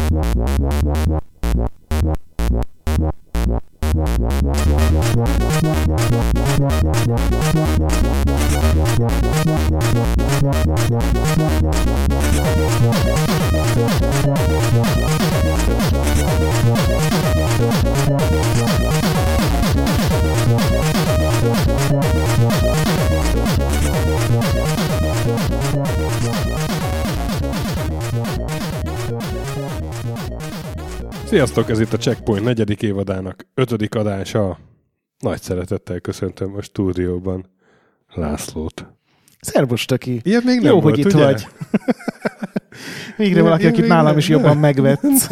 Sziasztok, ez itt a Checkpoint 4. évadának 5. adása. Nagy szeretettel köszöntöm a stúdióban Lászlót. Szervusz, Töki. Ilyet még nem jó, volt, hogy itt ugye? vagy. Végre valaki, akit nálam is jobban megvetsz.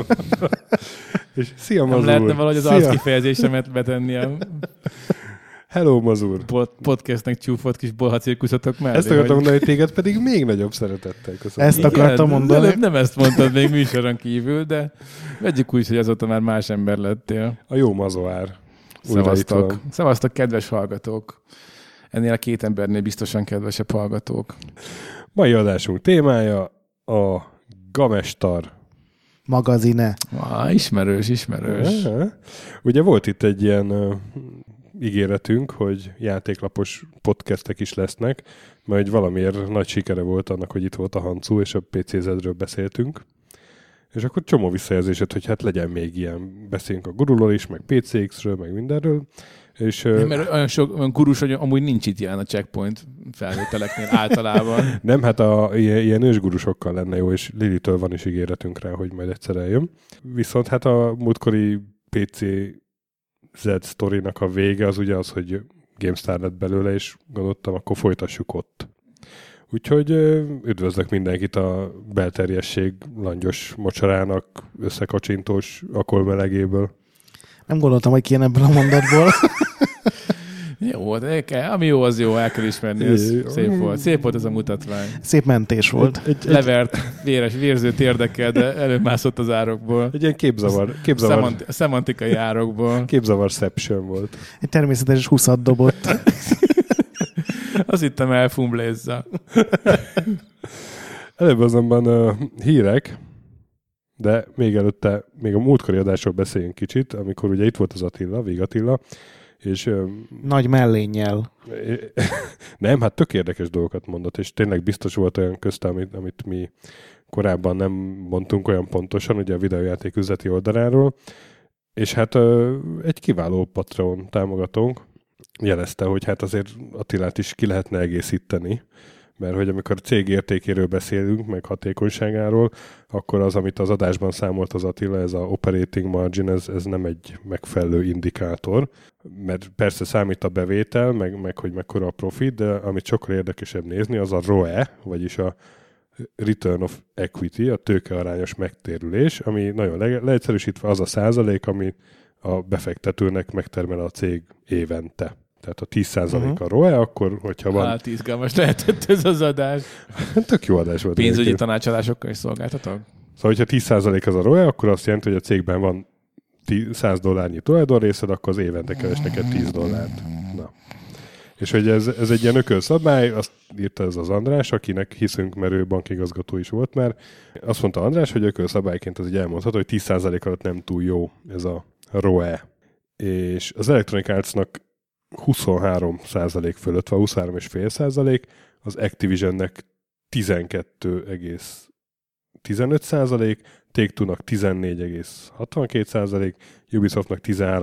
És szia, Mazur. Nem lehetne valahogy az arckifejezésemet betenni a Hello, Mazur. podcastnek csúfolt kis bolhacirkuszatok mellé. Ezt akartam mondani, hogy téged pedig még nagyobb szeretettel köszönöm. Ezt akartam mondani. Nem ezt mondtad még műsoron kívül, de vegyük úgy, hogy azóta már más ember lettél. A jó mazoár. Szevasztok. Szevasztok, kedves hallgatók. Ennél a két embernél biztosan kedvesebb hallgatók. Mai adásunk témája a Gamestar Magazine. Ismerős. Ugye volt itt egy ilyen ígéretünk, hogy játéklapos podcastek is lesznek, mert valamiért nagy sikere volt annak, hogy itt volt a Hancu, és a PCZ-ről beszéltünk. És akkor csomó visszajelzésed, hogy hát legyen még ilyen, beszéljünk a Gurulról is, meg PCX-ről, meg mindenről. És, mert olyan gurus, hogy amúgy nincs itt ilyen a Checkpoint felvételeknél általában. Nem, hát ilyen ősgurusokkal lenne jó, és Lilitől van is ígéretünk rá, hogy majd egyszer eljön. Viszont hát a múltkori PCZ sztorinak a vége az ugye az, hogy GameStar lett belőle, és gondoltam, akkor folytassuk ott. Úgyhogy üdvözlök mindenkit a belterjesség langyos mocsarának, összekacsintós akolmelegéből. Nem gondoltam, hogy kijön ebből a mondatból. Jó, de ami jó, az jó, el kell ismerni, ez szép volt. Szép volt ez a mutatvány. Szép mentés volt. Levert, vérző térdekkel, de előmászott az árokból. Egy ilyen képzavar. Szemantikai árokból. Képzavarception volt. Egy természetes 20-at dobott. Azt hittem elfumblézza. Előbb azonban hírek, de még előtte, még a múltkori adásról beszéljünk kicsit, amikor ugye itt volt az Attila, Vég Attila, és... Nagy mellénnyel. Nem, hát tök érdekes dolgokat mondott, és tényleg biztos volt olyan közt, amit mi korábban nem mondtunk olyan pontosan, ugye a videójáték üzleti oldaláról, és hát egy kiváló Patreon támogatónk jelezte, hogy hát azért Attilát is ki lehetne egészíteni, mert hogy amikor cég értékéről beszélünk, meg hatékonyságáról, akkor az, amit az adásban számolt az Attila, ez a operating margin, ez nem egy megfelelő indikátor, mert persze számít a bevétel, meg hogy mekkora a profit, de amit sokkal érdekesebb nézni, az a ROE, vagyis a Return of Equity, a tőkearányos megtérülés, ami nagyon leegyszerűsítve az a százalék, ami a befektetőnek megtermel a cég évente. Tehát a 10% a ROE, akkor, hogyha van... Hát izgalmas lehetett ez az adás. Tök jó adás volt. Pénzügyi tanácsadásokkal is szolgáltatok? Szóval, hogyha 10% az a ROE, akkor azt jelenti, hogy a cégben van $100 tulajdonrészed, akkor az évente keres neked $10. Na. És hogy ez egy ilyen ökölszabály, azt írta ez az András, akinek hiszünk, mert ő bankigazgató is volt már. Azt mondta András, hogy ökölszabályként az így elmondható, hogy 10% alatt nem túl jó ez a ROE. És az Electronic Arts-nak 23% fölött van, 23,5%, az Activisionnek 12,15%, Take-Two-nak 14,62%, Ubisoftnak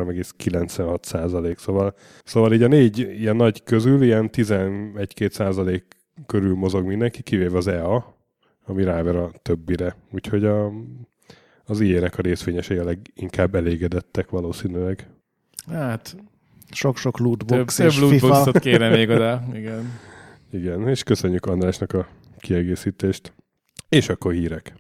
13,96%. Szóval így a 4 ilyen nagy közül ilyen 11-2% körül mozog mindenki, kivéve az EA, ami ráver a többire. Úgyhogy az IE-nek a részvényesei a leginkább elégedettek valószínűleg. Hát... Sok-sok lootbox több és FIFA. Több lootboxot kéne még oda. Igen, és köszönjük Andrásnak a kiegészítést. És akkor hírek.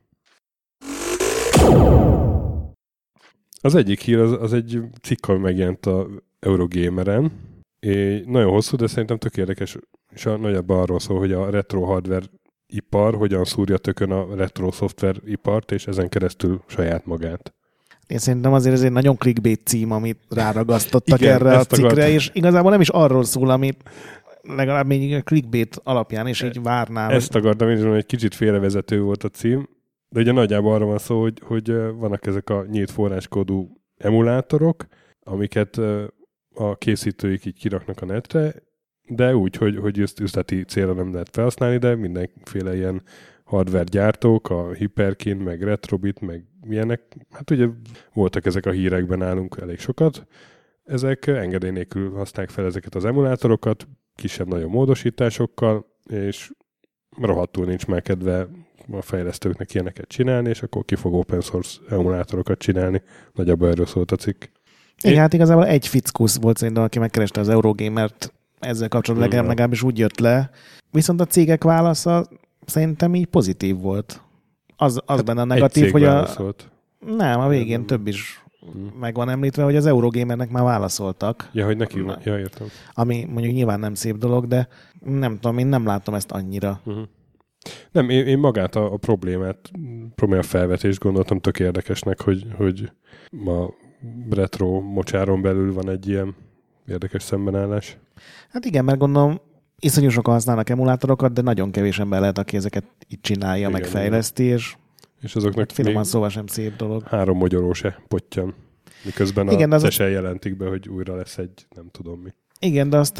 Az egyik hír az egy cikk, ami megjelent a Eurogameren. Nagyon hosszú, de szerintem tök érdekes, és nagyjából arról szól, hogy a retro hardware ipar hogyan szúrja tökön a retro szoftver ipart, és ezen keresztül saját magát. Én szerintem azért ez egy nagyon clickbait cím, amit ráragasztottak igen, erre a cikkre, akartam. És igazából nem is arról szól, amit legalább még a clickbait alapján is így várnám. Ezt akartam én is mondani, hogy egy kicsit félrevezető volt a cím. De ugye nagyjából arra van szó, hogy vannak ezek a nyílt forráskódú emulátorok, amiket a készítőik így kiraknak a netre, de úgy, hogy üzleti célra nem lehet felhasználni, de mindenféle ilyen hardware gyártók, a Hyperkin, meg Retrobit, meg ilyenek, hát ugye voltak ezek a hírekben nálunk elég sokat, ezek engedély nélkül használják fel ezeket az emulátorokat, kisebb-nagyobb módosításokkal, és rohadtul nincs már kedve a fejlesztőknek ilyeneket csinálni, és akkor ki fog open source emulátorokat csinálni. Nagyjából erről szólt a cikk. Igen, hát igazából egy fickusz volt szerintem, aki megkereste az Eurogamert, ezzel kapcsolatban legalábbis úgy jött le. Viszont a cégek válasza szerintem így pozitív volt. Az hát benne a negatív, hogy Nem, a végén több is meg van említve, hogy az Eurogamernek már válaszoltak. Ja, hogy neki van. Ja, értem. Ami mondjuk nyilván nem szép dolog, de nem tudom, én nem látom ezt annyira. Nem, én magát a probléma felvetést gondoltam tök érdekesnek, hogy ma retro mocsáron belül van egy ilyen érdekes szembenállás. Hát igen, mert gondolom iszonyú sokan használnak emulátorokat, de nagyon kevés ember lehet, aki ezeket így csinálja, igen, meg fejleszti, és azoknak finoman szóval sem szép dolog. 3 mogyoró se pottyan. Miközben igen, a CES-en jelentik be, hogy újra lesz egy nem tudom mi. Igen, de azt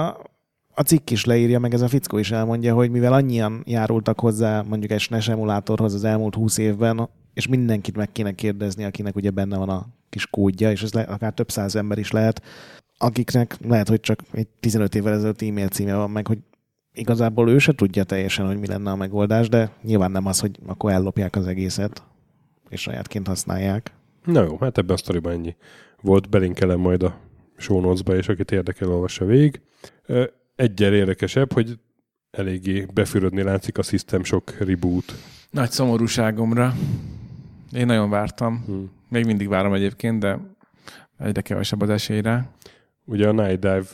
a cikk is leírja, meg ez a fickó is elmondja, hogy mivel annyian járultak hozzá mondjuk egy SNES emulátorhoz az elmúlt 20 évben, és mindenkit meg kéne kérdezni, akinek ugye benne van a kis kódja, és ez akár több száz ember is lehet, akiknek lehet, hogy csak egy 15 évvel ezelőtt e-mail címe van meg, hogy igazából ő se tudja teljesen, hogy mi lenne a megoldás, de nyilván nem az, hogy akkor ellopják az egészet, és sajátként használják. Na jó, hát ebben a sztoriban ennyi volt, belinkelem majd a show notes-ba, és akit érdekel, olvassa végig. Egyel érdekesebb, hogy eléggé befürödni látszik a System Shock reboot. Nagy szomorúságomra. Én nagyon vártam. Még mindig várom egyébként, de egyre kevesebb az esélyre. Ugye a Night Dive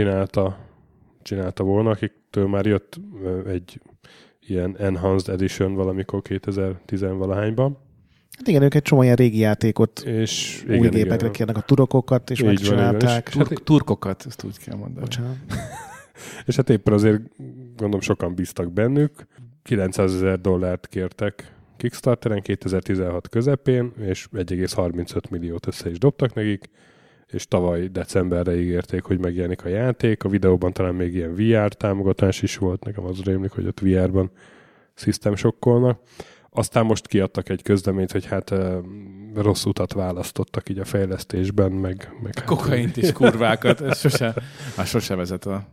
csinálta volna, akiktől már jött egy ilyen Enhanced Edition valamikor 2010-valahányban. Hát igen, ők egy csomó ilyen régi játékot és új gépekre kérnek, a turokokat, és megcsinálták. Turkokat, ezt úgy kell mondani. Bocsánat. És hát éppen azért gondolom sokan bíztak bennük. $900,000 kértek Kickstarteren 2016 közepén, és 1,35 milliót össze is dobtak nekik, és tavaly decemberre ígérték, hogy megjelenik a játék. A videóban talán még ilyen VR támogatás is volt, nekem az rémlik, hogy ott VR-ban System Shockolnak. Aztán most kiadtak egy közleményt, hogy hát rossz utat választottak így a fejlesztésben, meg kokaint és kurvákat, ez sose vezet a...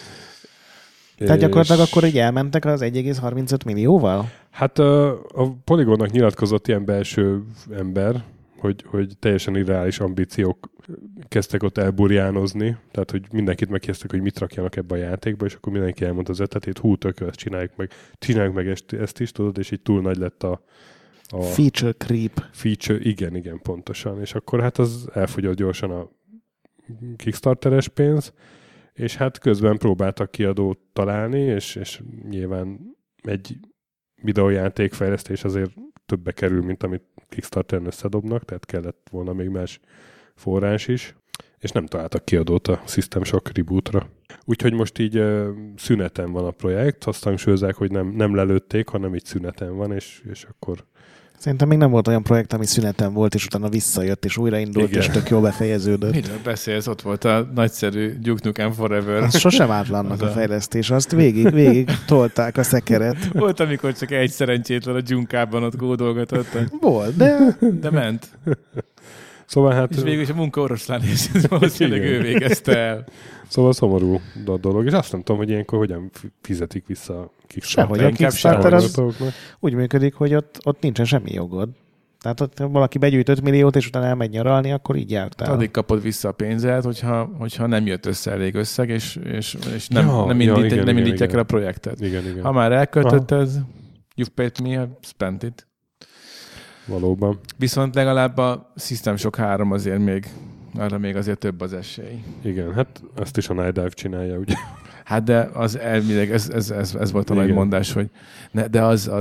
Tehát gyakorlatilag akkor így elmentek az 1,35 millióval? Hát a Polygonnak nyilatkozott ilyen belső ember, hogy teljesen irreális ambíciók kezdtek ott elburjánozni, tehát hogy mindenkit megkérdeztek, hogy mit rakjanak ebbe a játékba, és akkor mindenki elmondta az ötletét, ezt csináljuk meg ezt is, tudod, és így túl nagy lett a feature creep. Igen, pontosan. És akkor hát az elfogyott gyorsan a Kickstarteres pénz, és hát közben próbáltak kiadót találni, és nyilván egy videójáték fejlesztés azért többe kerül, mint amit Kickstarteren összedobnak, tehát kellett volna még más forrás is, és nem találtak kiadót a System Shock rebootra. Úgyhogy most így szüneten van a projekt, azt hangsúlyozzák, hogy nem lelőtték, hanem így szüneten van, és akkor... Szerintem még nem volt olyan projekt, ami szüneten volt, és utána visszajött, és újraindult, és tök jól befejeződött. Miről beszélsz? Ott volt a nagyszerű Duke Nukem Forever. Az sosem átlannak a fejlesztés, azt végig tolták a szekeret. Volt, amikor csak egy szerencsétlen a dzsunkában ott kódolgatott. Volt, de ment. Szóval hát... És végül is a munka oroszlán, és valószínűleg ő végezte el. Szóval szomorú a dolog, és azt nem tudom, hogy ilyenkor hogyan fizetik vissza a Kickstarter. Sehogy a Kickstarter az úgy működik, hogy ott nincsen semmi jogod. Tehát ott valaki begyűjt 5 milliót, és utána elmegy nyaralni, akkor így jártál. Addig kapod vissza a pénzet, hogyha nem jött össze elég összeg, és nem indítják el a projektet. Igen. Ha már elköltötted, you've paid me, I've spent it. Valóban. Viszont legalább a System Shock 3 azért még azért több az esély. Igen, hát ezt is a Night Dive csinálja, ugye? Hát de az elvileg, ez volt a nagy mondás, hogy de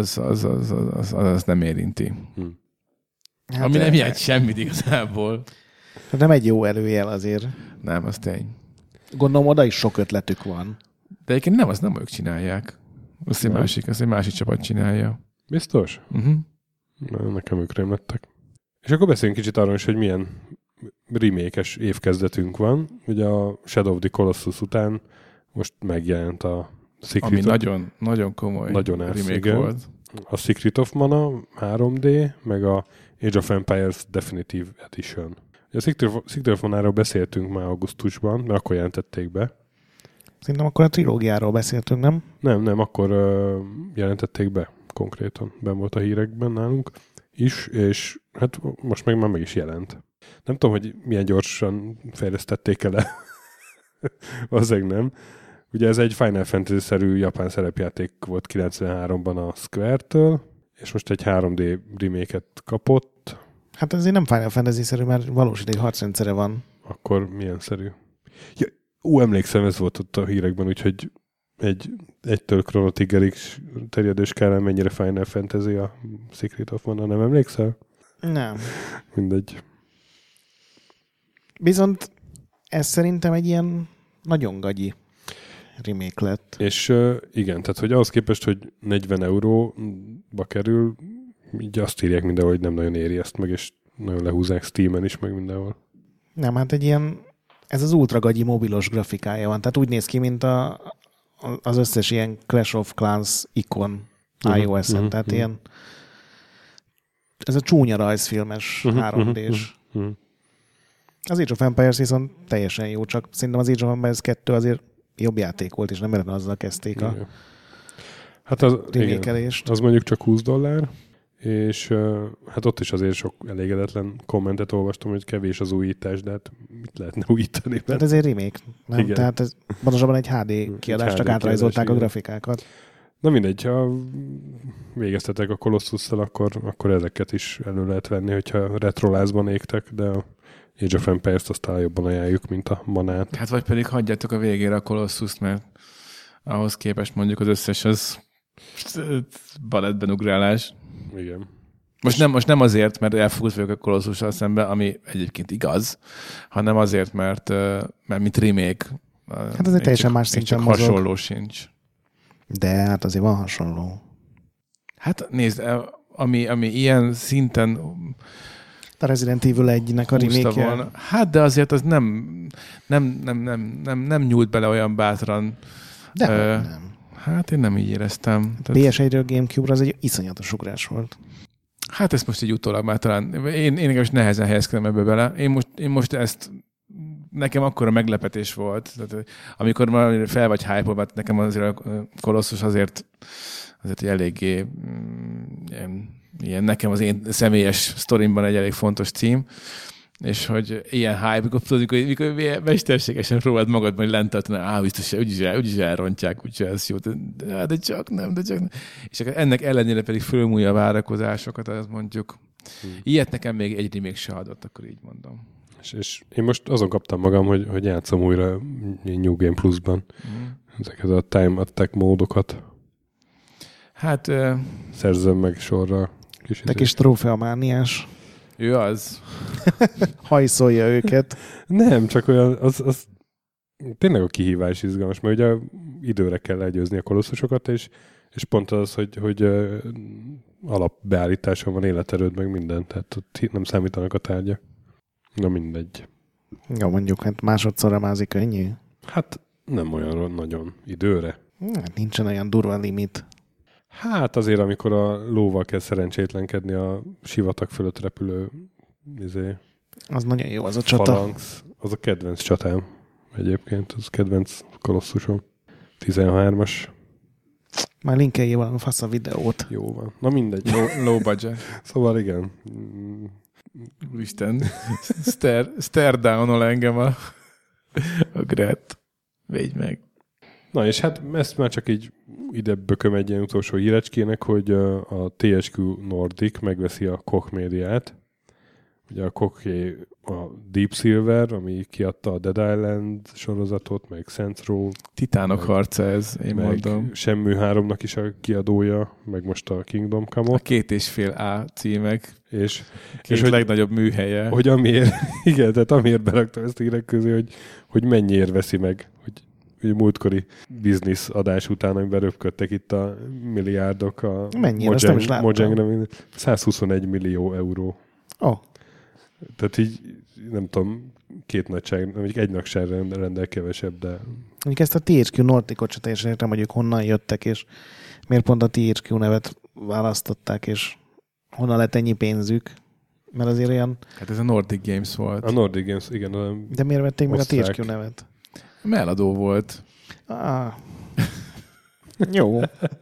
az nem érinti. Hát ami nem jelent semmit igazából. Nem egy jó előjel azért. Nem, az tény. Gondolom, oda is sok ötletük van. De egyébként nem ők csinálják. Azt egy másik csapat csinálja. Biztos? Nekem ők rém lettek. És akkor beszéljünk kicsit arról is, hogy milyen remake-es évkezdetünk van. Ugye a Shadow of the Colossus után most megjelent a Secret ami nagyon, nagyon komoly nagyon remake volt. A Secret of Mana 3D, meg a Age of Empires Definitive Edition. A Secret of Mana-ról beszéltünk már augusztusban, mert akkor jelentették be. Szerintem akkor a trilógiáról beszéltünk, nem? Nem, akkor jelentették be konkrétan. Ben volt a hírekben nálunk is, és hát most meg is jelent. Nem tudom, hogy milyen gyorsan fejlesztették el. Valószínűleg nem. Ugye ez egy Final Fantasy-szerű japán szerepjáték volt 93-ban a Square-től, és most egy 3D remake-et kapott. Hát ez nem Final Fantasy-szerű, mert valós idei harcrendszere van. Akkor milyen szerű? Ja, emlékszem, ez volt ott a hírekben, úgyhogy egytől Chrono Triggerig terjedő skálán mennyire Final Fantasy a Secret of Mana, nem emlékszel? Nem. Mindegy. Viszont ez szerintem egy ilyen nagyon gagyi remake lett. És igen, tehát hogy ahhoz képest, hogy 40 euróba kerül, így azt írják mindenhol, hogy nem nagyon éri ezt meg, és nagyon lehúzzák Steamen is, meg mindenhol. Nem, hát egy ilyen, ez az ultra gagyi mobilos grafikája van, tehát úgy néz ki, mint az összes ilyen Clash of Clans ikon iOS-en, tehát ilyen ez a csúnya rajzfilmes 3D-s. Az Age of Empires viszont teljesen jó, csak szerintem az Age of Empires 2 azért jobb játék volt, és nem mert azzal kezdték a hát az, remékelést. Az mondjuk csak $20, és hát ott is azért sok elégedetlen kommentet olvastam, hogy kevés az újítás, de hát mit lehetne újítani? Tehát ez egy remake, nem? Igen. Tehát ez pontosabban egy HD kiadás, csak átrajzolták a grafikákat. Na mindegy, ha végeztetek a Colossus-szal, akkor ezeket is elő lehet venni, hogyha retrolázban égtek, de a Age of Empires-t azt talán jobban ajánljuk, mint a Manát. Hát vagy pedig hagyjátok a végére a Colossus-t, mert ahhoz képest mondjuk az összes az balettben ugrálás. Igen. Most nem azért, mert elfogult vagyok a Colossussal szemben, ami egyébként igaz, hanem azért, mert mint remake. Hát ez egy teljesen más szinten mozog. Hasonló sincs. De hát azért van hasonló. Hát nézd, ami ilyen szinten a Resident Evil 1-nek a remake-je. Hát de azért az nem nyúlt bele olyan bátran. De nem. Hát én nem így éreztem. PS1-ről Gamecube-ra az egy iszonyatos ugrás volt. Hát ezt most egy utólag már talán, én most nehezen helyezkedem ebbe bele. Én most ezt, nekem akkora meglepetés volt, tehát, amikor már fel vagy hype-olva, nekem azért a Colossus azért egy eléggé ilyen nekem az én személyes sztorimban egy elég fontos cím, és hogy ilyen hype, mikor mesterségesen próbáld magadban lentetni, biztos, úgyis elrontják, úgyis ez jó, de csak nem. És ennek ellenére pedig fölmúlja a várakozásokat, az mondjuk. Ilyet nekem még egy remake se adott, akkor így mondom. És én most azon kaptam magam, hogy játszom újra New Game Plus-ban ezeket a Time Attack módokat. Hát... szerzem meg sorra. Te kis trófeamániás. Ő az. Hajszolja őket. Nem, csak olyan, az tényleg a kihívás izgalmas, mert ugye időre kell legyőzni a kolosszusokat, és pont az, hogy alapbeállításon van életerőd, meg minden, tehát ott nem számítanak a tárgyak. Na mindegy. Ja, mondjuk, hát másodszorra mázik könnyű. Hát nem olyan nagyon időre. Hát nincsen olyan durva limit. Hát azért, amikor a lóval kell szerencsétlenkedni a sivatag fölött repülő az nagyon jó, az a csata. Phalanx, az a kedvenc csatám egyébként, az kedvenc kolosszusom. 13-as. Már linkeljél valami fasz a videót. Jó van. Na mindegy. Low budget. Szóval igen. Isten. Stare down-ol engem a Gret. Végy meg. Na és hát ezt már csak így ide bököm egy ilyen utolsó hírecskének, hogy a THQ Nordic megveszi a Koch médiát. Ugye a Koché a Deep Silver, ami kiadta a Dead Island sorozatot, meg Saints Row. Titánok harca ez, én mondom. Shenmue 3-nak is a kiadója, meg most a Kingdom Come-ot. A 2,5A címek. És hogy legnagyobb műhelye. Hogy amiért, igen, tehát amiért beraktam ezt a hírek közé, hogy mennyiért veszi meg, hogy múltkori biznisz adás után, amiben röpködtek itt a milliárdok a Mennyire? Ezt nem is láttam. Mojangre, 121 millió euró. Oh. Tehát így, nem tudom, egy nagyságrendel kevesebb, de... Mondjuk ezt a THQ Nordic-ot se teljesen értem, hogy ők honnan jöttek, és miért pont a THQ nevet választották, és honnan lett ennyi pénzük. Mert azért olyan... Hát ez a Nordic Games volt. A Nordic Games, igen. De miért vették meg a osztrák. THQ nevet? Eladó volt. Jó.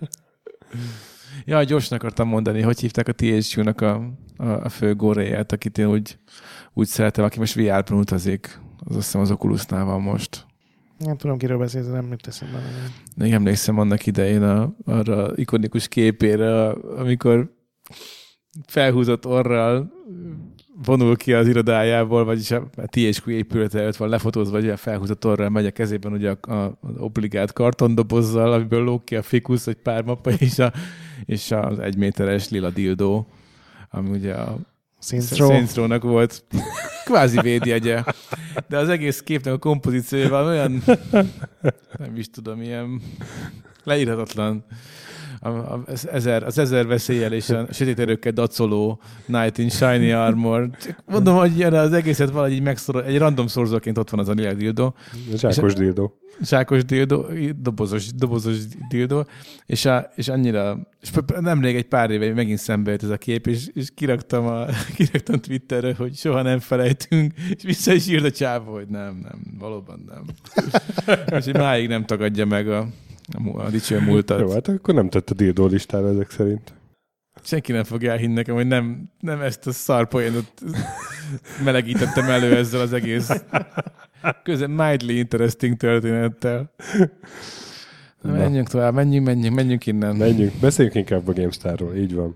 Ja, gyorsan akartam mondani, hogy hívták a THQ-nak a fő góréját, akit én úgy szeretem, aki most VR-ban utazik. Azt hiszem az Oculusnál van most. Nem tudom, kiről beszélsz, nem mit teszem bele. Még emlékszem annak idején arra ikonikus képére, amikor felhúzott orral vonul ki az irodájából, vagyis a THQ épülete előtt van lefotózva, vagy felhúzott orral megy a kezében ugye az obligát kartondobozzal, amiből lóg ki a fikusz, egy pár mappa, és az 1 méteres lila dildó, ami ugye a Saints Row-nak volt kvázi védjegye. De az egész képnek a kompozíciójával olyan, nem is tudom, ilyen leírhatatlan. Az 1000 veszéllyel és a sötét erőkkel dacoló Knight in Shiny Armor. Csak mondom, hogy ilyen az egészet valahogy így megszorol, egy random szorzóként ott van az a lila dildó. Zsákos dildó. Zsákos dildó, dobozos dildó, és annyira, és nemrég egy pár éve megint szembe jött ez a kép, és kiraktam Twitterre, hogy soha nem felejtünk, és vissza is írt a csávó, hogy nem, valóban nem. És máig nem tagadja meg a dicső múltat. Jó, hát akkor nem tett a dildó listára ezek szerint. Senki nem fog elhinni nekem, hogy nem ezt a szarpoénot melegítettem elő ezzel az egész mildly interesting történettel. Menjünk tovább, menjünk innen. Menjünk, beszéljünk inkább a GameStar-ról, így van.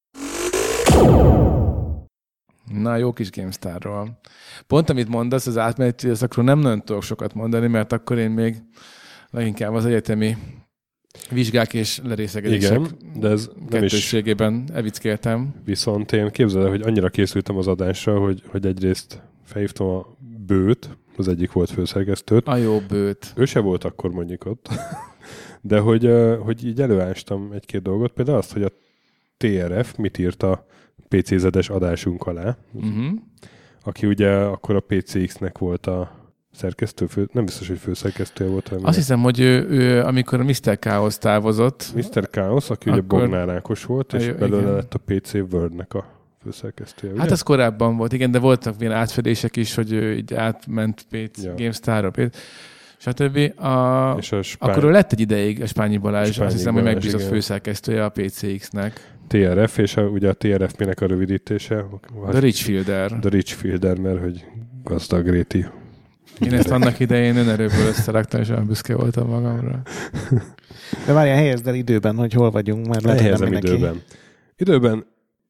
Na, jó kis GameStar-ról. Pont amit mondasz, az átmeneti időszakról nem nagyon tudok sokat mondani, mert akkor én még leginkább az egyetemi vizsgák és lerészegedések de ez kettősségében evickéltem. Viszont én képzeld, hogy annyira készültem az adásra, hogy egyrészt felhívtam a Bőt, az egyik volt főszerkesztőt. A jó Bőt. Ő se volt akkor mondjuk ott. De hogy így előástam egy-két dolgot, például azt, hogy a TRF mit írt a PC-zedes adásunk alá, aki ugye akkor a PCX-nek volt a szerkesztő, nem biztos, hogy főszerkesztője volt. Azt hiszem, hogy ő amikor a Mr. Chaos távozott. Mr. Chaos, aki ugye Bognár Ákos volt, és belőle lett a PC World-nek a főszerkesztője. Ugye? Hát az korábban volt, igen, de voltak ilyen átfedések is, hogy ő így átment GameStar-ra, stb. Akkor ő lett egy ideig a Spányi Balázs, azt hiszem, hogy megbízott főszerkesztője a PCX-nek. TRF, és ugye a TRF-nek a rövidítése? The Richfielder. The Richfielder, mert hogy gazdag réti. Én ezt annak idején önerőből összeraktam, és olyan büszke voltam magamra. De várjál, helyezd el időben, hogy hol vagyunk, mert lehet, hogy nem mindenki. Időben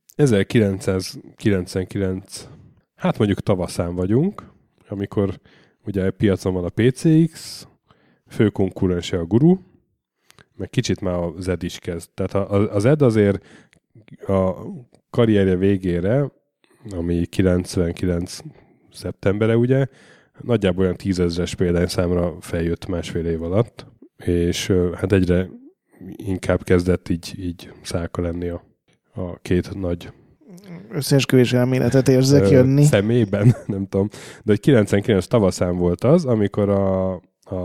1999, hát mondjuk tavaszán vagyunk, amikor ugye piacon van a PCX, fő konkurense a Guru, meg kicsit már a Zed is kezd. Tehát a Zed azért a karrierje végére, ami 99 szeptembere ugye, nagyjából olyan 10 000-es példányszámra feljött másfél év alatt, és hát egyre inkább kezdett így szálka lenni a két nagy összeesküvés elméletet érzek jönni. Szemében, nem tudom. De hogy 99 tavaszán volt az, amikor a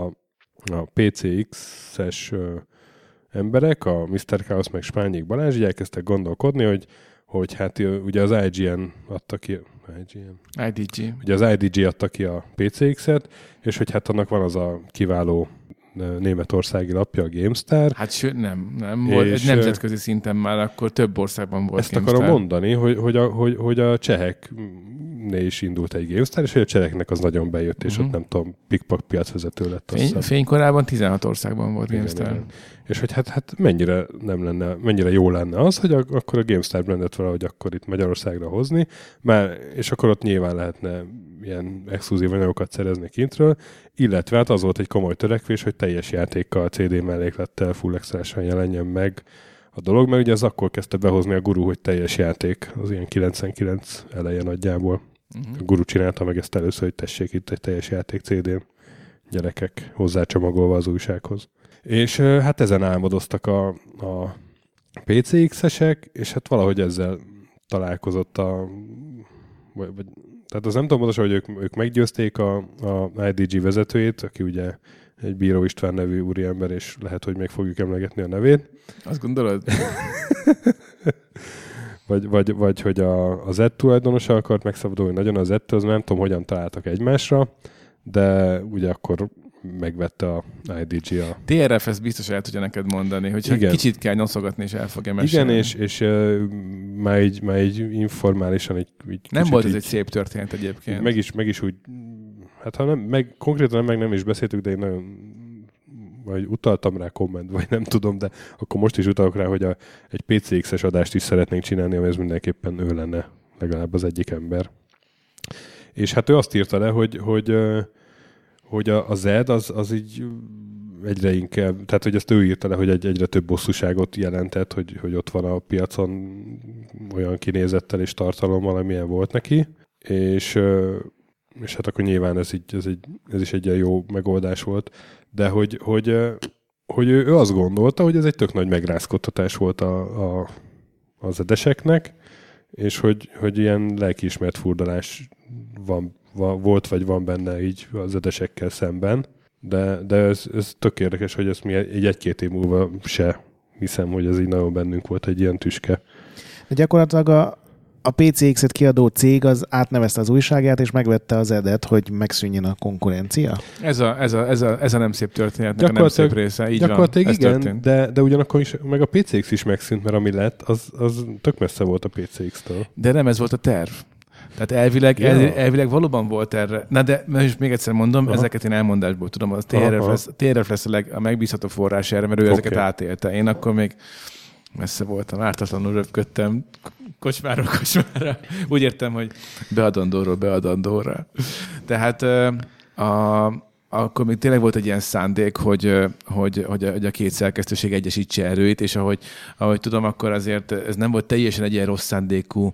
PCX-es emberek, a Mr. Chaos meg Spányik Balázs így elkezdtek gondolkodni, hogy hát ugye az IGN adta ki IDG. Ugye az IDG adta ki a PCX-et, és hogy hát annak van az a kiváló németországi lapja, a GameStar. Hát nem volt. Egy nemzetközi szinten már akkor több országban volt ezt GameStar. Akarom mondani, hogy a cseheknél is indult egy GameStar, és hogy a cseheknek az nagyon bejött, és ott nem tudom, pikpak piacvezető lett. Fénykorában 16 országban volt GameStar. Igen. És hogy hát mennyire jó lenne az, hogy akkor a GameStar brandet valahogy akkor itt Magyarországra hozni, és akkor ott nyilván lehetne ilyen exkluzív anyagokat szerezni kintről, illetve hát az volt egy komoly törekvés, hogy teljes játékkal, CD melléklettel, full extra-san jelenjen meg a dolog, mert ugye az akkor kezdte behozni a Guru, hogy teljes játék, az ilyen 99 eleje nagyjából. A Guru csinálta meg ezt először, hogy tessék itt egy teljes játék CD-n gyerekek hozzácsomagolva az újsághoz. És hát ezen álmodoztak a PCX-esek, és hát valahogy ezzel találkozott tehát az nem tudom pontosan, hogy ők meggyőzték a IDG vezetőjét, aki ugye egy Bíró István nevű úriember, és lehet, hogy még fogjuk emlegetni a nevét. Azt gondolod? vagy hogy a Z tulajdonosa akart megszabadulni nagyon az Z-től, az nem tudom, hogyan találtak egymásra, de ugye akkor megvette a IDG a... TRF ezt biztos el tudja neked mondani, hogyha kicsit kell noszogatni, és el fogja mesélni. Igen, és már így informálisan egy nem volt ez egy szép történet egyébként. Meg is úgy, hát ha nem, konkrétan nem is beszéltük, de én nagyon vagy utaltam rá komment, vagy nem tudom, de akkor most is utalok rá, hogy egy PCX-es adást is szeretnénk csinálni, ami ez mindenképpen ő lenne legalább az egyik ember. És hát ő azt írta le, hogy a Zed az így egyre inkább, tehát hogy ezt ő írta le, hogy egyre több bosszúságot jelentett, hogy ott van a piacon olyan kinézettel és tartalommal, amilyen volt neki, és hát akkor nyilván ez is egy ilyen jó megoldás volt, de hogy ő azt gondolta, hogy ez egy tök nagy megrázkodtatás volt az edeseknek, és hogy ilyen lelkiismert furdalás volt, vagy van benne így az edesekkel szemben, de ez tök érdekes, hogy ezt mi egy-két év múlva se hiszem, hogy ez így nagyon bennünk volt egy ilyen tüske. De gyakorlatilag a PCX-et kiadó cég az átnevezte az újságját, és megvette az edet, hogy megszűnjön a konkurencia? Ez a nem szép történetnek a nem szép része. Így gyakorlatilag van, igen, de ugyanakkor is, meg a PCX is megszűnt, mert ami lett, az tök messze volt a PCX-től. De nem ez volt a terv. Tehát elvileg valóban volt erre. Na de most még egyszer mondom, ezeket én elmondásból tudom, az TRF lesz a megbízható forrás erre, mert ő ezeket átélte. Én akkor még messze voltam, ártatlanul röpködtem kocsmáról kocsmára. Úgy értem, hogy beadandóról beadandóra. Tehát akkor még tényleg volt egy ilyen szándék, hogy a két szerkesztőség egyesítse erőit, és ahogy tudom, akkor azért ez nem volt teljesen egy ilyen rossz szándékú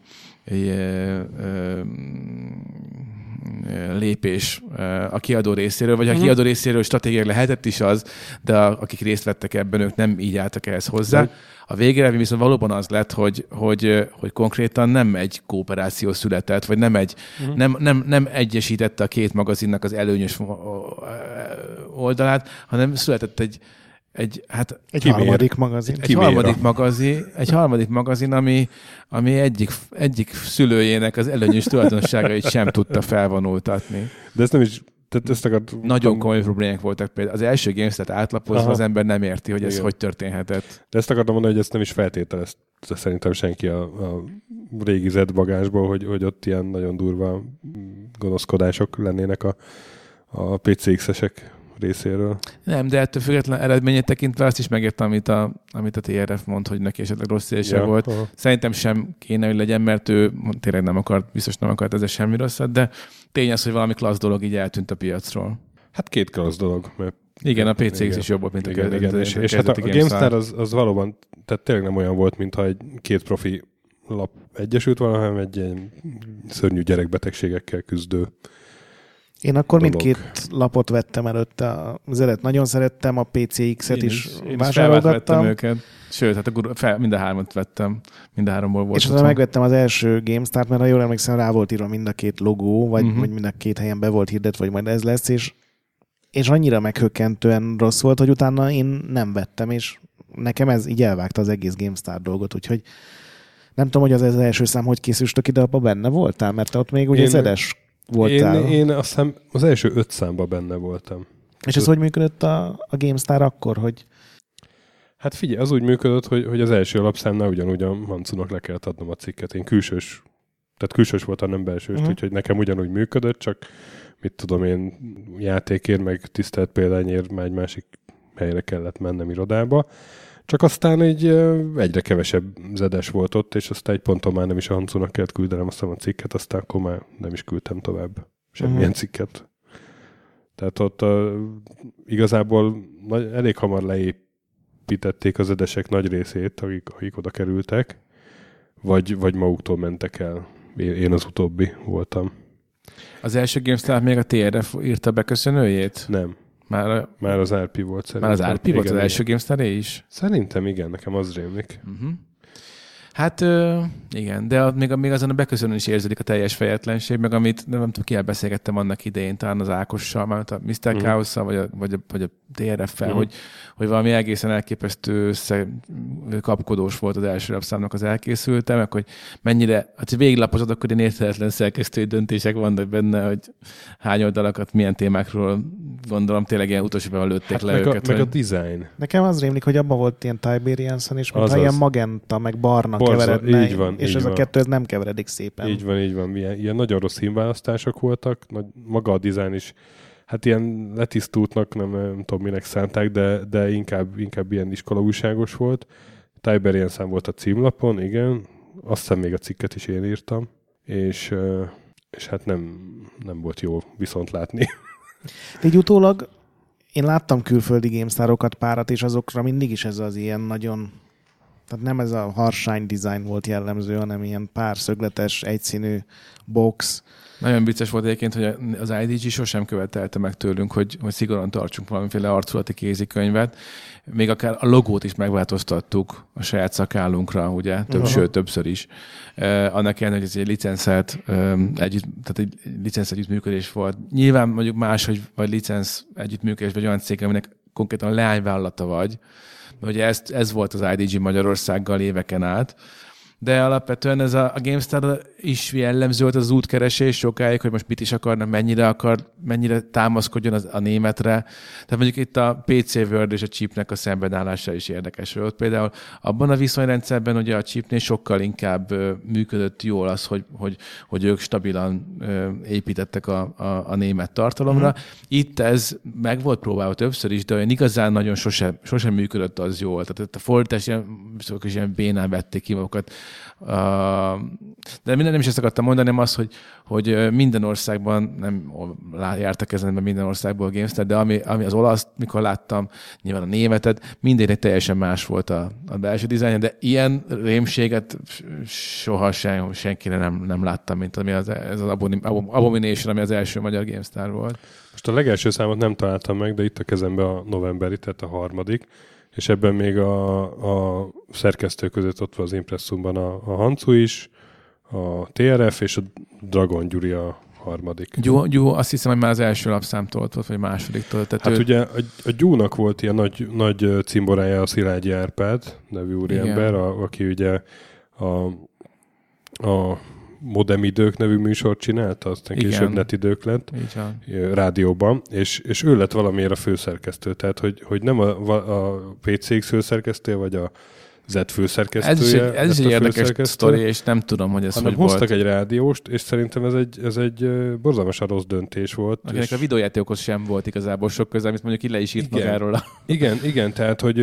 lépés a kiadó részéről, vagy a kiadó részéről stratégiai lehetett is az, de akik részt vettek ebben, ők nem így álltak ehhez hozzá. A végére viszont valóban az lett, hogy konkrétan nem egy kooperáció született, vagy nem egyesítette a két magazinnak az előnyös oldalát, hanem született egy harmadik magazin. Egy harmadik magazin, ami egyik szülőjének az előnyös tulajdonságait sem tudta felvonultatni. De ezt nem is... Nagyon komoly problémák voltak például. Az első GameStat átlapozva az ember nem érti, hogy ez hogy történhetett. De ezt akartam mondani, hogy ezt nem is feltételezte szerintem senki a régi Z bagásból, hogy ott ilyen nagyon durva gonoszkodások lennének a PCX-esek részéről. Nem, de ettől független eredményét tekintve azt is megértem, amit a TRF mond, hogy neki esetleg rossz érzése volt. Szerintem sem kéne, hogy legyen, mert ő tényleg biztos nem akart ezzel semmi rosszat, de tény az, hogy valami klassz dolog így eltűnt a piacról. Hát két klassz dolog. Mert igen, a PCX is jobb volt, mint a kezdeti. És hát a GameStar az valóban, tehát tényleg nem olyan volt, mintha két profi lap egyesült volna, hanem egy ilyen szörnyű gyerekbetegségekkel küzdő. Én akkor mindkét lapot vettem előtte. Az edet nagyon szerettem, a PCX-et is vásárolgattam. Őket. Sőt, hát mind a hármat vettem. Mind a háromból volt. És aztán megvettem az első GameStart, mert ha jól emlékszem, rá volt írva mind a két logó, vagy mind a két helyen be volt hirdetve, vagy majd ez lesz, és annyira meghökkentően rossz volt, hogy utána én nem vettem, és nekem ez így elvágta az egész GameStar dolgot, úgyhogy nem tudom, hogy az első szám hogy készültök ide, abban benne voltál, mert ott még ugye zedes voltál. Én azt hiszem az első 5 számban benne voltam. És ez hogy működött a GameStar akkor, hogy... Hát figyelj, az úgy működött, hogy az első alapszámnál ugyanúgy a Hancunak le kellett adnom a cikket. Én külsős voltam, nem belsős, úgyhogy nekem ugyanúgy működött, csak mit tudom én, játékért, meg tisztelt példányért már egy másik helyre kellett mennem irodába. Csak aztán egyre kevesebb zedes volt ott, és aztán egy ponton már nem is a Hancunak kellett küldenem aztán a cikket, aztán akkor már nem is küldtem tovább semmilyen cikket. Tehát ott igazából elég hamar leépítették az edesek nagy részét, akik oda kerültek, vagy maguktól mentek el. Én az utóbbi voltam. Az első GameStar még a TRF írta beköszönőjét? Nem. Már az RP volt szerintem. Már az RP volt az első GameStar-é is? Szerintem igen, nekem az rémlik. Hát igen, de még azon a beköszönön is érződik a teljes fejetlenség, meg amit nem tudom, ki elbeszélgettem annak idején, talán az Ákossal, már a Mr. Chaos-szal, vagy a DRF-fel, hogy valami egészen elképesztő kapkodós volt az első lapszámnak az elkészülte, meg hogy mennyire, hát végiglapozod, akkor ilyen érthetetlen szerkesztői döntések vannak benne, hogy hány oldalakat, milyen témákról gondolom, tényleg ilyen utolsóban lőtték le őket. Meg a design. Nekem az rémlik, hogy abban volt ilyen Tiberianson is, mintha ilyen magenta, meg barna keveredne, így van, és így ez van. a kettő ez nem keveredik szépen. Így van. Ilyen nagyon rossz színválasztások voltak, maga a design is, hát ilyen letisztultnak, nem tudom minek szánták, de inkább ilyen iskolaújságos volt. Tiberian szám volt a címlapon, igen. Azt hiszem még a cikket is én írtam, és hát nem volt jó viszont látni. De így utólag én láttam külföldi GameStar-okat párat, és azokra mindig is ez az ilyen nagyon... Tehát nem ez a harsány design volt jellemző, hanem ilyen pár szögletes, egyszínű box. Nagyon vicces volt egyébként, hogy az IDG sosem követelte meg tőlünk, hogy szigorúan tartsunk valamiféle arculati kézikönyvet. Még akár a logót is megváltoztattuk a saját szakállunkra, ugye, sőt, többször is. Annak ellenére, hogy ez egy licenszelt együttműködés volt. Nyilván mondjuk más, vagy licensz együttműködés, vagy olyan cég, aminek konkrétan leányvállalata vagy. Ugye ez volt az IDG Magyarországgal éveken át. De alapvetően ez a GameStar is jellemző volt az útkeresés sokáig, hogy most mit is akarnak, mennyire támaszkodjon a németre. Tehát mondjuk itt a PC World és a chipnek a szembenállása is érdekes volt. Például abban a viszonyrendszerben ugye a chipnél sokkal inkább működött jól az, hogy ők stabilan építettek a német tartalomra. Itt ez meg volt próbálva többször is, de olyan igazán nagyon sosem működött az jól. Tehát a fordítás ilyen bénán vették ki magukat. De nem is ezt akartam mondani, hanem az, hogy minden országban, nem jártak ezen minden országból a GameStar, de ami az olasz, mikor láttam, nyilván a németet, mindennek teljesen más volt a belső dizájnja, de ilyen rémséget soha senkire nem láttam, mint ami ez az Abomination, ami az első magyar GameStar volt. Most a legelső számot nem találtam meg, de itt a kezemben a novemberi, tehát a harmadik, és ebben még a szerkesztő között ott van az Impressumban a Hancu is, a TRF és a Dragon Gyuri a harmadik. Gyú, azt hiszem, hogy már az első lapszámtól volt, vagy másodiktól. Hát ugye a Gyúnak volt ilyen nagy cimborája a Szilágyi Árpád nevű úriember, aki ugye a Modem Idők nevű műsort csinálta, aztán később Netidők lett rádióban, és ő lett valamiért a főszerkesztő, tehát hogy nem a PCX főszerkesztője, vagy a Z főszerkesztője. Ez is egy érdekes sztori, és nem tudom, hogy ez hogy volt. Hoztak egy rádióst, és szerintem ez egy borzalmasan rossz döntés volt. Akinek a videójátékokhoz sem volt igazából sok köze, amit mondjuk így le is írt magáról. Igen, tehát hogy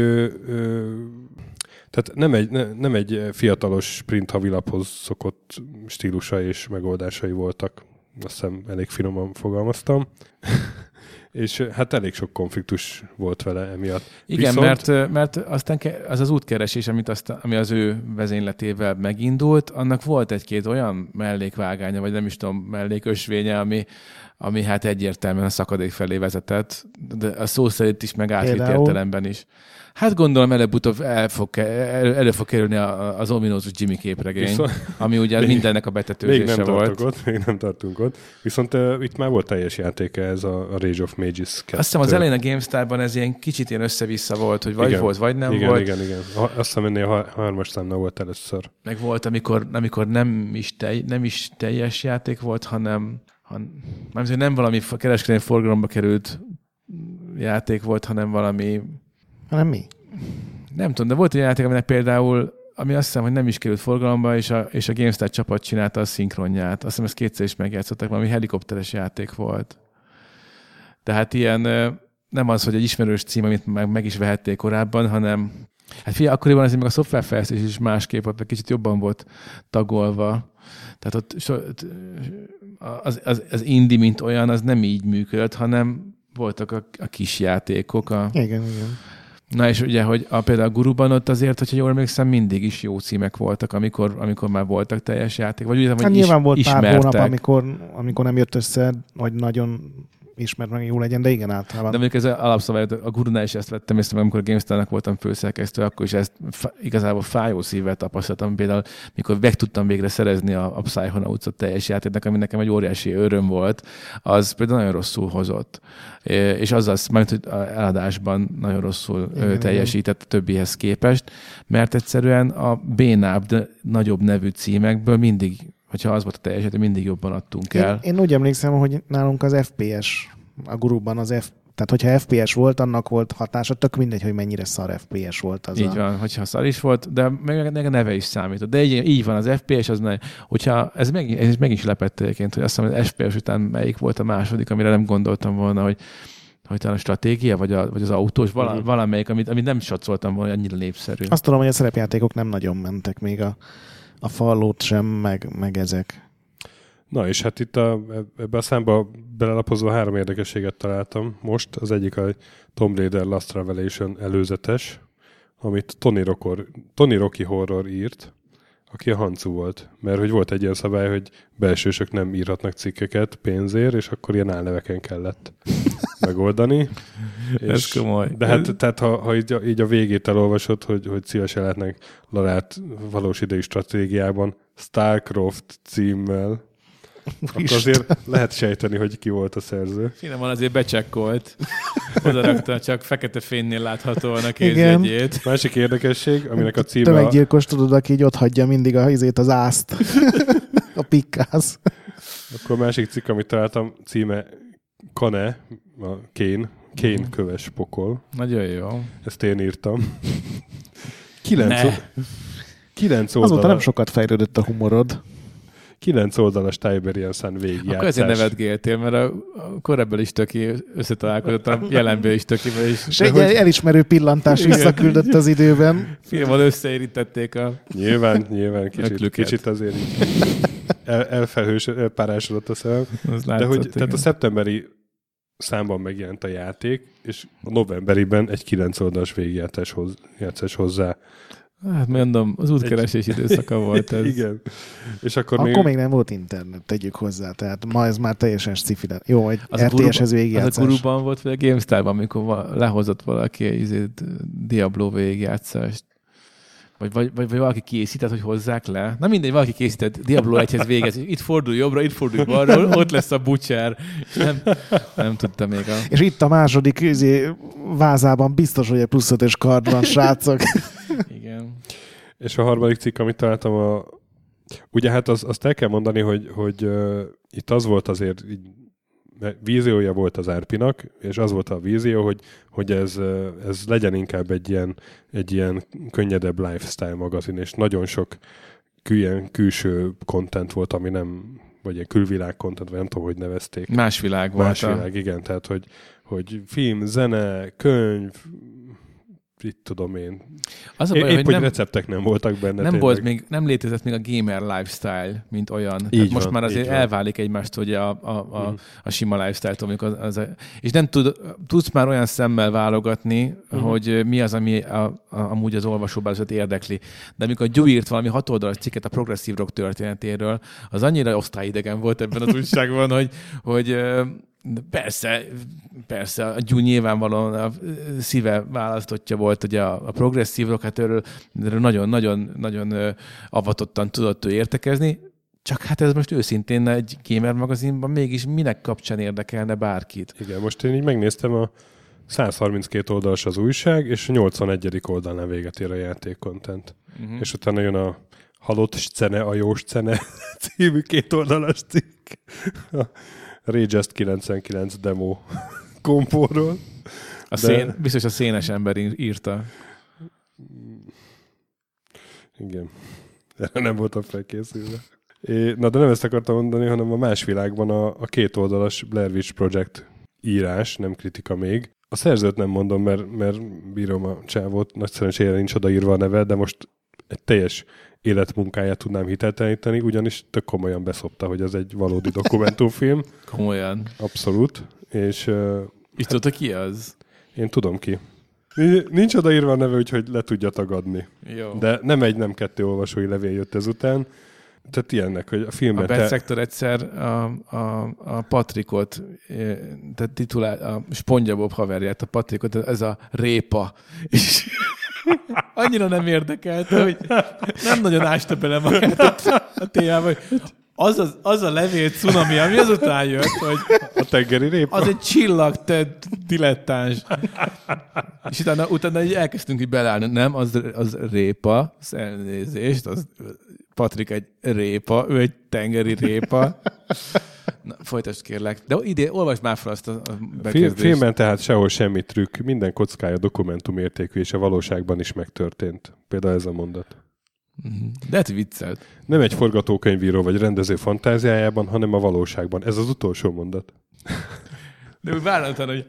tehát nem egy fiatalos print havilaphoz szokott stílusa és megoldásai voltak. Azt hiszem elég finoman fogalmaztam. És hát elég sok konfliktus volt vele emiatt. Igen, mert aztán az útkeresés, ami az ő vezényletével megindult, annak volt egy-két olyan mellékvágánya, vagy nem is tudom, mellékösvénye, ami hát egyértelműen a szakadék felé vezetett, de a szó szerint is, meg átvitt értelemben is. Hát gondolom előbb-utóbb elő fog kerülni az ominózus Jimmy képregény, ami ugye mindennek a betetőzése volt. Még nem tartunk ott. Viszont itt már volt teljes játéka ez a Rage of Mages 2. Azt hiszem az elején a GameStar-ban ez ilyen kicsit ilyen össze-vissza volt, hogy vagy volt, vagy nem volt. Igen. Azt hiszem ennél a harmas számnál volt először. Meg volt, amikor nem is teljes játék volt, hanem nem valami kereskedelmi forgalomba került játék volt, hanem valami... Hanem mi? Nem tudom, de volt egy játék, aminek például, ami azt hiszem, hogy nem is került forgalomba, és a GameStar csapat csinálta a szinkronját. Azt hiszem, ezt kétszer is megjátszották, valami helikopteres játék volt. Tehát ilyen nem az, hogy egy ismerős cím, amit meg is vehették korábban, hanem hát figyelj, akkoriban azért meg a szoftverfejlesztés is másképp volt, kicsit jobban volt tagolva. Tehát ott az indie, mint olyan, az nem így működött, hanem voltak a kis játékok. Igen. Na és ugye, hogy például a Guruban ott azért, hogyha jól emlékszem, mindig is jó címek voltak, amikor már voltak teljes játék. Vagy úgy, hát nyilván volt pár hónap, amikor nem jött össze, vagy nagyon ismert meg jó legyen, de igen, általában. De mondjuk ez alapszabályot, a Gurunál is ezt vettem észre, amikor a GameStar-nak voltam főszerkesztő, akkor is ezt igazából fájó szívvel tapasztaltam. Például, mikor meg tudtam végre szerezni a Psychonauts teljes játéknak, ami nekem egy óriási öröm volt, az például nagyon rosszul hozott. És azzal, mert hogy eladásban nagyon rosszul teljesített a többihez képest, mert egyszerűen a bénább, de nagyobb nevű címekből mindig, hogyha az volt a teljesítő, mindig jobban adtunk el. Én úgy emlékszem, hogy nálunk az FPS, a Guruban tehát hogyha FPS volt, annak volt hatása, tök mindegy, hogy mennyire szar FPS volt az. Így van, hogyha szar is volt, de meg a neve is számított. De így van, az FPS az hogyha ez meg is lepett egyébként, hogy azt hiszem, az FPS után melyik volt a második, amire nem gondoltam volna, hogy talán a stratégia, vagy az autós, valamelyik, amit nem satszoltam volna, annyira népszerű. Azt tudom, hogy a szerepjátékok nem nagyon mentek, még a Fallout sem, meg ezek. Na, és hát itt ebbe a számba belelapozva 3 érdekességet találtam most. Az egyik a Tomb Raider Last Revelation előzetes, amit Tony Rocky Horror írt, aki a Hancu volt. Mert hogy volt egy ilyen szabály, hogy belsősök nem írhatnak cikkeket pénzért, és akkor ilyen álneveken kellett megoldani. Ez komoly. De hát, tehát ha így a végét elolvasod, hogy szívesen lehetnek Larát valós idei stratégiában Starcraft címmel, akkor azért lehet sejteni, hogy ki volt a szerző. Finoman azért becsekkolt. Oda rakta, csak fekete fénynél láthatóan a kézjegyét. Másik érdekesség, aminek a címe... Tömeggyilkos, tudod, aki így ott hagyja mindig az ászt. A pikkáz. Akkor másik cikk, amit találtam, címe Kane, a Kane köves pokol. Nagyon jó. Ezt én írtam. 9 oldal. Azóta nem sokat fejlődött a humorod. 9 oldalas Tiberian Sun végigjátszás. Akkor ezért nevetgéltél, mert a korábban is töki összetalálkozott, a jelenből is tökivel is. És egy elismerő pillantás visszaküldött az időben. Filmmal összeérítették a... Nyilván kicsit azért elpárásodott a szemem. De hogy tehát a szeptemberi számban megjelent a játék, és a novemberiben egy 9 oldalas végigjátszás hozzá. Hát mondom, az útkeresés időszaka volt ez. Igen. És akkor még nem volt internet, tegyük hozzá, tehát ma ez már teljesen sci-fi. Jó, egy RTS-hez végigjátszás. Az a Guruban volt, vagy a GameStar-ban, amikor lehozott valaki egy Diablo végigjátszást. Vagy valaki készített, hogy hozzák le. Na mindegy, valaki készített Diablo 1-hez végez. Itt fordul jobbra, itt fordul balra, ott lesz a butcher. Nem tudta még a... És itt a második vázában biztos, hogy egy plusz 5-ös kard van, srácok. Igen. És a harmadik cikk, amit találtam, ugye hát azt el kell mondani, hogy itt az volt azért, víziója volt az RP-nak, és az volt a vízió, hogy ez legyen inkább egy ilyen könnyedebb lifestyle magazin, és nagyon sok ilyen külső content volt, ami nem, vagy ilyen külvilág content, vagy nem tudom, hogy nevezték. Más világ volt. Más világ, igen, tehát hogy film, zene, könyv, itt tudom én. Az a baj, hogy receptek nem voltak benne. Nem létezett még a gamer lifestyle, mint olyan. Így most van, már azért elválik egymást, hogy a sima lifestyle-tól, és nem tudsz már olyan szemmel válogatni, hogy mi az, ami amúgy az olvasóbázat érdekli. De amikor a Gyu írt valami 6 oldalas cikket a progresszív rock történetéről, az annyira osztályidegen volt ebben az újságban, hogy Persze, a Gyu nyilvánvalóan a szíve választottja volt, ugye a progresszív rock, hát erről nagyon avatottan tudott ő értekezni, csak hát ez most őszintén egy gamer magazinban mégis minek kapcsán érdekelne bárkit? Igen, most én így megnéztem, a 132 oldalas az újság, és a 81. oldalnál véget ér a játékkontent. És utána jön a halott scene, a jó scene című 2 oldalas cikk. Rage 99 demo kompóról. Biztos a szénes ember írta. Igen. Erre nem voltam felkészülve. Na, de nem ezt akartam mondani, hanem a más világban a 2 oldalas Blair Witch Project írás, nem kritika még. A szerzőt nem mondom, mert bírom a csávót, nagy szerencsére nincs odaírva a neve, de most egy teljes életmunkáját tudnám hitelteleníteni, ugyanis tök komolyan beszopta, hogy ez egy valódi dokumentumfilm. Komolyan. Abszolút. És tudod, ki az? Én tudom ki. Nincs odaírva a neve, úgyhogy le tudja tagadni. Jó. De nem 1, nem 2 olvasói levél jött ezután. Tehát ilyennek, hogy a filmben... A Bad Sector egyszer a Patrickot, tehát a SpongeBob haverját, a Patrickot, ez a répa. És annyira nem érdekelte, hogy nem nagyon ásta bele magát a témába, hogy az a levél cunami, ami azután jött, hogy a tengeri répa. Az egy csillag, te dilettáns. És utána így elkezdtünk így beleállni. Nem, az répa, az elnézést, az Patrik egy répa, ő egy tengeri répa. Na, folytasd kérlek. De olvasd már fel azt a bekezdést. Filmben tehát sehol semmi trükk, minden kockája dokumentumértékű, és a valóságban is megtörtént. Például ez a mondat. De hát viccelt. Nem egy forgatókönyvíró vagy rendező fantáziájában, hanem a valóságban. Ez az utolsó mondat. De úgy várhatlan, hogy...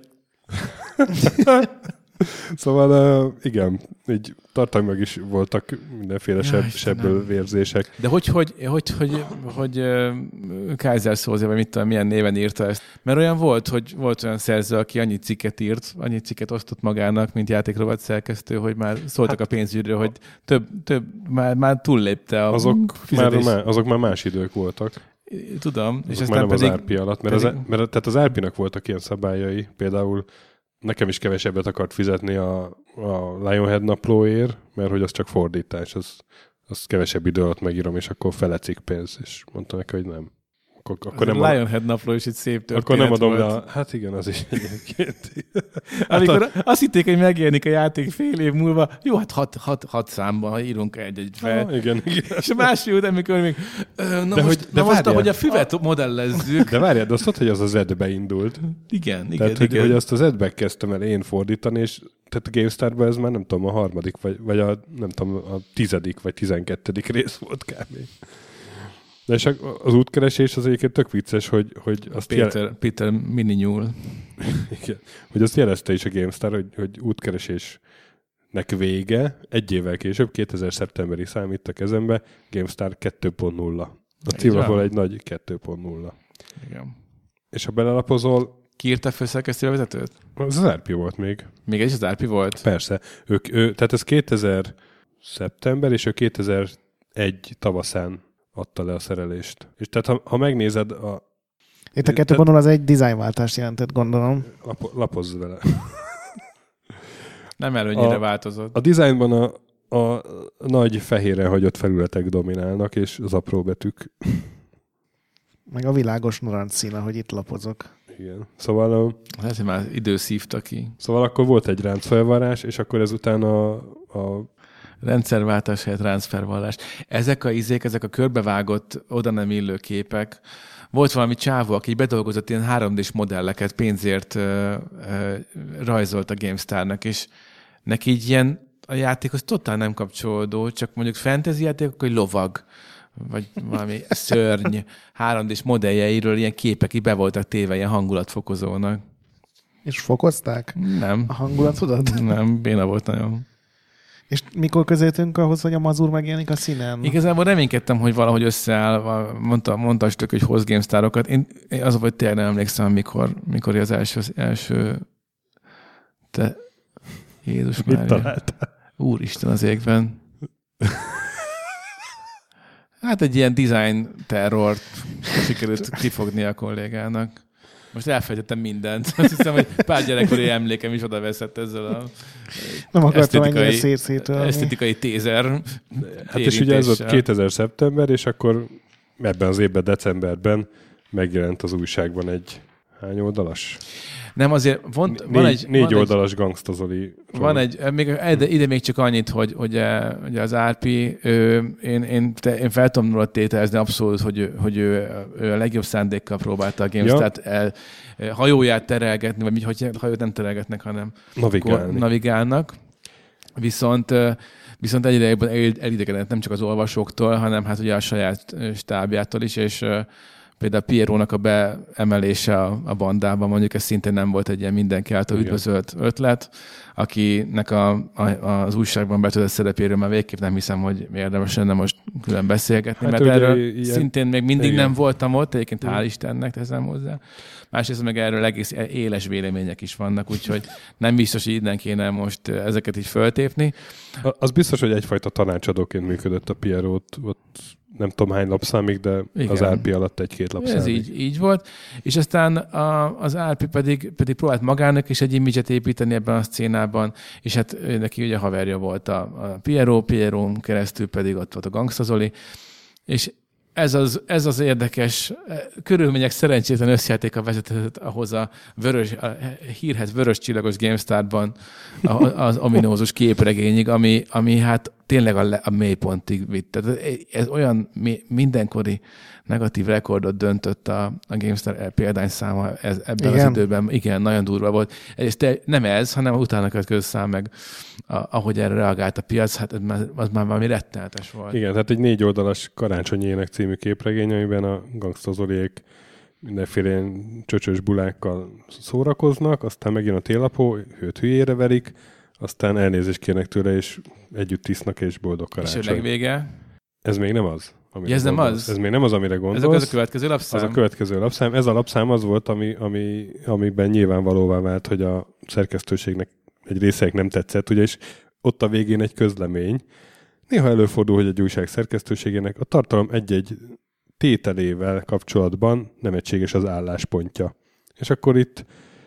Szóval igen, így tartalmilag is voltak mindenféle sebből vérzések. De hogy Kaiser Soze, vagy mit tudom, milyen néven írta ezt? Mert olyan volt olyan szerző, aki annyi cikket írt, annyi cikket osztott magának, mint játékrovat szerkesztő, hogy már szóltak a pénzügyről, hogy több már túllépte a fizetés. Azok már más idők voltak. Tudom. És aztán nem pedig, az RP alatt, mert tehát az RP-nak voltak ilyen szabályai, például nekem is kevesebbet akart fizetni a Lionhead naplóért, mert hogy az csak fordítás, az kevesebb idő alatt megírom, és akkor fele cikk pénz, és mondtam neki, hogy nem. Akkor nem Lionhead napló is egy szép történet. Akkor nem adom volt. le hát igen, az is egyébként. Amikor azt hitték, hogy megjelenik a játék fél év múlva, jó, hát hat számban, ha írunk egy fel. Igen. És a másik után, amikor még most, ahogy a füvet modellezzük. De várjál, de azt tudod, hogy az az ED-be indult. Igen. Tehát, hogy azt az ED-be kezdtem el én fordítani, és tehát a GameStar-ban ez már nem tudom, a harmadik, vagy nem tudom, a 10. vagy 12. rész volt kb. De és az útkeresés az egyébként tök vicces, hogy azt Peter Mininyúl. Igen, hogy azt jelezte is a GameStar, hogy útkeresésnek vége, egy évvel később, 2000 szeptemberi szám itt a kezembe, GameStar 2.0. A címlapon egy nagy 2.0. Igen. És ha belelapozol... Ki írta főszerkesztő a vezetőt? Az RP volt még. Még egy is az RP volt? Persze. Tehát ez 2000 szeptember, és ő 2001 tavaszán adta le a szerelést. És tehát ha megnézed itt a 2.0 az egy dizájnváltást jelentett, gondolom. Lapozz vele. Nem előnyire változott. A dizájnban a nagy fehérre hagyott felületek dominálnak, és az apró betűk. Meg a világos narancs szín, ahogy itt lapozok. Igen. Szóval... Hát, hogy már idő szívta ki. Szóval akkor volt egy ráncfelvarrás, és akkor ezután a rendszerváltás helyett ráncfelvarrás. Ezek a körbevágott, oda nem illő képek. Volt valami csávó, aki bedolgozott ilyen 3D-s modelleket pénzért rajzolt a GameStar-nak, és neki így ilyen a játékhoz totál nem kapcsolódó, csak mondjuk fantasy játékok, hogy lovag, vagy valami szörny 3D-s modelljeiről ilyen képek be voltak téve ilyen hangulatfokozónak. És fokozták? Nem. A hangulatodat? Nem, béna volt nagyon. És mikor közöltünk ahhoz, hogy a mazur megjelenik a színen? Igazából reménykedtem, hogy valahogy összeáll, mondtastok, hogy hoz GameStar-okat. Én az, hogy tényleg nem emlékszem, mikor az első te Jézus Mária. Mit találtál? Úristen az égben. Hát egy ilyen design terrort sikerült kifogni a kollégának. Most elfelejtettem mindent. Azt hiszem, hogy pár gyerekkori emlékem is oda veszett ezzel a nem akartam ennyire szétszétölni. Esztetikai tézer. Hát és ugye ez volt 2000 szeptember, és akkor ebben az évben, decemberben megjelent az újságban egy hány oldalas? Nem, azért négy oldalas Gangsta Zoli. Van ide még csak annyit, hogy ugye az RP, én fel tudom róla tételezni abszolút, hogy ő a legjobb szándékkal próbálta a GameStar-t hajóját terelgetni, vagy hogy hajót nem terelgetnek, hanem navigálnak. Viszont egyre elidegenedett nem csak az olvasóktól, hanem hát ugye a saját stábjától is, és például Pierrónak a beemelése a bandában, mondjuk ez szintén nem volt egy ilyen mindenki által üdvözölt ötlet, akinek az újságban betöltött szerepéről már végképp nem hiszem, hogy érdemes lenne most külön beszélgetni, hát mert erről szintén még mindig nem voltam ott, egyébként hál' Istennek teszem hozzá. Másrészt meg erről egész éles vélemények is vannak, úgyhogy nem biztos, hogy innen kéne most ezeket így föltépni. Az biztos, hogy egyfajta tanácsadóként működött a Pierrot ott nem tudom hány lapszámig, de igen. Az RP alatt 1-2 lapszámig. Ez így volt. És aztán az RP pedig próbált magának is egy image-et építeni ebben a szcénában, és hát neki ugye haverja volt a Piero keresztül pedig ott volt a Gangsta Zoli, és ez az érdekes, körülmények szerencsétlen összjátéka vezetett ahhoz a hírhez vörös csillagos GameStar-ban az ominózus képregényig, ami hát tényleg a mélypontig vitt. Tehát ez olyan mindenkori negatív rekordot döntött a GameStar példányszáma ebben az időben. Igen, nagyon durva volt. És nem ez, hanem utána következő szám meg, ahogy erre reagált a piac, hát az már valami rettenetes volt. Igen, tehát egy 4 oldalas Karácsonyi Ének című képregény, amiben a Gangsta Zoliék mindenféle ilyen csöcsös bulákkal szórakoznak, aztán megjön a télapó, őt hülyére verik, aztán elnézést kérnek tőle, és együtt isznak, és boldog karácsony. És a legvége? Ez még nem az. Ez nem az? Ez még nem az, amire gondolsz. Ez a következő lapszám? Az a következő lapszám. Ez a lapszám az volt, amiben nyilvánvalóvá vált, hogy a szerkesztőségnek egy részek nem tetszett, ugyanis ott a végén egy közlemény. Néha előfordul, hogy egy újság szerkesztőségének a tartalom egy-egy tételével kapcsolatban nem egységes az álláspontja. És akkor itt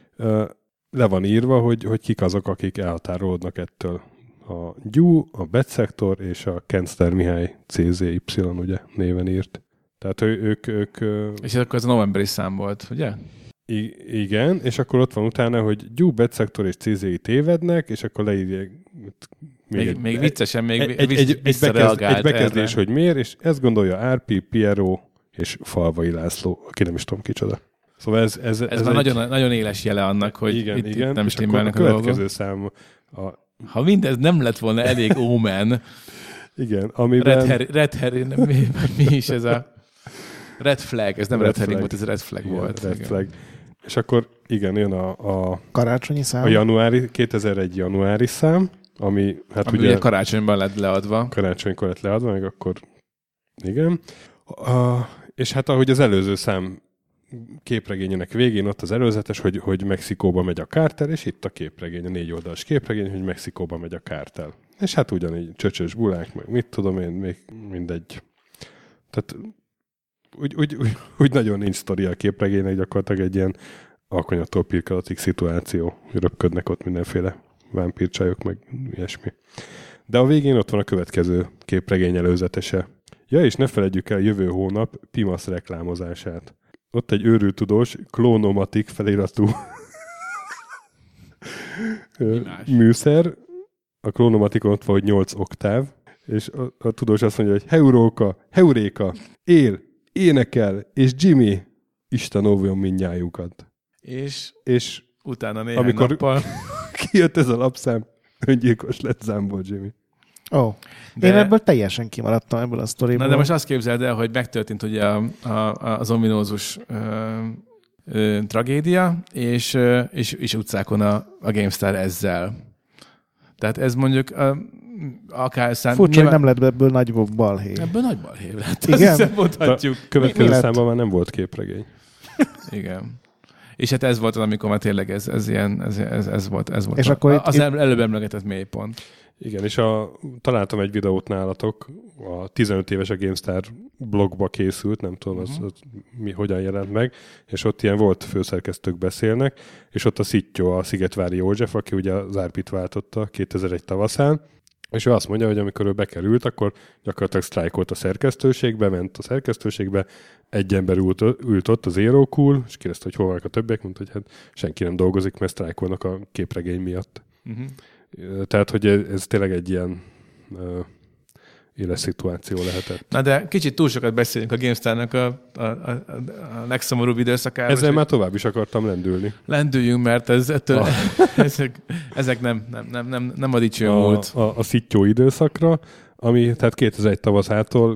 le van írva, hogy kik azok, akik elhatárolódnak ettől. A Gyú, a Betszektor és a Kenszter Mihály CZY ugye néven írt. Tehát ők és akkor ez a novemberi szám volt, ugye? Igen, és akkor ott van utána, hogy Gyú, Betszektor és CZY tévednek, és akkor leírják még viccesen, egy bekezdés, hogy miért, és ezt gondolja RP, Piero és Falvai László, aki nem is tudom kicsoda. Szóval ez már nagyon, nagyon éles jele annak, hogy igen, nem stimmelnek a következő szám ha mindez nem lett volna elég Omen, igen, amiben... Red Herring, mi is ez a... Red Flag, ez nem Red Herring volt, ez Red Flag volt. Red Flag. És akkor igen, jön a karácsonyi szám. A januári, 2001 januári szám, ami ugye karácsonyban lett leadva. Karácsonykor lett leadva, meg akkor igen. És hát ahogy az előző szám képregényének végén ott az előzetes, hogy Mexikóba megy a kártel, és itt a képregény, a 4 oldalas képregény, hogy Mexikóba megy a kártel. És hát ugyanígy csöcsös bulák, meg mit tudom én, még mindegy. Tehát úgy nagyon nincs sztoria a képregénynek, gyakorlatilag egy ilyen alkonyattól pirkalatig szituáció. Röpködnek ott mindenféle vámpírcsajok, meg ilyesmi. De a végén ott van a következő képregény előzetese. Ja, és ne feledjük el jövő hónap Pimasz reklámozását. Ott egy őrült tudós, klónomatik feliratú műszer. A klónomatikon ott van, hogy 8 oktáv, és a tudós azt mondja, hogy heuréka, él, énekel, és Jimmy, Isten óvjon mindnyájunkat. És utána néhány nappal kijött ez a lapszám, öngyilkos lett Zámbol Jimmy. Én ebből teljesen kimaradtam ebből a sztoriból. Na de most azt képzeld el, hogy megtörtént ugye az ominózus tragédia, és utcákon a GameStar ezzel. Tehát ez mondjuk akár furcsa, hogy nem lett ebből nagy balhé. Ebből nagy balhé lett. Igen? Mondhatjuk. A következő számban már nem volt képregény. Igen. És hát ez volt az, amikor már tényleg ez volt. És akkor az előbb emlegetett mélypont. Igen, és találtam egy videót nálatok, a 15 éves a GameStar blogba készült, nem tudom, az hogyan jelent meg, és ott ilyen volt főszerkesztők beszélnek, és ott a Szittyó, a Szigetvári József, aki ugye az RP-t váltotta 2001 tavaszán, és ő azt mondja, hogy amikor ő bekerült, akkor gyakorlatilag sztrájkolt a szerkesztőségbe, ment a szerkesztőségbe, egy ember ült ott, az Zero Cool, és kérdezte, hogy hol vannak a többiek, mondta, hogy hát senki nem dolgozik, mert sztrájkolnak a képregény miatt. Tehát, hogy ez tényleg egy ilyen éles szituáció lehetett. Na de kicsit túl sokat beszélünk a GameStar-nak a legszomorúbb időszakáról. Ezzel már tovább is akartam lendülni. Lendüljünk, mert ezek nem a dicső múlt. A Szittyó időszakra, ami tehát 2001 tavaszától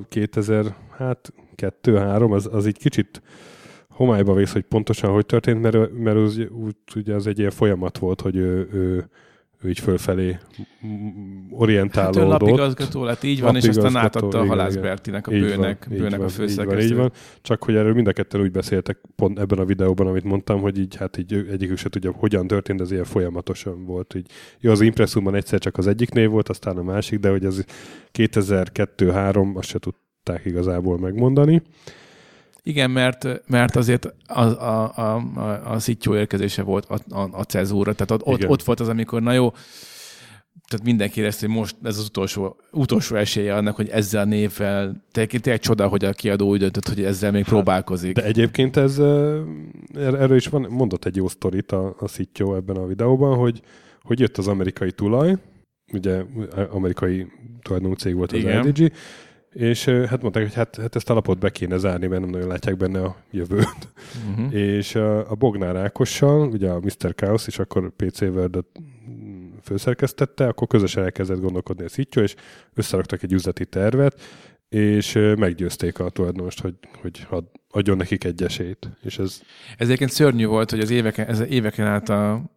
2002-3, az így kicsit homályba vész, hogy pontosan hogy történt, mert ugye az egy ilyen folyamat volt, hogy ő így fölfelé orientálódott. Hát ő lapigazgató lett, így van, és aztán átadta a Halász Bertinek, a bőnek a főszerkesztő. Így van. Csak hogy erről mind a ketten úgy beszéltek pont ebben a videóban, amit mondtam, hogy így egyikük se tudja, hogyan történt, ez ilyen folyamatosan volt. Így. Jó, az Impressumban egyszer csak az egyik név volt, aztán a másik, de hogy ez 2002-3, azt se tudták igazából megmondani. Igen, mert azért a szittyó érkezése volt a cezúra. Tehát ott volt az, amikor na jó, tehát mindenki érezte, hogy most ez az utolsó esélye annak, hogy ezzel a névvel, tényleg csoda, hogy a kiadó úgy döntött, hogy ezzel még próbálkozik. De egyébként erről is mondott egy jó sztorit a szittyó ebben a videóban, hogy jött az amerikai tulaj, ugye amerikai tulajdonú cég volt az LDG, és hát mondták, hogy hát ezt a lapot be kéne zárni, mert nem nagyon látják benne a jövőt. És a Bognár Ákossal, ugye a Mr. Chaos is akkor PC World-öt főszerkesztette, akkor közösen elkezdett gondolkodni a szittyó, és összeraktak egy üzleti tervet, és meggyőzték a tulajdonost, hogy adjon nekik egy esélyt. És ez egyébként szörnyű volt, hogy az éveken át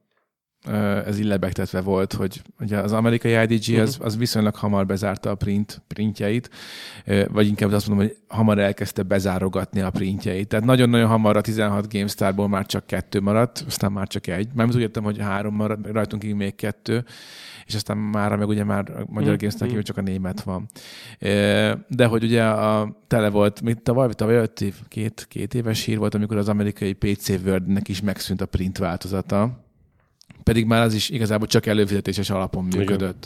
ez így lebegtetve volt, hogy ugye az amerikai IDG az viszonylag hamar bezárta a printjeit, vagy inkább azt mondom, hogy hamar elkezdte bezárogatni a printjeit. Tehát nagyon-nagyon hamar a 16 GameStarból már csak 2 maradt, aztán már csak 1. Már úgy értem, hogy 3 maradt, rajtunk így még 2, és aztán mára meg ugye már a magyar GameStar kívül csak a német van. De hogy ugye tele volt, mint tavaly két éves hír volt, amikor az amerikai PC World-nek is megszűnt a print változata. Pedig már az is igazából csak előfizetéses alapon működött.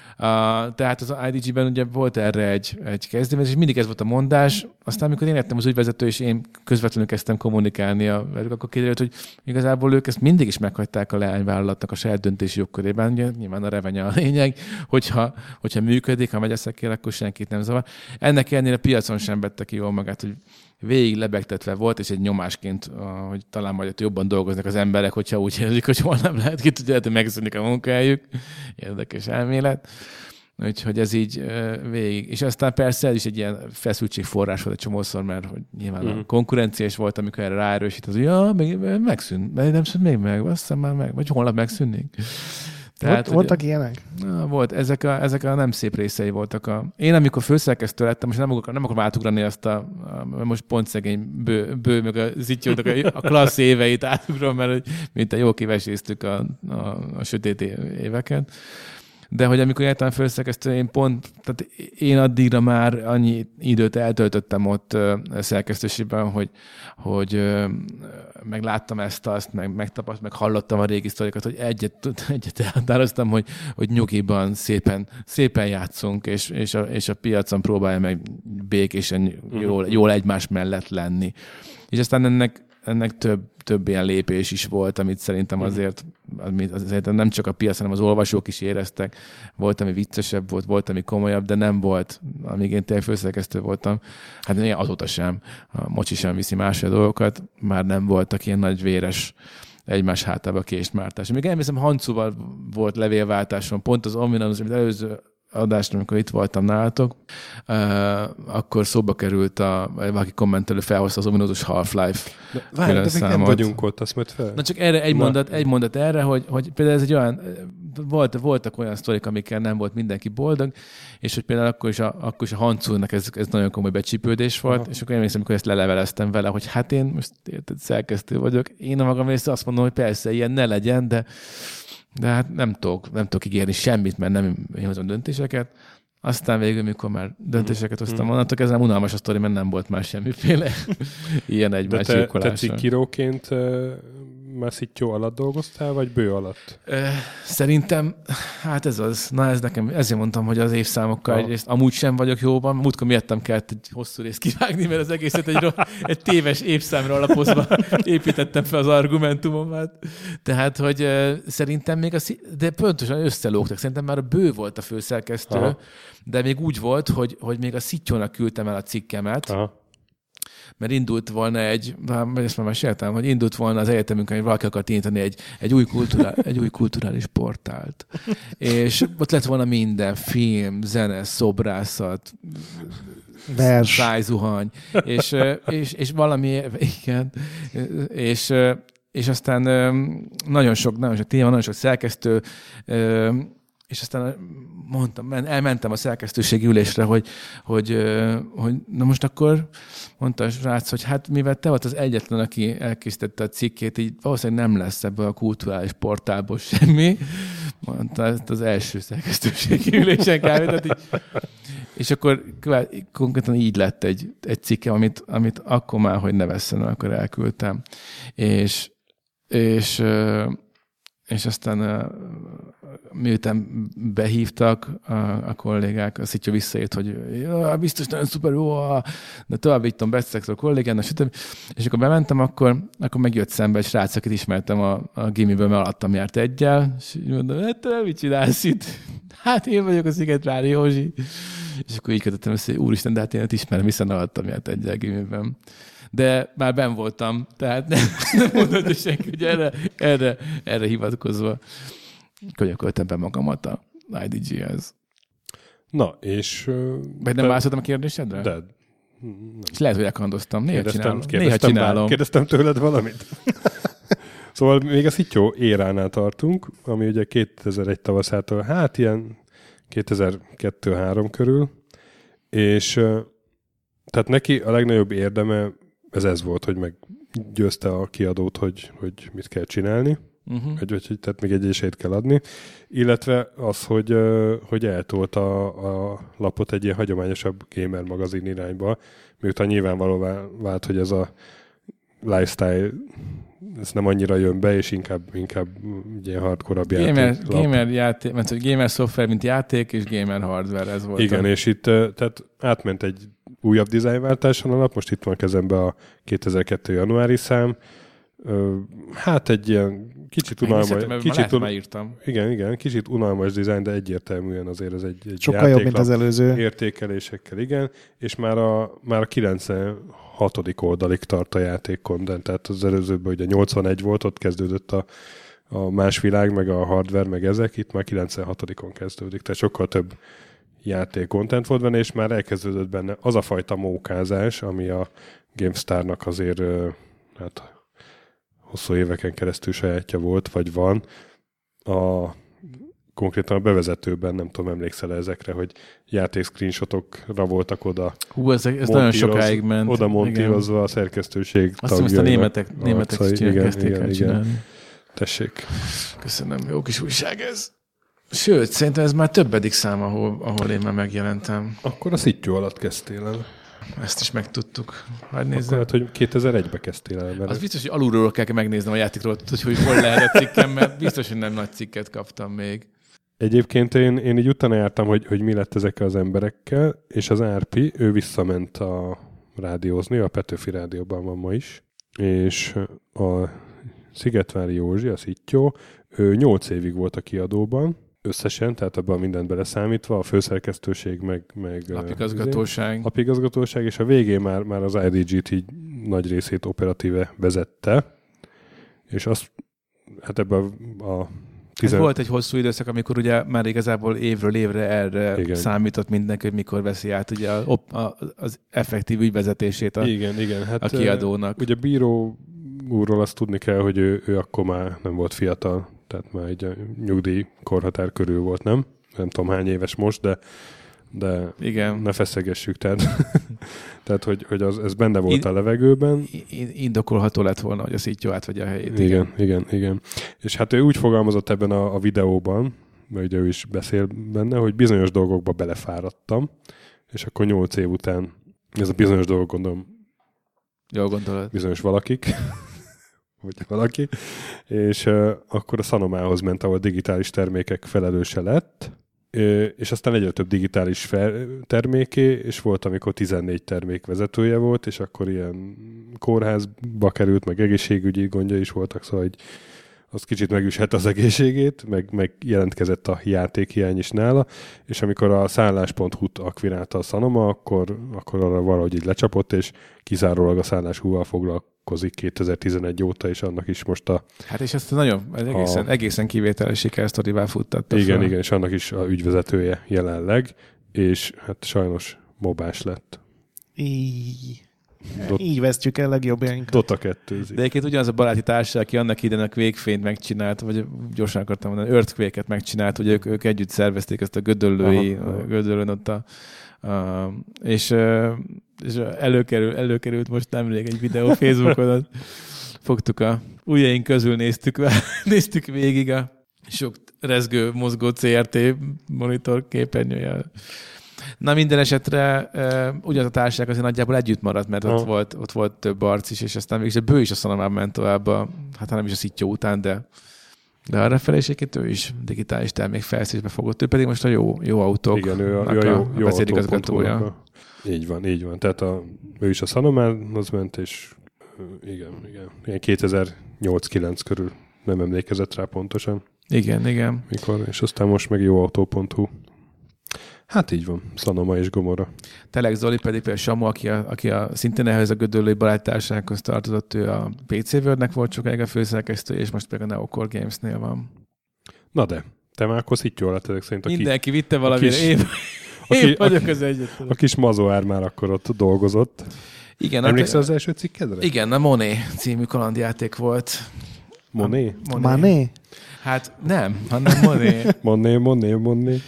Tehát az IDG-ben ugye volt erre egy kezdeményezés, és mindig ez volt a mondás. Aztán, amikor én lettem az ügyvezető, és én közvetlenül kezdtem kommunikálni velük, akkor kiderült, hogy igazából ők ezt mindig is meghagyták a leányvállalatnak a saját döntési jogkörében. Ugye, nyilván a revenye a lényeg, hogyha működik, ha megy a szekér, akkor senkit nem zavar. Ennek ellenére piacon sem vette ki jól magát, hogy végig lebegtetve volt, és egy nyomásként, hogy talán majd jobban dolgoznak az emberek, hogyha úgy érzik, hogy holnap lehet, ki tudja, hogy megszűnik a munkájuk. Érdekes elmélet. Úgyhogy ez így végig. És aztán persze ez is egy ilyen feszültségforrás volt egy csomószor, mert hogy nyilván a konkurencia is volt, amikor erre ráerősít, az, hogy megszűnt, nem szűnt még meg, azt hiszem már meg, vagy holnap megszűnik. Tehát, voltak ilyenek? Volt, ezek a nem szép részei voltak. Én amikor főszerkesztő lettem, most nem akarom átugrani azt most pont szegény bő meg a zittyónak a klassz éveit átugrom, mert mint a jól kiveséztük a sötét éveket. De hogy amikor jártam főszerkesztő, tehát én addigra már annyi időt eltöltöttem ott szerkesztőségben, hogy megláttam ezt-azt, megtapasztaltam, meg hallottam a régi sztorikat, hogy egyet elhatároztam, hogy nyugiban szépen játszunk, és a piacon próbálja meg békésen jól egymás mellett lenni. És aztán ennek több ilyen lépés is volt, amit szerintem azért nem csak a piac, hanem az olvasók is éreztek. Volt, ami viccesebb volt, ami komolyabb, de nem volt, amíg én tényleg főszerkesztő voltam. Hát én azóta sem. A Mocsi sem viszi másfél dolgokat, már nem voltak ilyen nagy véres egymás hátába kést mártás. Még elmészem, Hancuval volt levélváltáson, pont az Ominous, amit előző adásra, amikor itt voltam nálatok, akkor szóba került, valaki kommentelő felhozta az ominózus Half-Life külön számot. Nem vagyunk ott, azt majd fel. Na csak erre egy mondat erre, hogy például ez egy olyan, voltak olyan sztorik, amikkel nem volt mindenki boldog, és hogy például akkor is a Hancúrnak ez nagyon komoly becsípődés volt, és akkor emlékszem, amikor ezt leleveleztem vele, hogy hát én most szerkesztő vagyok, én a magam részt azt mondom, hogy persze, ilyen ne legyen, de hát nem tudok ígérni semmit, mert nem én hozom döntéseket. Aztán végül, mikor már döntéseket hoztam, onnantól kezdve unalmas a sztori, mert nem volt már semmiféle ilyen egymás csíkolása. De te cikkíróként már szittyó alatt dolgoztál, vagy bő alatt? Szerintem, hát ez az. Na ez nekem, ezért mondtam, hogy az évszámokkal egyrészt amúgy sem vagyok jóban. Múltkor miattam kellett egy hosszú részt kivágni, mert az egészet egy téves évszámra alapozva építettem fel az argumentumomat. Tehát, hogy szerintem még de pontosan összelógtak. Szerintem már a bő volt a főszerkesztő, de még úgy volt, hogy még a szittyónak küldtem el a cikkemet, mert indult volna ezt már meséltem, hogy indult volna az egyetemünkön, hogy valaki akart indítani egy új kulturális portált. És ott lett volna minden, film, zene, szobrászat, szájzuhany, és valami, igen, és aztán nagyon sok téma, nagyon sok szerkesztő, és aztán elmentem a szerkesztőségi ülésre, hogy na most akkor mondta a srác, hogy hát mivel te volt az egyetlen, aki elkészítette a cikkét, így valószínűleg nem lesz ebből a kulturális portálból semmi, mondta az első szerkesztőségi ülésen kb. És akkor konkrétan így lett egy cikkem, amit akkor már, hogy ne vesszen, akkor elküldtem. És aztán miután behívtak a kollégák, a Szitja visszaért, hogy biztos nagyon szuper jó, de tovább vittem beszélek a kollégának, és akkor bementem, akkor megjött szembe egy srác, akit ismertem a gimiből, mert alattam járt egyel, és így mondom, hát te mit csinálsz itt? Hát én vagyok a Szigetvári Józsi. És akkor így kötöttem össze, hogy úristen, de hát én ismerem, hiszen alattam járt egyel gimiben. De már benn voltam, tehát nem mondod senki, hogy erre hivatkozva könyököltem be magamat a IDG-hez. Na, és... Vagy nem válaszoltam a kérdésedre? De. És lehet, hogy elkandoztam. Néha csinálom. Kérdeztem tőled valamit. Szóval még a Szittyó éránál tartunk, ami ugye 2001 tavaszától, hát ilyen 2002-3 körül, és tehát neki a legnagyobb érdeme ez volt, hogy meggyőzte a kiadót, hogy mit kell csinálni, vagy tehát még egy esélyt kell adni, illetve az, hogy eltolta a lapot egy ilyen hagyományosabb gamer magazin irányba, miután nyilvánvalóvá vált, hogy ez a lifestyle ez nem annyira jön be, és inkább ilyen hardcore-abb játék. Gamer játék, mert hogy gamer szoftver, mint játék, és gamer hardware, ez volt. Igen, és itt tehát átment egy újabb dizájnváltáson a lap, most itt van kezembe a 2002. januári szám. Hát egy ilyen kicsit kicsit unalmas dizájn, de egyértelműen azért ez egy sokkal jobb, mint az előző. Értékelésekkel, igen, és már a 96. oldalig tart a játék content, tehát az előzőben ugye 81 volt, ott kezdődött a más világ, meg a hardware, meg ezek, itt már 96-on kezdődik, tehát sokkal több játék content volt benne, és már elkezdődött benne az a fajta mókázás, ami a GameStar-nak azért hát hosszú éveken keresztül sajátja volt, vagy van. Konkrétan a bevezetőben, nem tudom, emlékszel ezekre, hogy játék screenshotokra voltak oda. Ez nagyon sokáig ment. Oda montírozva a szerkesztőség tagjainak. Azt a németek is kezdték el csinálni. Tessék. Köszönöm, jó kis újság ez. Sőt, szerintem ez már többedik szám, ahol én már megjelentem. Akkor a Szittyó alatt kezdtél el. Ezt is megtudtuk. Akkor lehet, hogy 2001-ben kezdtél el. Az biztos, hogy alulról kell megnéznem a játékról, hogy hol lehet a cikkem, mert biztos, hogy nem nagy cikket kaptam még. Egyébként én így utána jártam, hogy mi lett ezekkel az emberekkel, és az Árpi, ő visszament a rádiózni, a Petőfi Rádióban van ma is, és a Szigetvári Józsi, a Szittyó, ő 8 évig volt a kiadóban, összesen, tehát abban mindent beleszámítva, a főszerkesztőség, meg lapigazgatóság, és a végén már az IDG-t így nagy részét operatíve vezette, és azt, hát ebben Ez volt egy hosszú időszak, amikor ugye már igazából évről évre erre igen. számított mindenki, hogy mikor veszi át ugye az effektív ügyvezetését hát, a kiadónak. Ugye Bíró úrról azt tudni kell, hogy ő akkor már nem volt fiatal, tehát már egy nyugdíj korhatár körül volt, nem? Nem tudom hány éves most, de igen. Ne feszegessük, tehát hogy ez benne volt a levegőben. Indokolható lett volna, hogy a Szittyó átvegye a helyét. Igen. És hát ő úgy fogalmazott ebben a videóban, mert ugye ő is beszél benne, hogy bizonyos dolgokba belefáradtam, és akkor 8 év után, ez a bizonyos dolgok, gondolom, jól gondolod. Bizonyos valakik, vagy valaki, és akkor a Sanomához ment, ahol digitális termékek felelőse lett, és aztán egyre több digitális terméké, és volt, amikor 14 termék vezetője volt, és akkor ilyen kórházba került, meg egészségügyi gondja is voltak, szóval hogy az kicsit megüshet az egészségét, meg jelentkezett a játékhiány is nála, és amikor a szállás.hu-t akvirálta a Sanoma, akkor arra valahogy így lecsapott, és kizárólag a szállás.hu-val foglalkozik 2011 óta, és annak is most Hát és ezt egészen kivételes sikersztorivá futtatta. Igen, és annak is a ügyvezetője jelenleg, és hát sajnos mobás lett. Így vesztjük el legjobbjainkat. Dota 2. De egyébként ugyanaz a baráti társaság, aki annak idején a Quake-fényt megcsinált, vagy gyorsan akartam mondani, Earthquake-et megcsinált, hogy ők együtt szervezték ezt a Gödöllőn ott és előkerült most nemrég egy videó Facebookon, fogtuk a ujjaink közül néztük végig a rezgő, mozgó CRT monitor képernyője. Na minden esetre ugyanaz a társaság azért nagyjából együtt maradt, mert ott volt több arc is, és aztán mégis a Bő is a Sonomában ment tovább, hát nem is a Szittyó után, de arra feleségét ő is digitális termék fejlesztésbe fogott. Ő pedig most a jó autók. Igen, ő a jó vezérigazgatója. Így van. Tehát ő is a Sanomához ment, és igen. Ilyen 2008-9 körül nem emlékezett rá pontosan. Igen. Mikor, és aztán most meg jóautó.hu. Hát így van, Sanoma és Gomora. Telek Zoli pedig például Samu, aki szintén ehhez a Gödöllői baráttársághoz tartozott, ő a PC Worldnek volt sokáig a főszerkesztő, és most pedig a Neocore Games-nél van. Na de, te már akkor Szittyó alatt ezek szerint. Mindenki vitte valamire, én vagyok az egyetlen. A kis Mazoár már akkor ott dolgozott. Igen, emlékszel az első cikkedre? Igen, a Moné című kalandjáték volt. Moné? Mané? Hát nem, hanem Moné. Moné.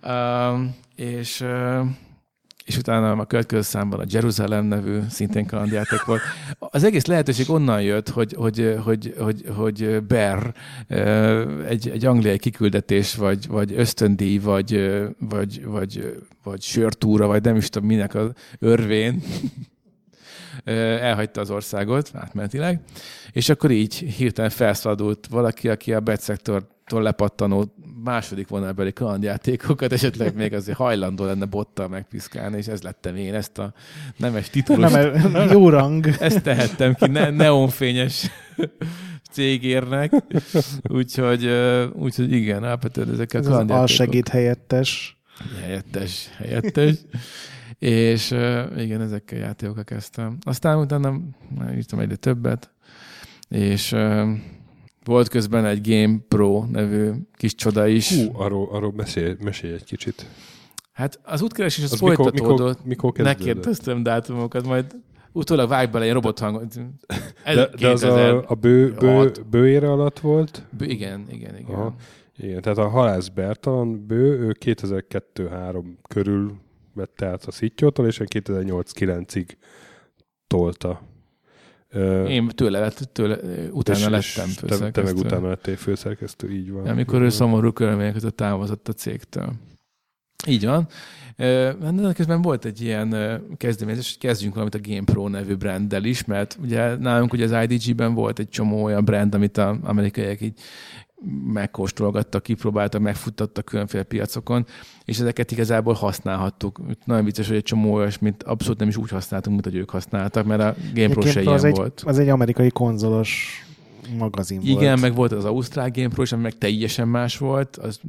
És utána a következő számban a Jerusalem nevű szintén kalandjáték volt. Az egész lehetőség onnan jött, hogy Bear egy angliai kiküldetés, vagy ösztöndíj, vagy sörtúra, vagy nem is tudom minek az örvén elhagyta az országot átmenetileg, és akkor így hirtelen felszabadult valaki, aki a betszektortól lepattanó második vonalbeli kalandjátékokat esetleg még azért hajlandó lenne bottal megpiszkálni, és ez lettem én, ezt a nemes titulust. Jó rang. Ezt tehettem ki, neonfényes cégérnek. Úgyhogy igen, alapvetően ezek a kalandjátékok. Az alsegéd helyettes. Helyettes. És igen, ezekkel játékokkal kezdtem. Aztán utána írtam egyre többet, és volt közben egy Game Pro nevű kis csoda is. Arról mesélj egy kicsit. Hát az útkeresés az folytatódott. Mikor megkérdeztem dátumokat, majd utólag vág bele egy robothangot. De az a bőére alatt volt? Igen. Aha. Igen, tehát a Halász Bertalan Bő, ő 2002-3 körül vette át a Szittyótól, és 2008-9-ig tolta. Én utána lettem főszerkesztő. Te meg utána lettél főszerkesztő, így van. Amikor ő szomorú körülmények között távozott a cégtől. Így van. De közben volt egy ilyen kezdeményezés, hogy kezdjünk valamit a GamePro nevű branddel is, mert ugye nálunk ugye az IDG-ben volt egy csomó olyan brand, amit az amerikaiak így megkóstolgattak, kipróbáltak, megfuttattak különféle piacokon, és ezeket igazából használhattuk. Nagyon vicces, hogy egy csomó olyasmit abszolút nem is úgy használtunk, mint hogy ők használtak, mert a GamePro se ilyen volt. Az egy amerikai konzolos magazin volt. Igen, meg volt az Ausztrál GamePro is, ami meg teljesen más volt. Az,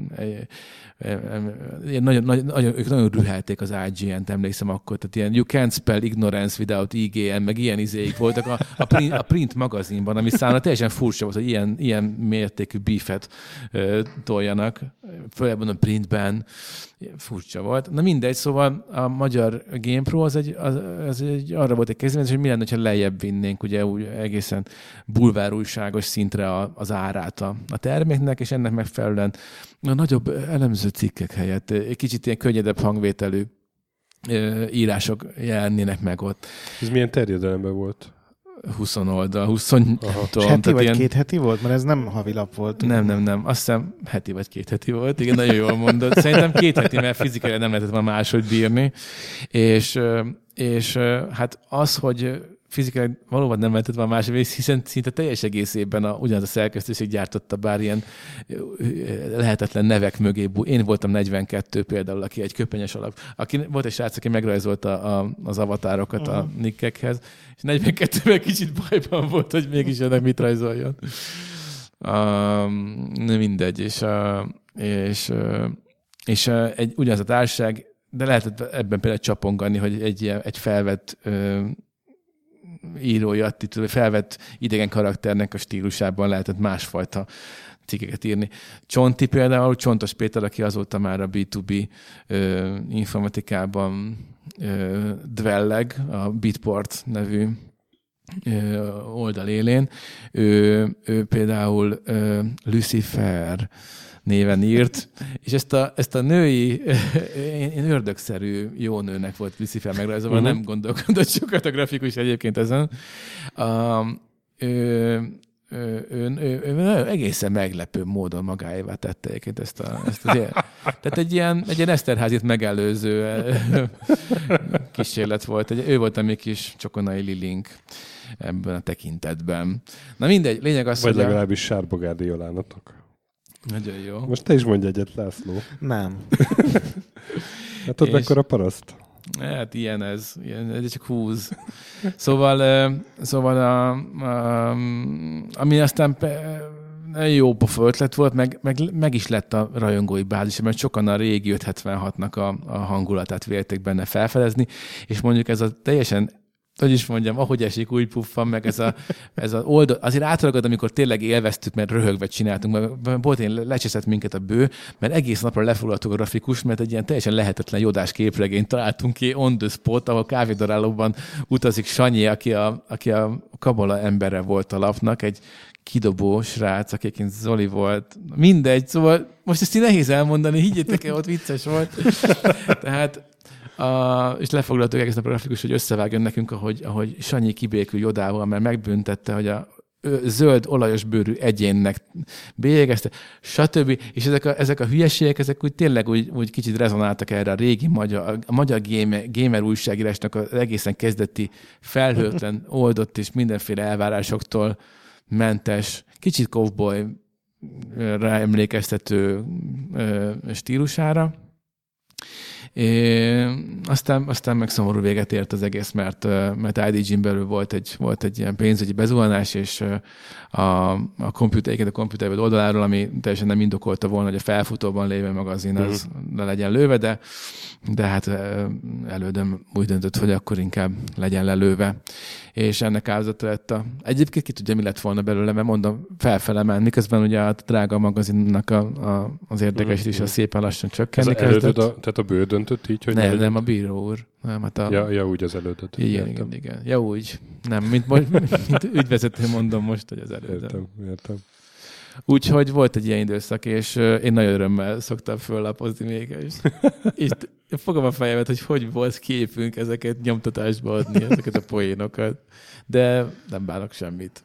ők nagyon rühelték az IGN-t, emlékszem akkor. Tehát ilyen You Can't Spell Ignorance Without IGN, meg ilyen izéik voltak a print magazinban, ami számomra teljesen furcsa volt, hogy ilyen mértékű beefet toljanak. Főleg a printben. Furcsa volt. Na mindegy, szóval a magyar GamePro az arra volt egy kezdeményezés, hogy mi lenne, ha lejjebb vinnénk ugye úgy egészen bulvárújságos szintre az árát a terméknek, és ennek megfelelően a nagyobb elemző cikkek helyett egy kicsit ilyen könnyedebb hangvételű írások jelennének meg ott. Ez milyen terjedelemben volt? 20 oldal, És heti vagy 2 heti volt? Mert ez nem havilap volt. Nem. Azt hiszem heti vagy 2 heti volt. Igen, nagyon jól mondod. Szerintem 2 heti, mert fizikailag nem lehetett már máshogy bírni. És hát az, hogy fizikailag valóban nem lehetett már máshogy, hiszen szinte teljes egészében ugyanaz a szerkesztőség gyártotta, bár ilyen lehetetlen nevek mögé. Én voltam 42 például, aki egy köpenyes alap. Volt egy srác, aki megrajzolta az avatárokat a nickekhez, és 42-ben kicsit bajban volt, hogy mégis ennek mit rajzoljon. Mindegy. És ugyanaz a társaság, de lehetett ebben például csapongani, hogy egy felvett írói attitűd, felvett idegen karakternek a stílusában lehetett másfajta cikkeket írni. Csonti például, Csontos Péter, aki azóta már a B2B informatikában dvelleg, a Bitport nevű oldal élén. Ő például Lucifer néven írt, és ezt a női, én ördögszerű jó nőnek volt Lucifer megrajzolva, nem gondolkodott sokat a grafikus egyébként ezen. ő egészen meglepő módon magáévá tette egyébként ezt az tehát egy ilyen Eszterházit megelőző kísérlet volt. Ő volt a mi kis Csokonai Lilink ebben a tekintetben. Na mindegy, lényeg az, vagy legalábbis Sárbogárdi Jolánatok. Nagyon jó. Most te is mondj egyet, László. Nem. Hát ott mekkora paraszt. Hát ilyen ez csak húz. Szóval ami aztán nagyon jó pofa ötlet volt, meg is lett a rajongói bázis, mert sokan a régi 576-nak a hangulatát vélték benne felfedezni, és mondjuk ez a teljesen, hogy is mondjam, ahogy esik, úgy puffan, meg ez a oldal, azért átragad, amikor tényleg élveztük, mert röhögve csináltunk, mert volt én lecseszett minket a bő, mert egész napra lefoglaltuk a grafikus, mert egy ilyen teljesen lehetetlen jodás képregényt találtunk ki on the spot, ahol kávédarálóban utazik Sanyi, aki a Kabala embere volt a lapnak, egy kidobó srác, akiként Zoli volt. Mindegy, szóval most ezt így nehéz elmondani, higgyétek el, ott vicces volt. Tehát és lefoglaltuk egész nap a grafikus, hogy összevágjon nekünk, ahogy Sanyi kibékül Jodával, mert megbüntette, hogy a zöld, olajos bőrű egyénnek bélyegezte, stb. És ezek a hülyeségek, ezek úgy tényleg úgy kicsit rezonáltak erre a régi magyar gamer újságírásnak az egészen kezdeti felhőtlen, oldott és mindenféle elvárásoktól mentes, kicsit cowboy ráemlékeztető stílusára. Aztán meg szomorú véget ért az egész, mert IDG-n belül volt egy ilyen pénzügyi bezuhanás, és a komputer oldaláról, ami teljesen nem indokolta volna, hogy a felfutóban lévő magazin az le legyen lőve, de hát elődöm úgy döntött, hogy akkor inkább legyen lelőve. És ennek áldozata lett egyébként ki tudja, mi lett volna belőle, mert mondom, felfele ment, miközben ugye a drága magazinnak az érdekesítése szépen lassan csökkenni kezdett. Tehát a bő döntött így, hogy... Nem, a bíró úr. Nem, hát ja, úgy az elődöt. Igen. Ja, úgy. Nem, mint ügyvezető mondom most, hogy az elődöm. Értem. Úgyhogy volt egy ilyen időszak, és én nagyon örömmel szoktam föllapozni még, és fogom a fejemet, hogy volt képünk ezeket nyomtatásba adni, ezeket a poénokat, de nem bánok semmit.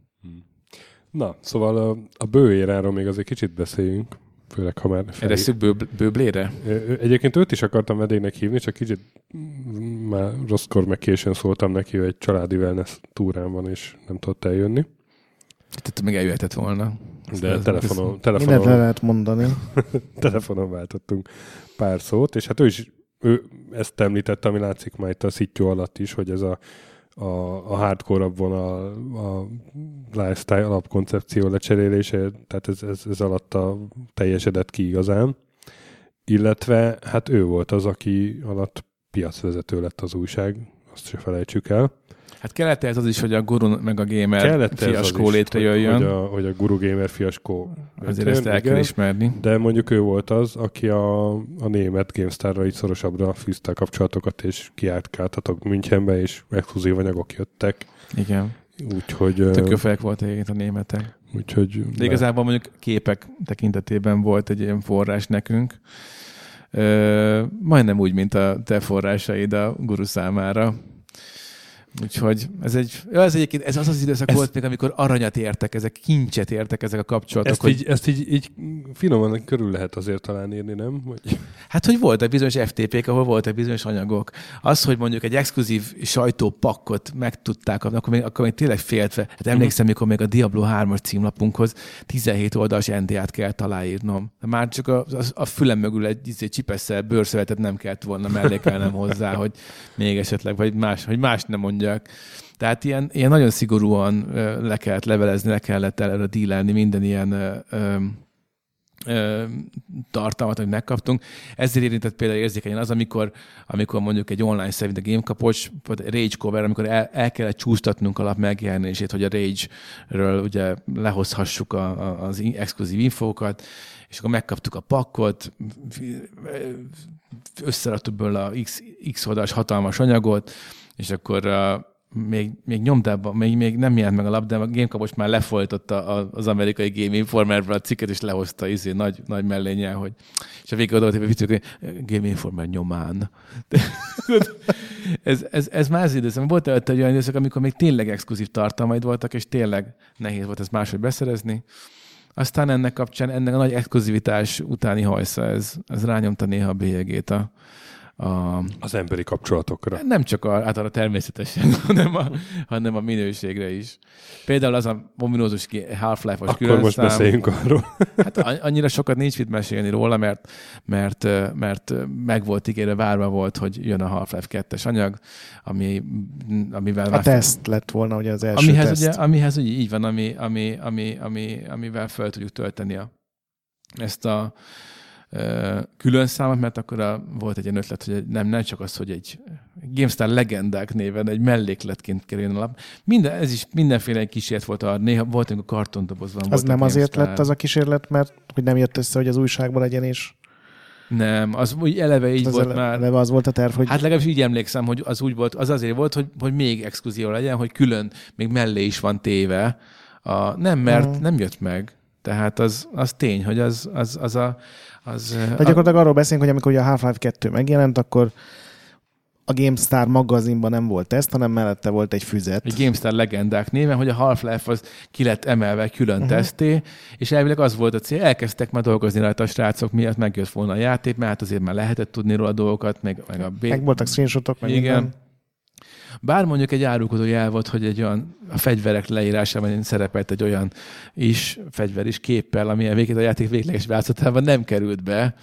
Na, szóval a bőéráról még azért kicsit beszéljünk, főleg ha már... Eresszük bőblére? Egyébként őt is akartam vendégnek hívni, csak kicsit már rosszkor meg későn szóltam neki, hogy egy családi wellness túrán van, és nem tudott eljönni. Tehát még eljöhetett volna. De telefonon mindent le lehet mondani. Telefonon váltottunk pár szót, és hát ő ezt említette, ami látszik már itt a szittyó alatt is, hogy ez a hardcore-abb vonal, a lifestyle alapkoncepció lecserélése, tehát ez alatt teljesedett ki igazán. Illetve hát ő volt az, aki alatt piacvezető lett az újság, azt se felejtsük el. Hát kellett ez az is, hogy a guru meg a gamer fiaskó létrejöjjön. Hogy a guru gamer fiaskó azért ezt el kell ismerni. De mondjuk ő volt az, aki a német GameStar-ra így szorosabbra fűzte a kapcsolatokat, és kiárkáltatok Münchenbe, és exkluzív anyagok jöttek. Igen. Úgyhogy... Tök jó fejek volt egyébként a németek. Úgyhogy... De igazából mondjuk képek tekintetében volt egy ilyen forrás nekünk. Majdnem úgy, mint a te forrásaid a guru számára. Úgyhogy ez az időszak volt még, amikor aranyat értek, ezek kincset értek, ezek a kapcsolatok. Ezt így finoman körül lehet azért talán írni, nem? Hát, hogy voltak bizonyos FTP-k, ahol voltak bizonyos anyagok. Az, hogy mondjuk egy exkluzív sajtópakkot megtudták, akkor még tényleg féltve. Hát emlékszem, mikor még a Diablo 3-as címlapunkhoz 17 oldalas NDA-t kellett aláírnom. Már csak a fülem mögül egy csipesszel bőrszövetet nem kellett volna mellékelnem hozzá, hogy még esetleg, vagy más nem mondjak. Tehát ilyen nagyon szigorúan le kellett levelezni, le kellett előre dílelni minden ilyen tartalmat, amit megkaptunk. Ezért érintett például érzékenyen az, amikor mondjuk egy online szerint a GameCapocs, Rage cover, amikor el kellett csúsztatnunk alap megjelenését, hogy a Rage-ről ugye lehozhassuk az exkluzív infókat, és akkor megkaptuk a pakkot, összeraktuk belőle a X oldalas hatalmas anyagot, és akkor még nyomdában, még nem jelent meg a lap, de a Gamecube most már lefolytotta az amerikai Game Informerről a cikket, és lehozta nagy mellénnyel, hogy és a végig oda volt, hogy Game Informer nyomán. ez már az időszak. Volt előtte egy olyan időszak, amikor még tényleg exkluzív tartalmaid voltak, és tényleg nehéz volt ezt máshogy beszerezni. Aztán ennek kapcsán, ennek a nagy exkluzivitás utáni hajsza, ez rányomta néha a bélyegét az emberi kapcsolatokra. Nem csak általában természetesen, hanem a minőségre is. Például az a ominózus Half-Life-os különszám. Akkor most beszéljünk arról. Hát annyira sokat nincs mit mesélni róla, mert meg volt ígérve, várva volt, hogy jön a Half-Life 2-es anyag, amivel... A teszt lett volna ugye az első teszt. Amihez ugye így van, amivel fel tudjuk tölteni ezt a külön számot, mert akkor volt egy ilyen ötlet, hogy nem csak az, hogy egy GameStar legendák néven egy mellékletként kerüljön alap. Ez is mindenféle kísérlet volt arra. Néha volt, amikor kartondobozban volt. Az nem azért lett az a kísérlet, mert hogy nem jött össze, hogy az újságban legyen is? Nem, az úgy eleve így volt már. Eleve az volt a terv, hogy... Hát legalábbis így emlékszem, hogy az úgy volt, az azért volt, hogy még exkluzív legyen, hogy külön, még mellé is van téve. Mert nem jött meg. Tehát az tény, hogy az de gyakorlatilag arról beszélünk, hogy amikor a Half-Life 2 megjelent, akkor a GameStar magazinban nem volt teszt, hanem mellette volt egy füzet. Egy GameStar legendák néven, hogy a Half-Life az ki lett emelve külön teszté, és elvileg az volt a cél, elkezdtek már dolgozni rajta a srácok miatt, megjött volna a játék, mert hát azért már lehetett tudni róla a dolgokat, meg voltak screenshotok, meg igen. Minden. Bár mondjuk egy árulkodó jel volt, hogy egy olyan a fegyverek leírásában szerepelt egy olyan fegyver is képpel, ami a játék végleges változatában nem került be.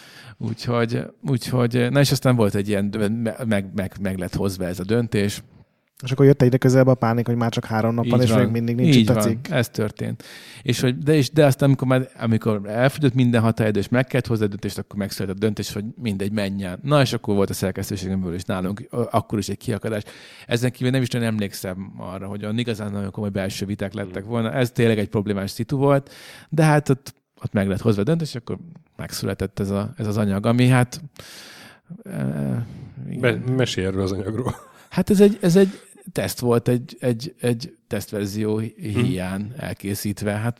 Úgyhogy na és aztán volt egy ilyen, meg lett hozva ez a döntés. És akkor jött egyre közelebb a pánik, hogy már csak 3 nap van, és még mindig nincs itt a cikk. Ez történt. De aztán, amikor elfogyott minden határidő, és meg kellett hozzá a döntést, akkor megszületett a döntés, hogy mindegy, menjen. Na, és akkor volt a szerkesztőségemből is nálunk, akkor is egy kiakadás. Ezen kívül nem is nagyon emlékszem arra, hogy igazán nagyon komoly belső viták lettek volna. Ez tényleg egy problémás szitu volt, de hát ott meg lett hozva a döntés, és akkor megszületett ez az anyag, ami hát... Mesélj erről az anyagról. Hát ez egy teszt volt, egy tesztverzió híján elkészítve. Hát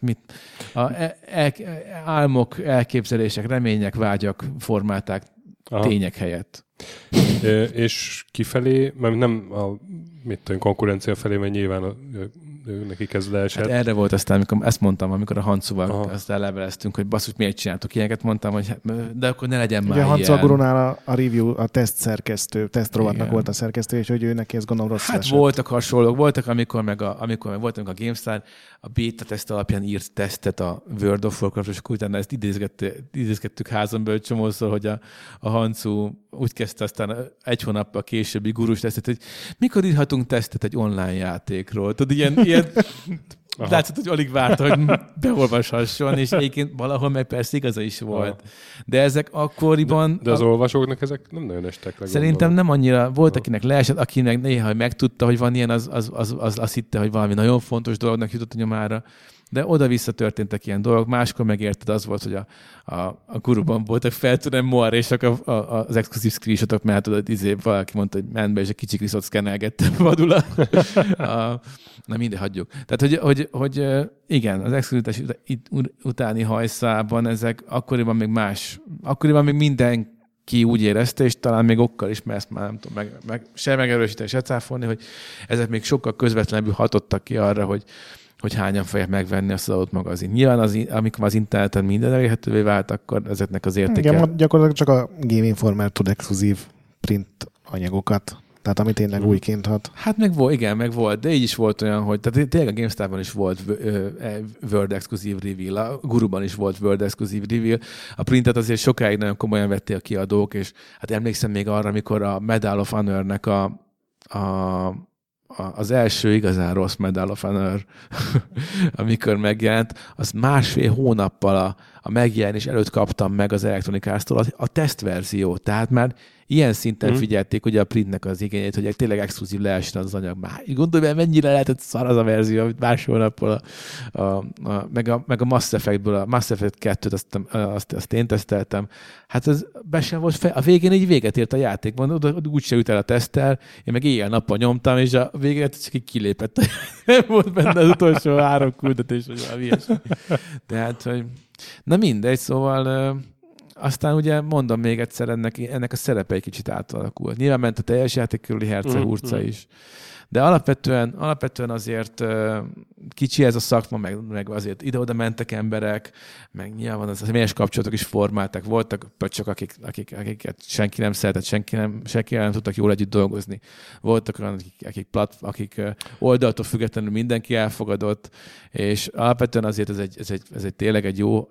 álmok, elképzelések, remények, vágyak formálták tények helyett. És kifelé, mert nem konkurencia felé, mert nyilván neki kezd leesett. Hát erre volt aztán, amikor ezt mondtam, amikor a Hancuval aztán leveleztünk, hogy basszus, miért csináltok ilyeneket, mondtam, hogy de akkor ne legyen már ilyen. Ugye a Hancu Gurunál a review, a teszt szerkesztő, tesztrovatnak volt a szerkesztő, és hogy ő neki ez gondolom rossz esett. Voltak hasonlók, voltak, amikor meg voltunk a GameStar, a beta teszt alapján írt tesztet a World of Warcraft, és utána ezt idézgettük házon belül csomószor, hogy a Hancu úgy kezdte aztán egy hónappal későbbi gurus tesztet, hogy mikor írhatunk tesztet egy online játékról. Tudod, ilyen látszott, hogy alig várta, hogy beolvashasson, és egyébként valahol meg persze igaza is volt. Aha. De ezek akkoriban... De az olvasóknak ezek nem nagyon estek le. Szerintem nem annyira. Volt, akinek leesett, akinek néha megtudta, hogy van ilyen, az azt hitte, hogy valami nagyon fontos dolognak jutott a nyomára. De oda-vissza történtek ilyen dolgok. Máskor megérted, az volt, hogy a guruban voltak feltűnően moarések az exkluzív screenshotok, mert valaki mondta, hogy ment be, és egy kicsi kriszot szkenelgette vadul. Na mindegy, hagyjuk. Tehát, hogy igen, az exkluzivitás utáni hajszában ezek akkoriban még akkoriban még mindenki úgy érezte, és talán még okkal is, mert ezt már nem tudom se megerősíteni, se cáfolni, hogy ezek még sokkal közvetlenebbül hatottak ki arra, hogy hányan fogják megvenni azt az adott magazin. Nyilván amikor az interneten minden elérhetővé vált, akkor ezeknek az értéke... Igen, gyakorlatilag csak a Game Informer tud exkluzív print anyagokat. Tehát ami tényleg újként hat. Hát meg volt, de így is volt olyan, hogy tehát tényleg a GameStar-ban is volt World Exclusive Reveal, a Guruban is volt World Exclusive Reveal. A printet azért sokáig nagyon komolyan vették a kiadók, és hát emlékszem még arra, amikor a Medal of Honor-nek az első igazán rossz Medal of Honor, amikor megjelent, az 1,5 hónappal a megjelenés előtt kaptam meg az Electronic Arts-tól a tesztverziót. Tehát már ilyen szinten figyelték ugye a printnek az igényét, hogy tényleg exkluzív lehessen az anyag. Már gondolj be, mennyire lehetett szar az a verzió, amit másfél napból meg a Mass Effectből, a Mass Effect 2-t azt én teszteltem. Hát ez be sem volt a végén így véget ért a játék. Oda úgyse jut el a tesztel, én meg éjjel-nappal nyomtam, és a végén csak így kilépett. Nem volt benne az utolsó 3 küldetés, vagy valami ilyesmi. Tehát, hogy na mindegy, szóval aztán ugye mondom még egyszer, ennek a szerepe egy kicsit átalakult. Nyilván ment a teljes játék körüli hercehurca is. De alapvetően azért kicsi ez a szakma, meg azért ide-oda mentek emberek, meg nyilván az személyes kapcsolatok is formáltak. Voltak pöcsök, akiket senki nem szeretett, senki nem tudtak jól együtt dolgozni. Voltak olyan, akik oldaltól függetlenül mindenki elfogadott, és alapvetően azért ez egy tényleg egy jó,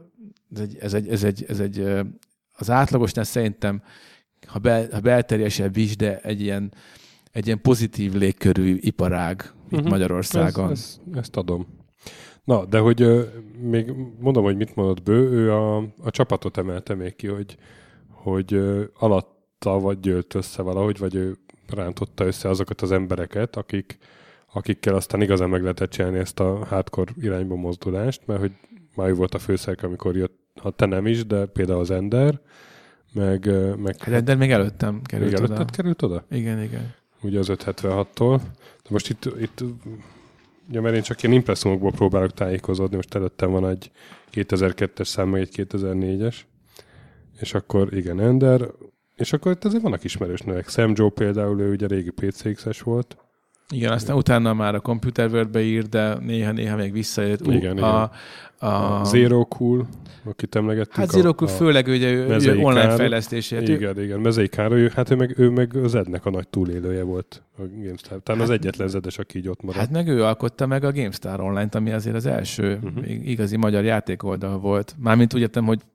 ez egy az átlagosnál szerintem, ha belterjesebb is, de egy ilyen pozitív légkörű iparág itt Magyarországon. Ezt adom. Na, de hogy még mondom, hogy mit mondott Bő, ő a csapatot emelte még ki, hogy alatta vagy győlt össze valahogy, vagy ő rántotta össze azokat az embereket, akikkel aztán igazán meg lehetett csinálni ezt a hardcore irányba mozdulást, mert hogy már ő volt a főszerk, amikor jött, ha te nem is, de például az Ender, meg hát Ender még előttem került oda. Előtted került oda? Igen. Ugye az 576-tól. De most itt ja, mert én csak ilyen impresszumokból próbálok tájékozódni, most előttem van egy 2002-es szám, meg egy 2004-es. És akkor igen, Ender. És akkor itt azért vannak ismerős nevek. Sam Joe például, ő ugye régi PCX-es volt. Igen, aztán utána már a Computer World-be ír, de néha még visszajött. Igen. A Zero Cool, akit emlegettünk. Hát Zero Cool főleg ugye ő online fejlesztésért. Igen. Mezei Károly, hát ő meg az Zednek a nagy túlélője volt a GameStar. Talán az egyetlen Zedes, aki így ott maradt. Hát meg ő alkotta meg a GameStar Online-t, ami azért az első igazi magyar játékoldal volt. Mármint úgy értem, hogy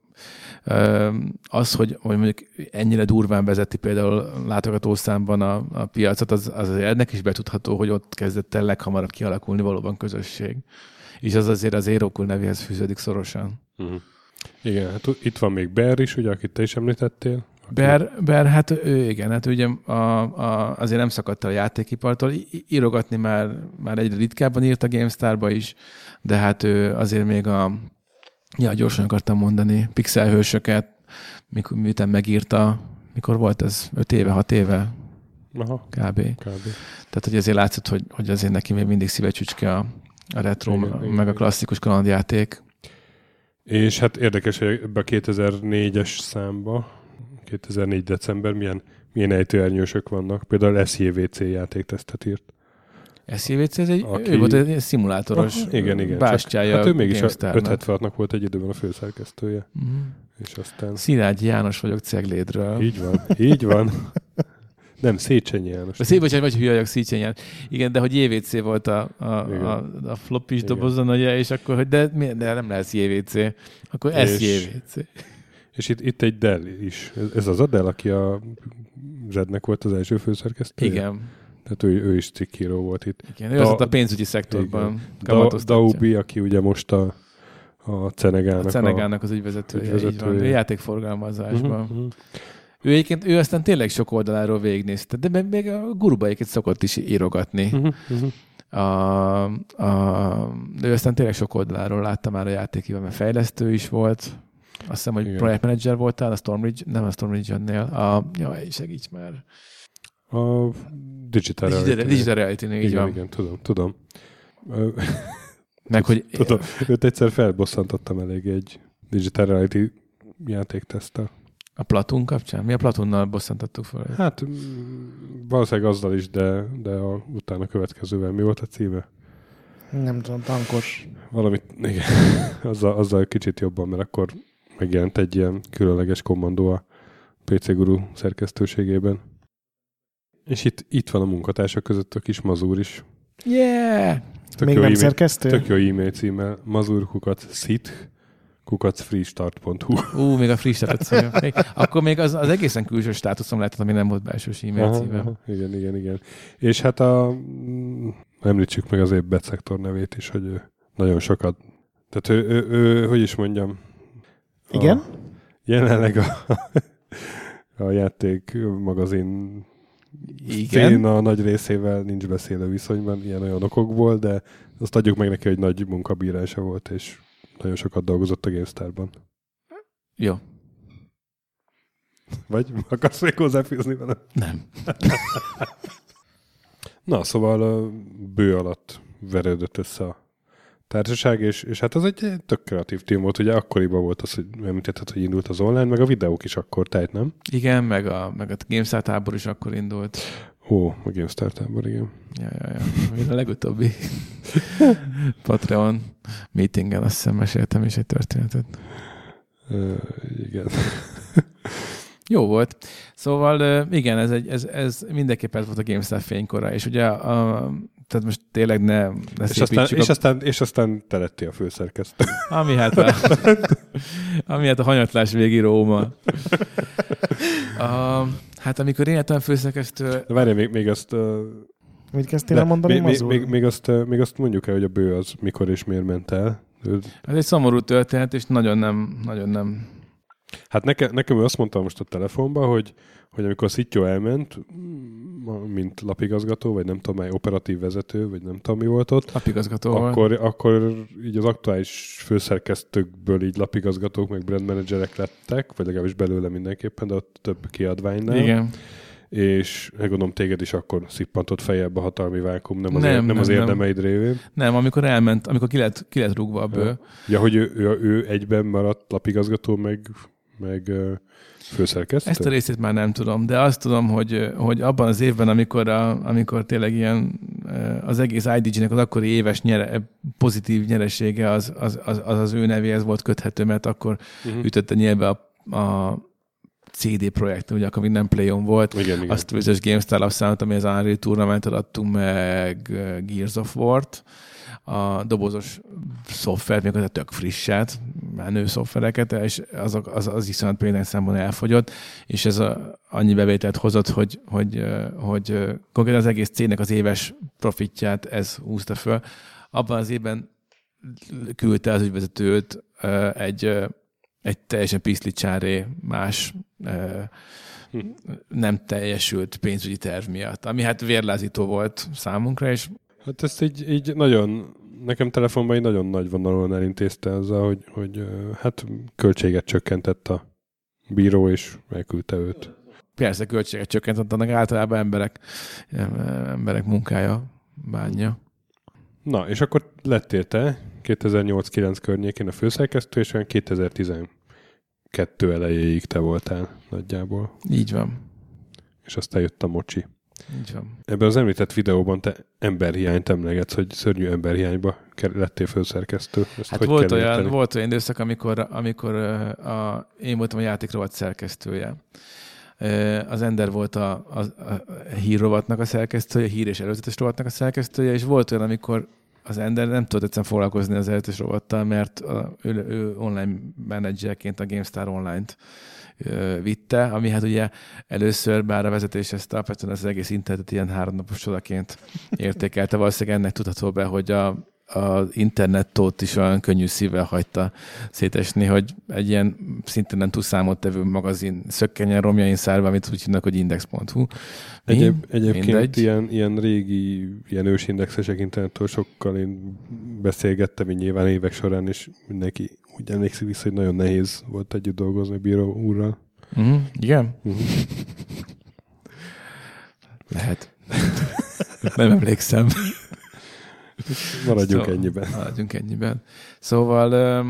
az, hogy mondjuk ennyire durván vezeti például látogatószámban a piacot, az ennek is betudható, hogy ott kezdett el leghamarabb kialakulni valóban közösség. És az azért az Zero Cool nevéhez fűződik szorosan. Igen, hát itt van még Bear is, ugye, akit te is említettél. Bear, hát igen, hát ugye azért nem szakadt el a játékipartól. Írogatni már egyre ritkábban írt a GameStar-ba is, de hát ő azért még gyorsan akartam mondani, pixelhősöket, miután megírta, mikor volt ez? 5 éve, 6 éve? Aha, kb. Tehát, hogy azért látszott, hogy azért neki még mindig szívecsücske a retro, meg a klasszikus kalandjáték. És hát érdekes, hogy ebbe a 2004-es számba, 2004 december, milyen ejtőernyősök vannak. Például SJVC játéktesztet írt. SJVC, ő volt egy szimulátoros bástyája. Hát ő mégis a 576-nak volt egy időben a főszerkesztője. És aztán... Színágyi János vagyok Ceglédről. Így van. Nem, Széchenyi János. Vagy hülye vagyok, Széchenyi János. Igen, de hogy JVC volt a flopis dobozon, ugye, és akkor, hogy de nem lesz JVC. Akkor SJVC. És itt egy Dell is. Ez az a Dell, aki a Zednek volt az első főszerkesztője? Igen. Tehát ő is cikkíró volt itt. Igen, ő az ott a pénzügyi szektorban Daubi, aki ugye most a Cenegának az ügyvezetője. Így van. Ő játékforgalmazásban. Ő aztán tényleg sok oldaláról végignézte, de még a Guruba egyébként szokott is írogatni. De ő aztán tényleg sok oldaláról látta már a játékében, mert fejlesztő is volt. Azt hiszem, hogy projektmenedzser voltál a Stormridge, nem a Stormridge-nél. Segíts már. A Digital Reality-nél, így van. Igen, tudom. Meg, hogy... Tudom, őt egyszer felbosszantottam elég egy Digital Reality játékteszttel. A Platoon kapcsán? Mi a Platoonnal bosszantottuk fel? Hát valószínűleg azzal is, de utána következővel mi volt a címe? Nem tudom, tankos. Valamit, igen, azzal kicsit jobban, mert akkor megjelent egy ilyen különleges kommandó a PC Guru szerkesztőségében. És itt van a munkatársak között a kis Mazur is. Yeah! Még nem szerkesztő? Tök jó e-mail címmel. mazur@freestart.hu. Még a freestart cím. Akkor még az egészen külső státuszom lehetett, ami nem volt belsős e-mail címem. Igen. És hát említsük meg az Ebbet szektor nevét is, hogy nagyon sokat. Tehát ő hogy is mondjam, Igen? Jelenleg a játék magazin Igen. széna nagy részével nincs beszélő viszonyban ilyen olyan okokból, de azt adjuk meg neki, hogy nagy munkabírása volt, és nagyon sokat dolgozott a GameStar-ban. Jó. Vagy akarsz még hozzáfűzni vele? Nem. Na, szóval a bő alatt verődött össze a társaság, és hát az egy tök kreatív tím volt, ugye akkoriban volt az, hogy említetted, hogy indult az online, meg a videók is akkor tájt, nem? Igen, meg a GameStar tábor is akkor indult. Ó, a GameStar tábor, igen. Ja. A legutóbbi Patreon meetingen azt hiszem meséltem is egy történetet. Igen. Jó volt. Szóval igen, ez mindenképpen ez volt a GameStar fénykora, és ugye tehát most tényleg ne és aztán te lettél a főszerkesztő. Ami hát a hanyatlás végi Róma. Hát amikor én lettem főszerkesztő... Várjál, még azt... Mit kezdtél el mondani, még azt mondjuk el, hogy a bő az mikor és miért ment el. Ez egy szomorú történet, és nagyon nem... Hát nekem ő azt mondta most a telefonban, hogy amikor a Szittyó elment, mint lapigazgató, vagy nem tudom, operatív vezető, vagy nem tudom, mi volt ott. Lapigazgató akkor így az aktuális főszerkesztőkből így lapigazgatók, meg brand managerek lettek, vagy legalábbis belőle mindenképpen, de ott több kiadványnál. Igen. És gondolom téged is akkor szippantott fejebb a hatalmi vákum, nem az érdemeid révén. Nem, amikor elment, amikor ki lett rúgva a bő. Ja, hogy ő egyben maradt lapigazgató, meg főszerkesztő? Ezt a részét már nem tudom, de azt tudom, hogy abban az évben, amikor tényleg ilyen az egész IDG-nek az akkori éves pozitív nyeresége az ő nevéhez volt köthető, mert akkor ütötte nyilván a CD projekt, ugye akkor még nem Play-on volt. Igen. Azt bizonyos GameStar lapszámot, ami az Unreal Tournament-et adtunk meg Gears of War-t, a dobozos szoftvert, még az tök frisset, menő szoftvereket, és az iszonyat pénzszámban elfogyott, és ez annyi bevételt hozott, hogy konkrétan az egész cégnek az éves profitját ez húzta föl. Abban az évben küldte az ügyvezetőt egy teljesen piszlicsáré más nem teljesült pénzügyi terv miatt, ami hát vérlázító volt számunkra, és hát ezt így nagyon, nekem telefonban így nagyon nagy vonalon elintézte azzal, hogy hát költséget csökkentett a bíró, és elküldte őt. Persze költséget csökkentett, annak általában emberek munkája bánja. Na, és akkor lettél te 2008-9 környékén a főszerkesztő, és olyan 2012 elejéig te voltál nagyjából. Így van. És aztán jött a mocsi. Így van. Ebben az említett videóban te emberhiányt emlegetsz, hogy szörnyű emberhiányba lettél főszerkesztő. Ezt hát volt olyan időszak, amikor én voltam a játékrovat szerkesztője. Az Ender volt a hírrovatnak a szerkesztője, hír és előzetes rovatnak a szerkesztője, és volt olyan, amikor az Ender nem tudott egyszerűen foglalkozni az előzetes rovattal, mert ő online menedzserként a GameStar Online-t vitte, ami hát ugye először, bár a vezetés ezt alapvetően az egész internetet ilyen 3 napos csodaként értékelte, valószínűleg ennek tudható be, hogy az internettót is olyan könnyű szívvel hagyta szétesni, hogy egy ilyen szintén nem túl számottevő magazin szökkenjen romjain szárva, amit úgy hívnak, hogy index.hu. Egyébként ilyen régi, ilyen ősindexesek internettől sokkal én beszélgettem, így nyilván évek során, és mindenki úgy emlékszik vissza, hogy nagyon nehéz volt együtt dolgozni bíró úrral. Igen? Lehet. Nem emlékszem. Maradjunk ennyiben. Maradjunk ennyiben. Szóval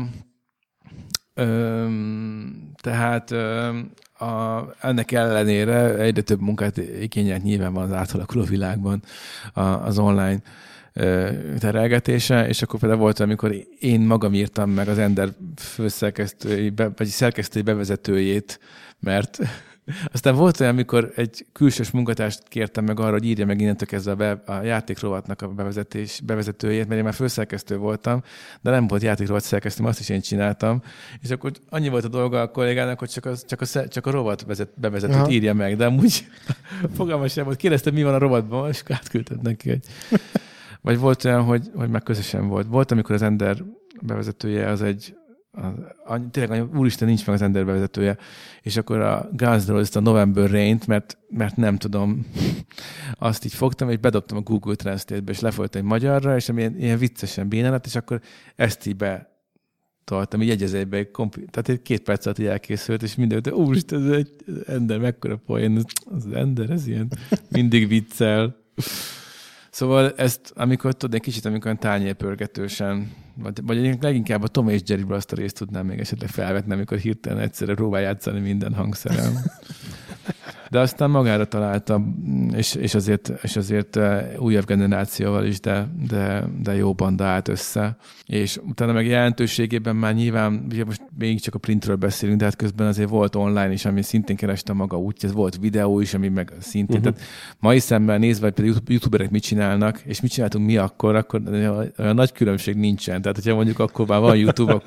tehát ennek ellenére egyre több munkát igényelt nyilván van az átalakuló világban az online terelgetése, és akkor például volt, amikor én magam írtam meg az Ender főszerkesztői, vagy szerkesztői bevezetőjét, mert aztán volt olyan, amikor egy külsős munkatárst kértem meg arra, hogy írja meg innentől kezdve a játékrovatnak a bevezetőjét, mert én már főszerkesztő voltam, de nem volt játékrovat szerkesztőm, azt is én csináltam, és akkor annyi volt a dolga a kollégának, hogy csak a rovat bevezetőt írja meg, de amúgy fogalmas sem volt. Kérdeztem, mi van a rovatban, és átküldtem neki. Vagy volt olyan, hogy már közösen volt. Volt, amikor az Ender bevezetője az tényleg, úristen, nincs meg az Ender bevezetője, és akkor a Guns N' Roses-t, a November Rain-t, mert nem tudom, azt így fogtam, és bedobtam a Google Translate-be, és lefolytam egy magyarra, és ilyen viccesen béna lett, és akkor ezt így betoltam, így egyezegybe, tehát egy 2 perc alatt így elkészült, és mindenütt, úristen, ez egy Ender, mekkora poén, az Ender, ez ilyen mindig viccel. Szóval ezt, amikor tudod, egy kicsit, amikor tányérpörgetősen, vagy leginkább a Tom és Jerry-ből azt a részt tudnám még esetleg felvetni, amikor hirtelen egyszerre próbál játszani minden hangszerrel. De aztán magára találtam, és azért újabb generációval is, de jó banda állt össze. És utána meg jelentőségében már nyilván, ugye most még csak a printről beszélünk, de hát közben azért volt online is, ami szintén kereste maga útját, volt videó is, ami meg szintén. Tehát mai szemben nézve, hogy például youtuberek mit csinálnak, és mit csináltunk mi akkor olyan nagy különbség nincsen. Tehát, hogyha mondjuk akkor már van YouTube,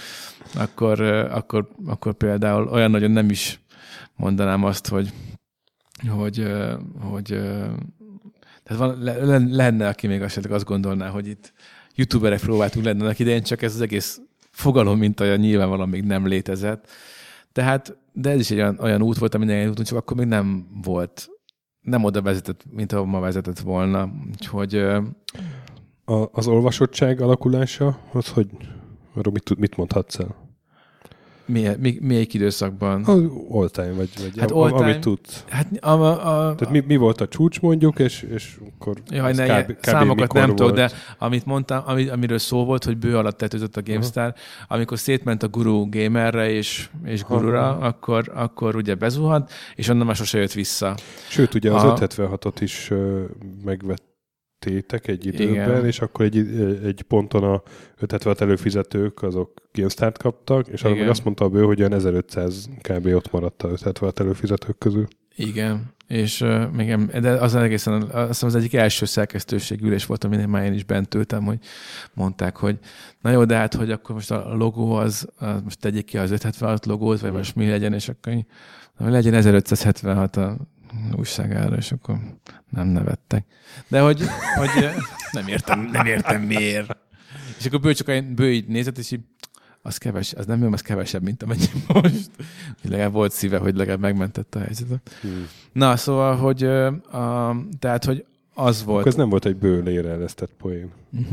akkor például olyan nagyon nem is mondanám azt, hogy tehát lenne, aki még esetleg azt gondolná, hogy itt youtuberek próbáltunk lenni annak idején, csak ez az egész fogalom, mint olyan nyilvánvalóan még nem létezett. Tehát, de ez is egy olyan út volt, ami csak akkor még nem volt, nem oda vezetett, mint ahol ma vezetett volna. Úgyhogy... Az olvasottság alakulása, az hogy arról mit mondhatsz el? Melyik időszakban? All time, vagy hát amit tudsz. Hát tehát mi volt a csúcs mondjuk, és akkor kb. Számokat nem tudok, de amit mondtam, amiről szó volt, hogy bő alatt tetőzött a GameStar, amikor szétment a Guru Gamerre és Gurura, akkor ugye bezuhant, és onnan már sose jött vissza. Sőt, ugye az 576-ot is megvettétek egy időben, igen. És akkor egy ponton a 576 előfizetők azok GameStart kaptak, és arra meg azt mondta a bő, hogy olyan 1500 kb. Ott maradt a 576 előfizetők közül. Igen, és de az egészen, azt hiszem az egyik első szerkesztőségi ülés volt, aminek már én is bent ültem, hogy mondták, hogy na jó, de hát, hogy akkor most a logó az most tegyék ki az 576 logót, vagy most mi legyen, és akkor legyen 1576 a újságára, és akkor nem nevettek. De hogy nem értem miért. És akkor bő így nézett, és így az kevesebb, mint amennyi most. Legalább volt szíve, hogy legalább megmentette a helyzetet. Na, szóval, hogy tehát, hogy az volt. Akkor ez nem volt egy bő érelesztett poén.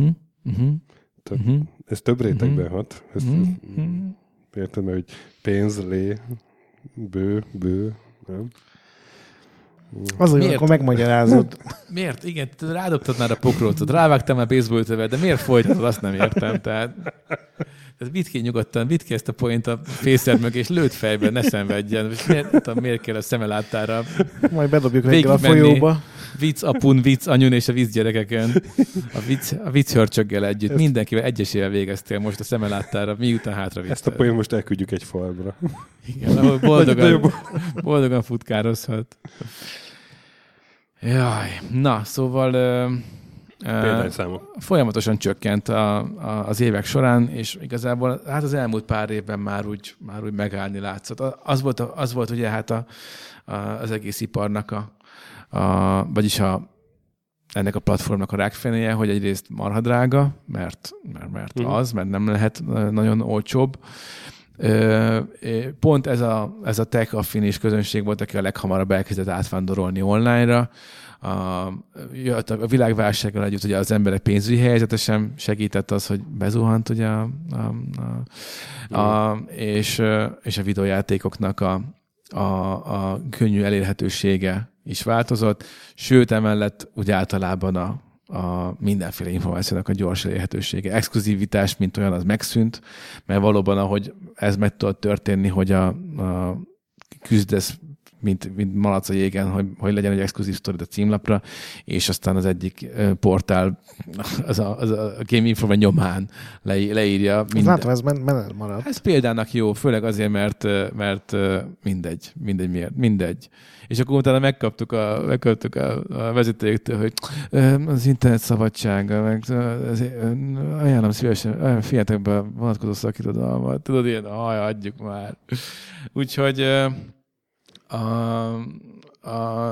Ez több rétegben hat. Érted, mert hogy pénz, lé, bő, nem? Az, hogy akkor megmagyarázod. Miért? Igen, rádobtad már a pokrócot, rávágtam már baseballtövet, de miért folytatod, azt nem értem. Tehát vidd ki nyugodtan, vidd ki ezt a point a fészed mögé, és lőd fejbe, ne szenvedjen. Miért kell a szemeláttára majd bedobjuk reggel a folyóba. Vicc apun, vicc anyun és a vicc gyerekeken. A vicc hörcsöggel együtt. Mindenkivel egyesével végeztél most a szemeláttára, miután hátra vitted. Ezt a point most elküldjük egy falra. Igen, ahol boldogan futkározhat. Jaj, na, szóval folyamatosan csökkent az évek során, és igazából hát az elmúlt pár évben már úgy megállni látszott. Az volt ugye hát az egész iparnak vagyis ennek a platformnak a rákfenéje, hogy egyrészt marha drága, mert nem lehet nagyon olcsóbb. Pont ez a tech-affinis közönség volt, aki a leghamarabb elkezdett átvándorolni online-ra. A világválsággal együtt ugye az emberek pénzügyi helyzete sem segített az, hogy bezuhant ugye és a videójátékoknak a könnyű elérhetősége is változott, sőt emellett ugye általában a mindenféle információnak a gyors elérhetősége. Exkluzivitás, mint olyan, az megszűnt, mert valóban, ahogy ez meg tudott történni, hogy a küzdesz, mint malac a jégen, hogy legyen egy exkluzív sztorid a címlapra, és aztán az egyik portál az a Game Informer nyomán leírja. Látom, ez maradt. Ez példának jó, főleg azért, mert mindegy. És akkor utána megkaptuk a vezetőjéktől, hogy az internet szabadsága, meg ajánlom szívesen, fiatalokba vonatkozó szakirodalmat, tudod, ilyen, adjuk már. Úgyhogy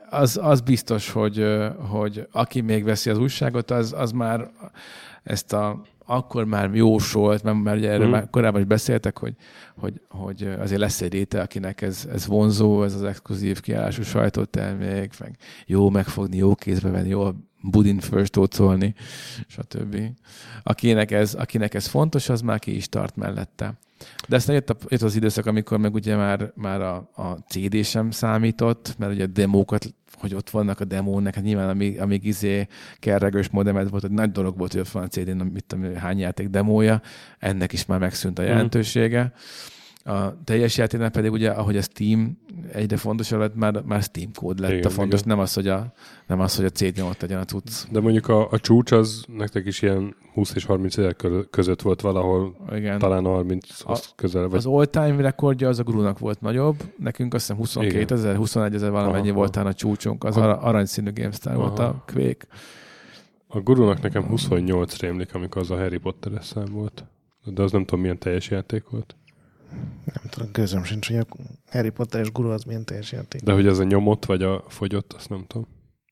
az biztos, hogy aki még veszi az újságot, az már ezt akkor már jósolt, mert már ugye erről már korábban is beszéltek, hogy azért lesz egy réte, akinek ez vonzó, ez az exkluzív kiállású sajtótermék, meg jó megfogni, jó kézbe venni, jó budin fölstócolni, stb. Akinek ez fontos, az már ki is tart mellette. De aztán jött az időszak, amikor meg ugye már a CD sem számított, mert ugye demókat, hogy ott vannak a demónak, hát nyilván amíg kerregős modemet volt, hogy nagy dolog volt, hogy ott van a CD-n, mit tudom, hány játék demója, ennek is már megszűnt a jelentősége. A teljes játéknál pedig ugye, ahogy a Steam egyre fontosabb lett, már Steam kód lett igen, a fontos, nem az, hogy a CD-n ott legyen a cucc. De mondjuk a csúcs az nektek is ilyen 20 és 30 ezer között volt valahol, igen. Talán a 30 közel. Vagy... Az all-time rekordja az a Guru-nak volt nagyobb, nekünk azt hiszem 22 ezer, 21 ezer valamennyi voltán a csúcsunk, az aranyszínű GameStar volt a Quake. A Guru-nak nekem 28 rémlik, amikor az a Harry Potter-es szám volt. De az nem tudom, milyen teljes játék volt. Nem tudom, közöm sincs, hogy a Harry Potter és Guru az milyen teljes játék. De hogy ez a nyomott, vagy a fogyott, azt nem tudom.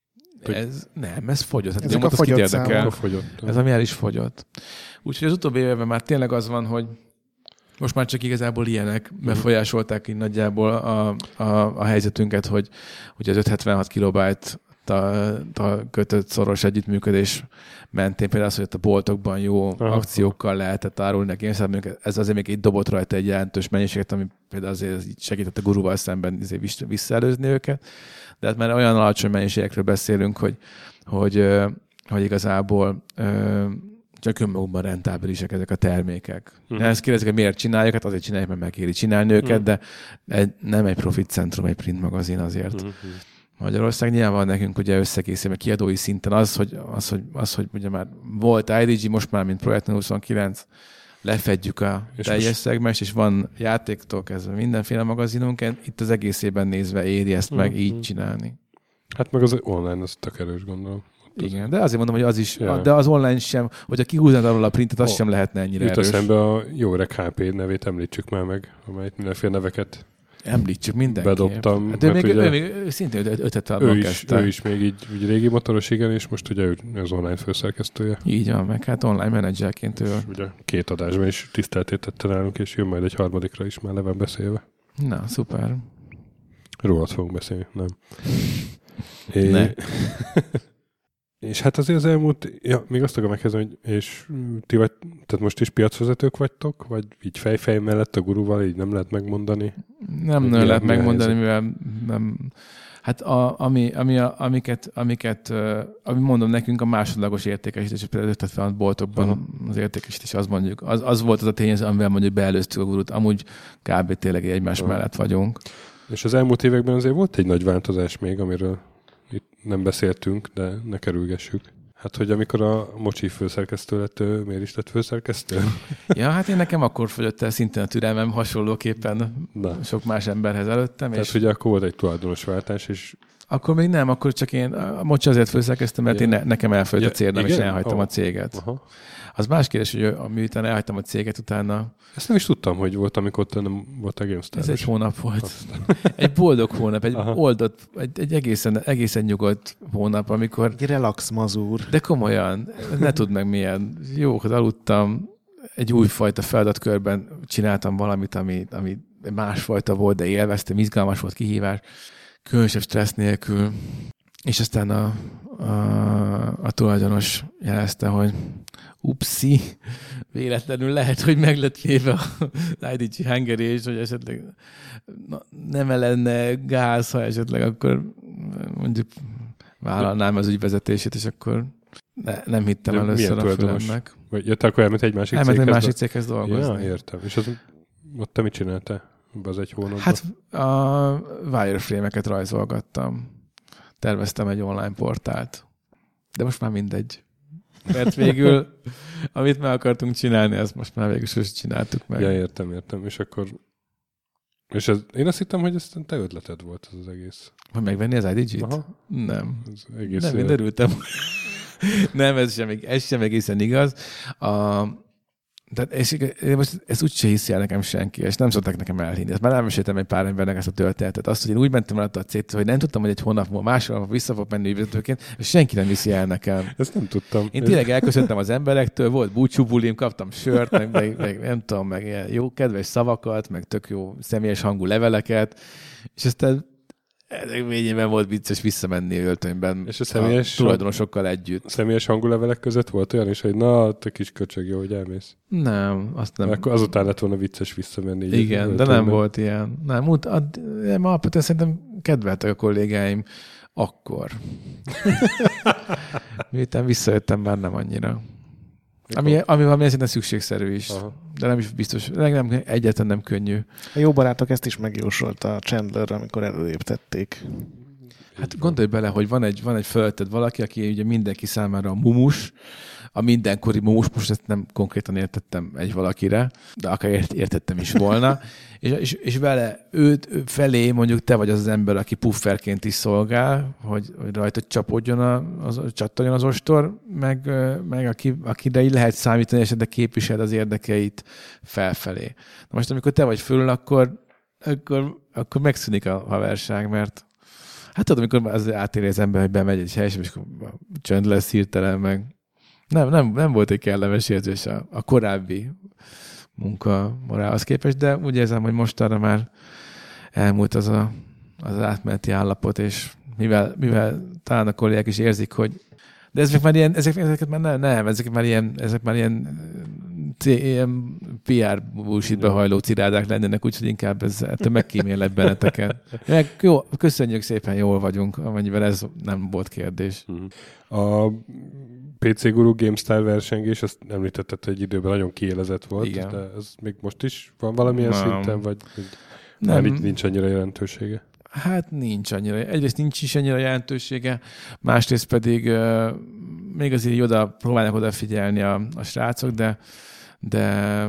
Ez fogyott. Hát ezek a fogyott számok. Ez ami el is fogyott. Úgyhogy az utóbbi évben már tényleg az van, hogy most már csak igazából ilyenek befolyásolták így nagyjából a helyzetünket, hogy az 576 kilobájt kötött szoros együttműködés mentén, például az, hogy ott a boltokban jó akciókkal lehetett árulni a GameStop, ez azért még itt dobott rajta egy jelentős mennyiséget, ami például azért segített a Guruval szemben visszaelőzni őket, de hát már olyan alacsony mennyiségekről beszélünk, hogy igazából csak önmagukban rentábilisek ezek a termékek. Ezt kérdezik, hogy miért csináljuk, hát azért csináljuk, mert megéri csinálni őket, de nem egy profit centrum, egy print magazin azért. Magyarország nyilván nekünk ugye összekészül, mert kiadói szinten az, hogy ugye már volt IDG, most már, mint Projekt 29, lefedjük a teljes szegmest, és van játéktól kezdve mindenféle magazinunk, itt az egészében nézve éri ezt meg így csinálni. Hát meg az online, az tök erős, gondolom. Igen, de azért mondom, hogy az is, de az online sem, hogyha kihúznád arról a printet, az sem lehetne ennyire erős. Jut eszembe a Jórek HP nevét említsük már meg, amelyet mindenféle neveket említsük mindenképp. Bedobtam. Hát ő még szintén ötletalban kezdte. Ő is még így régi motoros, igen, és most ugye ő az online főszerkesztője. Így van, meg hát online menedzserként ő. És ugye 2 adásban is tiszteltét tette nálunk, és jön majd egy 3. is már le van beszélve. Na, szuper. Rólad fogunk beszélni, nem? És hát azért az elmúlt, még azt akarom megkezdeni, hogy és ti vagy, tehát most is piacvezetők vagytok, vagy így fejfej mellett a Guruval így nem lehet megmondani? Nem lehet megmondani, mivel nem. Hát amiket mondom nekünk a másodlagos értékesítés, például 56 boltokban az értékesítés, az mondjuk, az volt az a tényező, amivel mondjuk beelőztük a Gurut. Amúgy kb. Tényleg egymás mellett vagyunk. És az elmúlt években azért volt egy nagy változás még, amiről itt nem beszéltünk, de ne kerülgessük. Hát, hogy amikor a Mocsi főszerkesztő lett, miért is lett főszerkesztő? Ja, hát én nekem akkor fogyott el szintén a türelmem hasonlóképpen sok más emberhez előttem. Tehát, hogy akkor volt egy tulajdonosváltás, és... Akkor még nem, akkor csak én a Mocsi azért főszerkesztem, mert nekem elfogyott a célnám, és elhagytam a céget. Aha. Az más kérdés, hogy miután elhagytam a céget, utána... Ezt nem is tudtam, hogy volt, amikor nem volt a GameStar. Ez egy hónap volt. Egy boldog hónap, egy oldott, egy egészen nyugodt hónap, amikor... Egy relax mazúr. De komolyan, ne tudd meg milyen. Jó, hogy aludtam, egy újfajta feladatkörben csináltam valamit, ami másfajta volt, de élveztem, izgalmas volt, kihívás, különösebb stressz nélkül. És aztán a tulajdonos jelezte, hogy upszi, véletlenül lehet, hogy meg lett véve az IDG Hungary, és hogy esetleg nem lenne gáz, ha esetleg akkor mondjuk vállalnám az ügyvezetését, és akkor nem hittem először a fülemnek. Vagy jöttél akkor elment egy másik céghez? Elment egy másik céghez dolgozni. Ja, értem. És ott te mit csináltál az egy hónapban? Hát a wireframe-eket rajzolgattam. Terveztem egy online portált. De most már mindegy. Mert végül, amit meg akartunk csinálni, azt most már végül is csináltuk meg. Ja, értem. És akkor... És én azt hittem, hogy ez te ötleted volt az egész. Hogy megvenni az IDG-t? Aha. Nem. Nem, én örültem. Nem, ez sem egészen igaz. Tehát most ezt úgyse hiszi el nekem senki, és nem szokták nekem elhinni. Ezt már elmeséltem egy pár embernek ezt a történetet. Azt, hogy én úgy mentem el a cégtől, hogy nem tudtam, hogy egy hónap múlva, másfél hónap vissza fog menni ügyvezetőként, és senki nem viszi el nekem. Ezt nem tudtam. Én tényleg elköszöntem az emberektől, volt búcsúbulim, kaptam sört, meg nem tudom, meg ilyen jó kedves szavakat, meg tök jó személyes hangú leveleket, és aztán végében volt vicces visszamenni öltönyben és a személyes tulajdonosokkal együtt. A személyes hangúlevelek között volt olyan is, hogy na, te kis köcsög, jó, hogy elmész. Nem, azt nem. Akkor azután lett volna vicces visszamenni. Igen, de nem volt ilyen. Nem, alapvetően szerintem kedveltek a kollégáim akkor. Miután visszajöttem, már nem annyira. Ami valami szerintem szükségszerű is. Aha. De nem is biztos, egyáltalán nem könnyű. A jó barátok ezt is megjósolta a Chandlerre, amikor előléptették. Hát gondolj bele, hogy van egy fölötted valaki, aki ugye mindenki számára a mumus, a mindenkori mumus, most ezt nem konkrétan értettem egy valakire, de akár értettem is volna, és vele őt felé mondjuk te vagy az ember, aki pufferként is szolgál, hogy rajta csattanjon az ostor, meg akire így lehet számítani, és de képviseled az érdekeit felfelé. Na most, amikor te vagy fölül, akkor megszűnik a haverság, mert hát tudod, amikor az átéri az ember, hogy bemegy egy helyre, és akkor csönd lesz hirtelen, meg nem volt egy kellemes érzés a korábbi munkamorálhoz képest, de úgy érzem, hogy mostanra már elmúlt az átmeneti állapot, és mivel talán a kollégák is érzik, hogy de ezek már ilyen PR bullshitbe hajló cirádák lennének, úgyhogy inkább ettől megkímélek benneteket. Jó, köszönjük szépen, jól vagyunk, amennyiben ez nem volt kérdés. A PC Guru GameStar versengés, azt említetted, hogy egy időben nagyon kiélezett volt, igen. De ez még most is van valamilyen szinten, vagy nem. Nincs annyira jelentősége? Hát nincs annyira. Egyrészt nincs is annyira jelentősége, másrészt pedig még azért próbálnak odafigyelni a srácok, de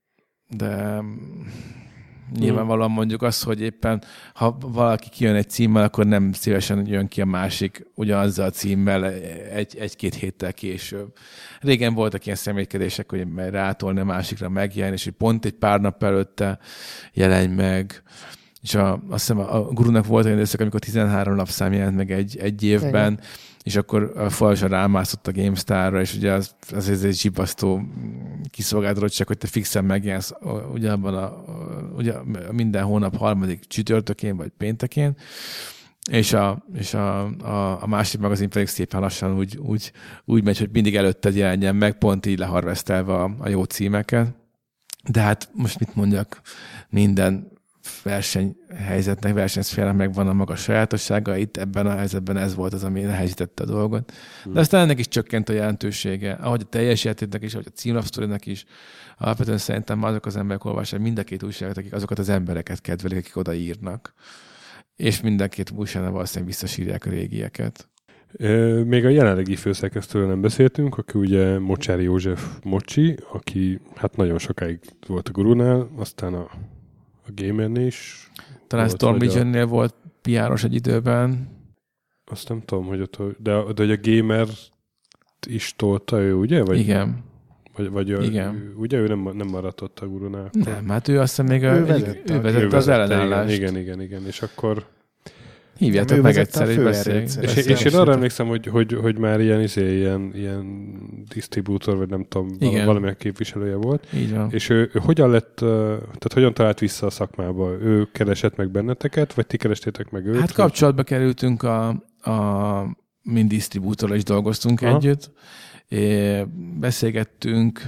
nyilvánvalóan mondjuk azt, hogy éppen ha valaki kijön egy címmel, akkor nem szívesen jön ki a másik ugyanazzal a címmel egy-két héttel később. Régen voltak ilyen személykedések, hogy rátolni a másikra megjelenni, és hogy pont egy pár nap előtte jelenj meg. És azt hiszem a Gurunak volt olyan időszak, amikor 13 lapszám jelent meg egy évben, igen. És akkor falasan rámászott a GameStar-ra, és ugye az egy zsibasztó kiszolgáltatottság, hogy te fixen megjelensz ugye minden hónap harmadik csütörtökén vagy péntekén, és a másik magazin pedig szépen lassan úgy megy, hogy mindig előtted jelenjen meg, pont így leharvesztelve a jó címeket. De hát most mit mondjak, minden versenyhelyzetnek, versenyszférának megvan a maga sajátossága, itt ebben a helyzetben ez volt az, ami nehezítette a dolgot. De aztán ennek is csökkent a jelentősége, ahogy a teljes játéknak is, ahogy a címlapsztorinak is. Alapvetően szerintem azok az emberek olvassák mind a két újságot, akik azokat az embereket kedvelik, akik odaírnak. És mind a két újságnál valószínűleg visszasírják a régieket. Még a jelenlegi főszerkesztőről nem beszéltünk, aki ugye Mocsári József Mocsi, aki hát nagyon sokáig volt a Gurunál, aztán a Gamernél is. Talán Storm Vision-nél volt PR-os egy időben. Azt nem tudom, hogy ott, de hogy a Gamer is tolta ő, ugye? Vagy, igen. Igen. Ugye ő nem maradt ott a Gurunál? Nem, hát ő azt hiszem még ő vezette az ellenállást. Igen, és akkor hívjátok meg egyszer, és beszéljünk. És én arra emlékszem, hogy már ilyen disztribútor, vagy nem tudom, valamilyen képviselője volt. Így van. És ő hogyan lett, tehát hogyan talált vissza a szakmába? Ő keresett meg benneteket, vagy ti kerestétek meg őt? Hát kapcsolatba kerültünk mind disztribútorral is dolgoztunk együtt. Beszélgettünk,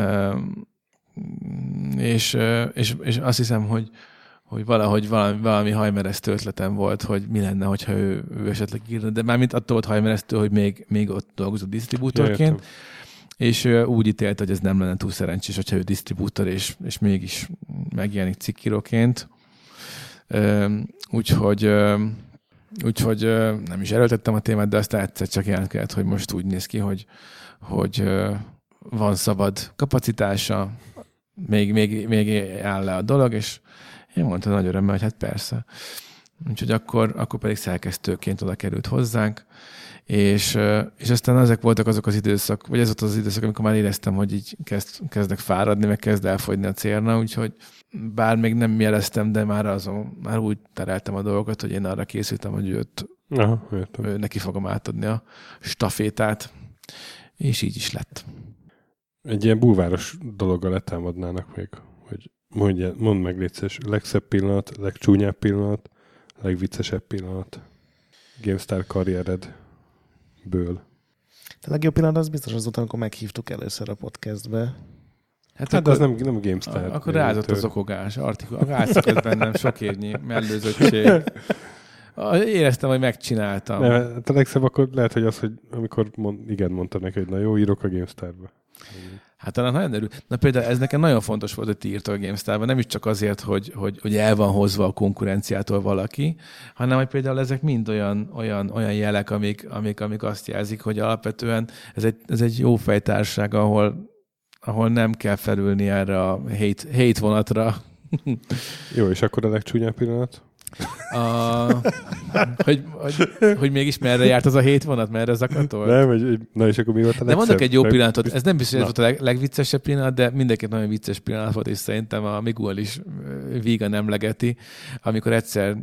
és azt hiszem, hogy valahogy valami hajmeresztő ötletem volt, hogy mi lenne, hogyha ő esetleg írna, de mármint attól volt hajmeresztő, hogy még ott dolgozott disztribútorként, és úgy ítélte, hogy ez nem lenne túl szerencsés, hogyha ő disztribútor, és mégis megjelenik cikkíróként. Úgyhogy nem is erőltettem a témát, de aztán egyszer csak jelentkezett, hogy most úgy néz ki, hogy van szabad kapacitása, még áll le a dolog, és én mondtam nagy örömmel, hogy hát persze. Úgyhogy akkor pedig szerkesztőként oda került hozzánk, és aztán ezek voltak azok az időszak, vagy ez volt az időszak, amikor már éreztem, hogy így kezdek fáradni, meg kezd elfogyni a célna, úgyhogy bár még nem jeleztem, de már úgy tereltem a dolgokat, hogy én arra készültem, hogy ő neki fogom átadni a stafétát, és így is lett. Egy ilyen bulváros dologgal letámadnának még, hogy mondd meg létszés, legszebb pillanat, legcsúnyább pillanat, legviccesebb pillanat GameStar karrieredből. A legjobb pillanat az biztos az amikor meghívtuk először a podcastbe. Hát akkor, az nem GameStar. Akkor rázott az okogás, átszakadt bennem sok évnyi mellőzöttség. Éreztem, hogy megcsináltam. Hát a legszebb akkor lehet, hogy az, hogy amikor mondtam neki, hogy na jó, írok a GameStar-ba. Hát talán nagyon örül. Na például ez nekem nagyon fontos volt, hogy ti írtok a GameStar-ban, nem is csak azért, hogy el van hozva a konkurenciától valaki, hanem hogy például ezek mind olyan jelek, amik azt jelzik, hogy alapvetően ez egy jó fejtársaság, ahol nem kell felülni erre a hate vonatra. Jó, és akkor a legcsúnyább pillanat? Hogy mégis merre járt az a hét vonat, merre zakatolt? Nem, na és akkor mi volt a legszebb? De mondok egy jó pillanatot, ez nem biztos, hogy ez volt a legviccesebb pillanat, de mindenképp nagyon vicces pillanat volt, és szerintem a Miguel is vígan emlegeti, amikor egyszer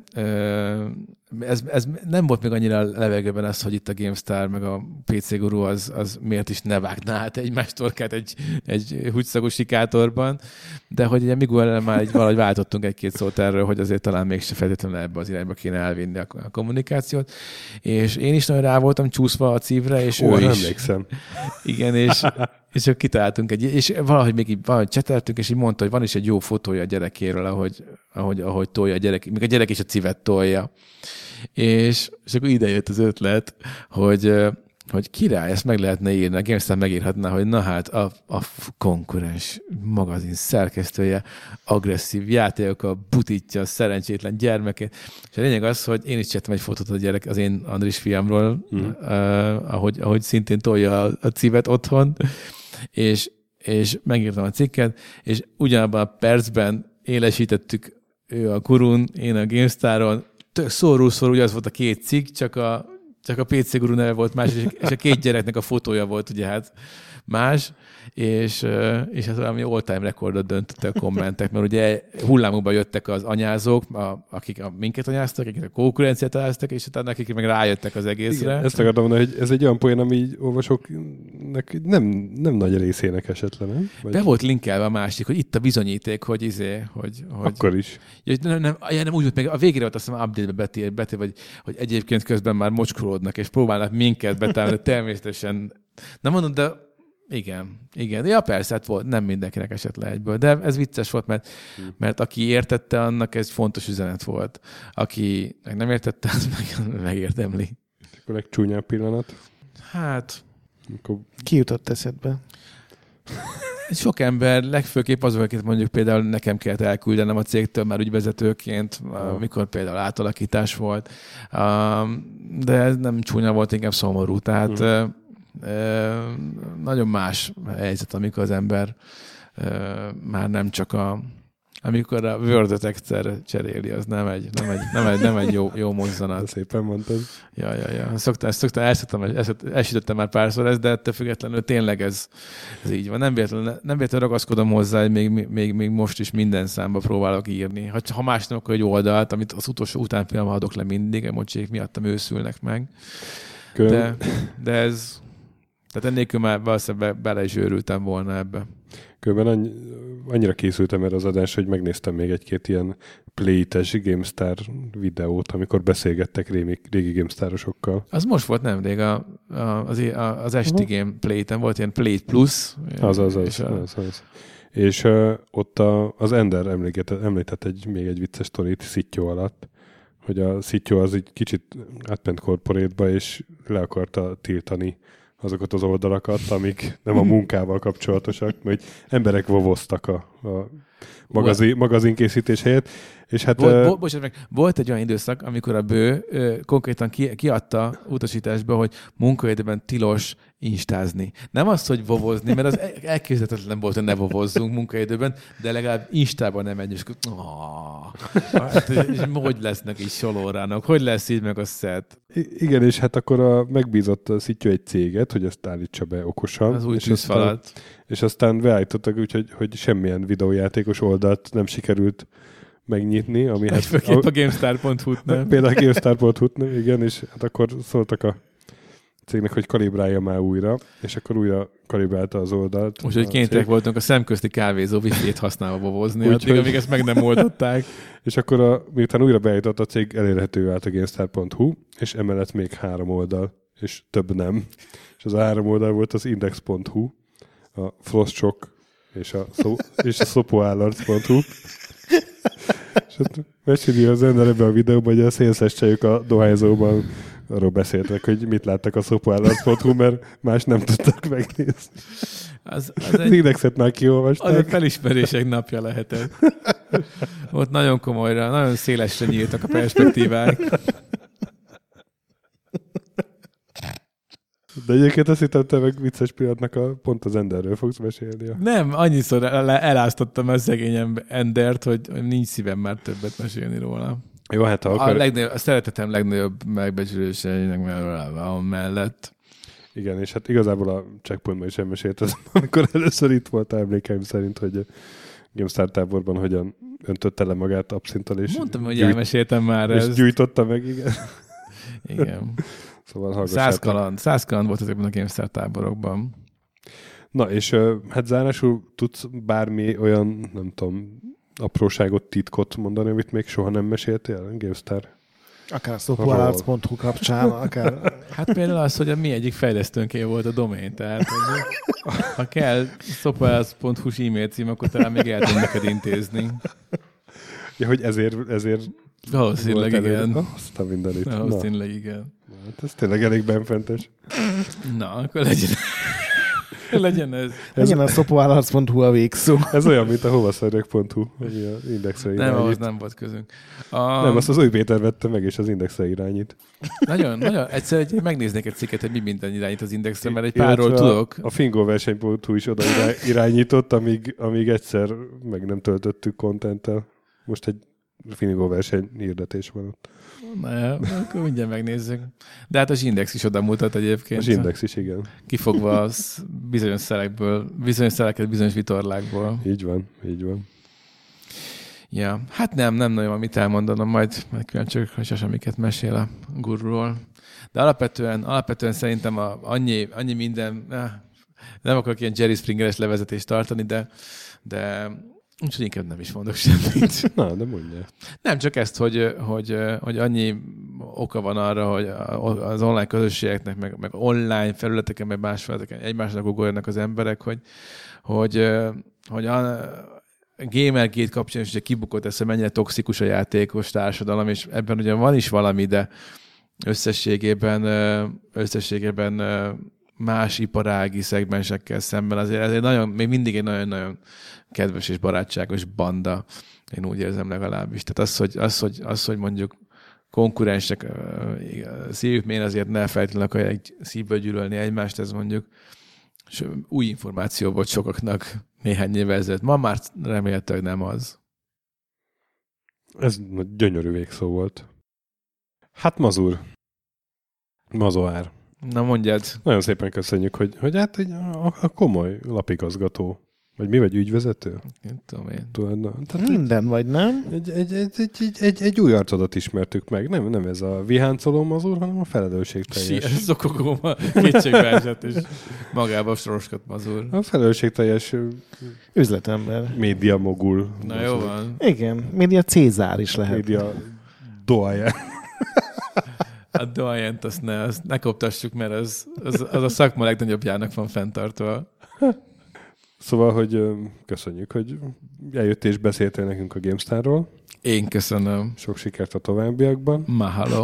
ez nem volt még annyira levegőben az, hogy itt a GameStar meg a PC Guru az miért is ne vágná át egymás torkát egy húgyszagú sikátorban, de hogy ugye Miguel már valahogy váltottunk egy-két szót erről, hogy azért talán mégse feltétlenül ebbe az irányba kéne elvinni a kommunikációt, és én is nagyon rá voltam csúszva a cívre, és ő is. Emlékszem. Igen, és akkor kitaláltunk és valahogy cseteltünk, és így mondta, hogy van is egy jó fotója a gyerekéről, ahogy tolja a gyerek, még a gyerek is a civet tolja. És akkor ide jött az ötlet, hogy király, ezt meg lehetne írni, a GameStar megírhatná, hogy na hát a konkurens magazin szerkesztője agresszív játékokkal butítja a szerencsétlen gyermekét. És a lényeg az, hogy én is csináltam egy fotót az én Andris fiamról, ahogy szintén tolja a civet otthon, és megírtam a cikket, és ugyanabban a percben élesítettük ő a Gurun, én a GameStaron, szórul ugye az volt a két cikk, csak a PC Guru neve volt más, és a két gyereknek a fotója volt ugye hát más, és ez valami all-time rekordot döntötte a kommentek, mert ugye hullámokban jöttek az anyázók, akik minket anyáztak, akik a konkurenciát anyáztak, és utána akik meg rájöttek az egészre. Igen, ezt akartam mondani, hogy ez egy olyan poén, ami olvasóknak nem nagy részének esetlen, nem? Vagy... Be volt linkelve a másik, hogy itt a bizonyíték, hogy Akkor is. Nem úgy volt, meg a végére volt azt hiszem update-be betéve, hogy egyébként közben már mocskolódnak, és próbálnak minket betállni, természetesen. Nem mondom, de igen. Ja, persze, hát volt, nem mindenkinek esett le egyből, de ez vicces volt, mert aki értette, annak ez fontos üzenet volt. Aki meg nem értette, az megérdemli. Akkor legcsúnyább pillanat? Hát... Ki jutott eszedbe? Sok ember, legfőképp azok, akit mondjuk például nekem kellett elküldenem a cégtől már ügyvezetőként, amikor például átalakítás volt, de ez nem csúnya volt, inkább szomorú. Tehát nagyon más helyzet, amikor az ember már nem csak amikor a Word-et Excel-re cseréli, az nem egy jó mozzanat. Szépen mondtad. Ja. Elsütöttem már párszor ezt, de ettől függetlenül tényleg ez így van. Nem véletlenül ragaszkodom hozzá, hogy még most is minden számba próbálok írni. Ha más nem, akkor egy oldalt, amit az utolsó utánpillanatban adok le mindig, emocsék miattam őszülnek meg. De ez... Tehát ennélkül már valószínűleg bele is őrültem volna ebbe. Különben annyira készültem erre az adás, hogy megnéztem még egy-két ilyen Play-es GameStar videót, amikor beszélgettek régi GameStarosokkal. Az most volt nemrég az esti Gameplay-ten, volt ilyen Play Plus. Az. És ott az Ender említett még egy vicces sztorit Szittyó alatt, hogy a Szittyó az egy kicsit átment corporate-ba, és le akarta tiltani azokat az oldalakat, amik nem a munkával kapcsolatosak, mert emberek vovoztak a magazinkészítés helyett. És hát... Bocsánat, volt egy olyan időszak, amikor a Bő konkrétan kiadta utasításba, hogy munkaidőben tilos instázni. Nem az, hogy vovozni, mert az elképzelhetetlen volt, hogy ne vovozzunk munkaidőben, de legalább instában nem menjünk. És hogy lesznek így solórának? Hogy lesz így meg a szett? Igen, és hát akkor megbízott a Szittyó egy céget, hogy ezt állítsa be okosan. Az új tűzfalat. És aztán beállítottak úgy, hogy semmilyen videójátékos oldalt nem sikerült megnyitni, ami hát... Főképp a GameStar.hu-t nem. Például a GameStar.hu-t nem, igen, és hát akkor szóltak a cégnek, hogy kalibrálja már újra, és akkor újra kalibrálta az oldalt. Most, hogy kénytelenek voltunk a szemközti kávézó wifi-t használva bovozni, amíg ezt meg nem oldották. És akkor miután újra beállított a cég, elérhető vált a GameStar.hu, és emellett még 3 oldal, és több nem. És az a 3 oldal volt az Index.hu, a Frostshock és a Szopoállarc.hu. És hát mesélni az ember ebben a videóban, hogy a szélszes csajok a dohányzóban arról beszéltek, hogy mit láttak a Szopoállarc.hu, mert más nem tudtak megnézni. Az Indexet már kiolvasták. Az egy felismerések napja lehetett. Ott nagyon komolyra, nagyon szélesre nyíltak a perspektívák. De egyébként azt hittem, te meg vicces pillanatnak pont az Enderről fogsz mesélni. Nem, annyiszor eláztattam a szegény Endert, hogy nincs szívem már többet mesélni róla. Jó, hát a szeretetem legnagyobb megbecsüléseinek mellett. Igen, és hát igazából a Checkpointban is elmesélted, amikor először itt volt emlékeim szerint, hogy a GameStar táborban hogyan öntötte le magát abszinttal, és mondtam, hogy elmeséltem már ezt. És gyújtotta meg, igen. Igen. Szóval hallgassátok. 100 kaland volt ezekben a GameStar táborokban. Na, és hát zárásul tudsz bármi olyan, nem tudom, apróságot, titkot mondani, amit még soha nem meséltél, GameStar? Akár a Szopoállarc.hu kapcsán, akár... Hát például az, hogy a mi egyik fejlesztőnké volt a domain, tehát ha kell szopoállarc.hu-s e-mail cím, akkor talán még el tudom neked intézni. Ja, hogy ezért valószínűleg igen. Azt a mindenit. Valószínűleg igen. Hát ez tényleg elég benfentes. Na, akkor legyen ez. Legyen a szopoállarc.hu a végszó. Ez olyan, mint a hovaszörök.hu, ami az Indexre irányít. Nem, ahhoz nem volt közünk. Nem, azt az új Péter vette meg, és az Indexre irányít. Nagyon. Egyszer megnéznék egy cikket, hogy mi minden irányít az Indexre, mert egy párról tudok. A fingóverseny.hu is oda irányított, amíg egyszer meg nem töltöttük contenttel. Most egy fingóverseny hirdetés van ott. Na, akkor mindjárt megnézzük. De hát az Index is oda mutat egyébként. Az Index is, igen. Kifogva az bizonyos szeleket bizonyos vitorlákból. Így van. Ja, hát nem nagyon van mit elmondanom, majd kíváncsiak, hogy sosemiket mesél a gurról. De alapvetően szerintem annyi minden, nem akarok ilyen Jerry Springeres levezetést tartani, de úgyhogy inkább nem is mondok semmit. Na, de mondja. Nem csak ezt, hogy annyi oka van arra, hogy az online közösségeknek, meg online felületeken, meg más felületeken egymásnak ugorjanak az emberek, hogy a Gamergate kapcsán is ugye kibukott ezt, hogy mennyire toxikus a játékos társadalom, és ebben ugye van is valami, de összességében más iparági szegmensekkel szemben azért ez még mindig egy nagyon-nagyon kedves és barátságos banda. Én úgy érzem legalábbis. Tehát az, hogy mondjuk konkurensek szívük mélyen azért ne feltétlenül akarják szívből gyűlölni egymást, ez mondjuk új információ volt sokaknak néhány évvel ezelőtt. Ma már remélhetőleg nem az. Ez gyönyörű végszó volt. Hát Mazoár. Na mondjad. Nagyon szépen köszönjük, hogy hát a komoly lapigazgató. Vagy mi vagy ügyvezető? Nem tudom én. Tehát minden vagy, nem? Egy új arcodat ismertük meg. Nem ez a viháncoló Mazur, hanem a felelősségteljes. Ez szokogóma kétségbe esett, és magába soroskat Mazur. A felelősségteljes üzletember. Média mogul. Na Mazur. jó van. Igen, média Cézár is lehet. Média doajen. A doajent azt ne koptassuk, mert az a szakma legnagyobbjának van fenntartva. Szóval, hogy köszönjük, hogy eljöttél és beszéltél nekünk a GameStar-ról. Én köszönöm. Sok sikert a továbbiakban. Mahalo.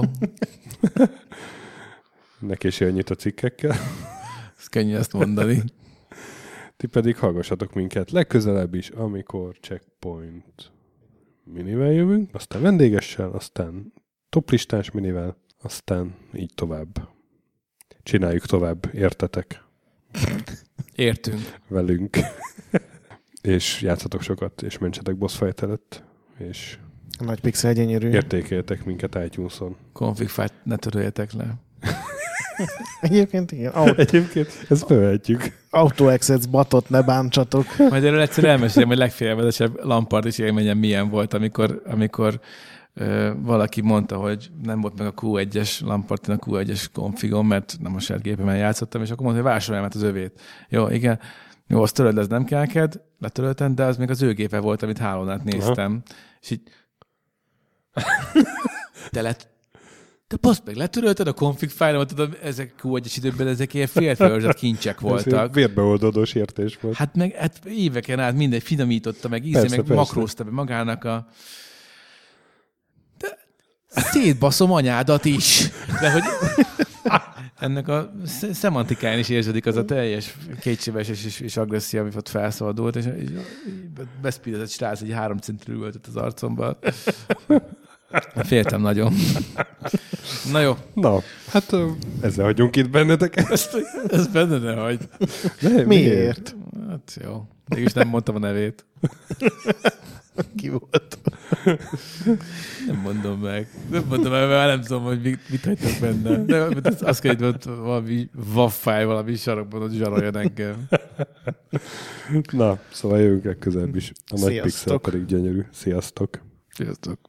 Ne késélj annyit a cikkekkel. Ez könnyű ezt mondani. Ti pedig hallgassatok minket legközelebb is, amikor Checkpoint minivel jövünk, aztán vendégessel, aztán toplistás minivel, aztán így tovább. Csináljuk tovább, értetek? Értünk. Velünk. És játszatok sokat, és mentsetek boss fight előtt, és A nagy pixel gyönyörű. értékeljetek minket iTunes-on. Config file ne töröljetek le. Egyébként igen. Egyébként ezt bevehetjük. Auto-access batot ne bántsatok. Majd erről egyszer elmesélem, hogy legfélelmetesebb Lampard is élményem milyen volt, amikor valaki mondta, hogy nem volt meg a Q1-es Lampardin a Q1-es konfigom, mert nem a saját gépemen játszottam, és akkor mondta, hogy vásárolj már az övét. Jó, igen. Jó, azt töröld, ez nem kell neked, letöröltem, de az még az ő gépe volt, amit hálón át néztem. Aha. És így... De basz meg, letörölted a config fájlomat, ezek Q1-es időben ezek ilyen féltverőzött kincsek voltak. Ez vérbeoldódós értés volt. Hát meg éveken át mindegy finomította, meg meg makrózta be magának a... De szétbaszom anyádat is. De hogy ennek a szemantikáján is érződik az a teljes kétségbeesés és agresszió, ami ott felszabadult, és beszpídezett srác, egy 3 centről ültött az arcomba. Féltem nagyon. Na jó. Na, hát ezzel hagyjunk itt benneteket. Ezt benne ne hagyd. Miért? Hát jó. Mégis nem mondtam a nevét. Ki volt? Nem mondom meg, mert már nem tudom, hogy mit hagytak benne. De azt kell, hogy valami waffáj, valami sarokban, hogy zsaroljon engem. Na, szóval jövünk legközelebb is. A nagy pixel pedig gyönyörű. Sziasztok! Sziasztok!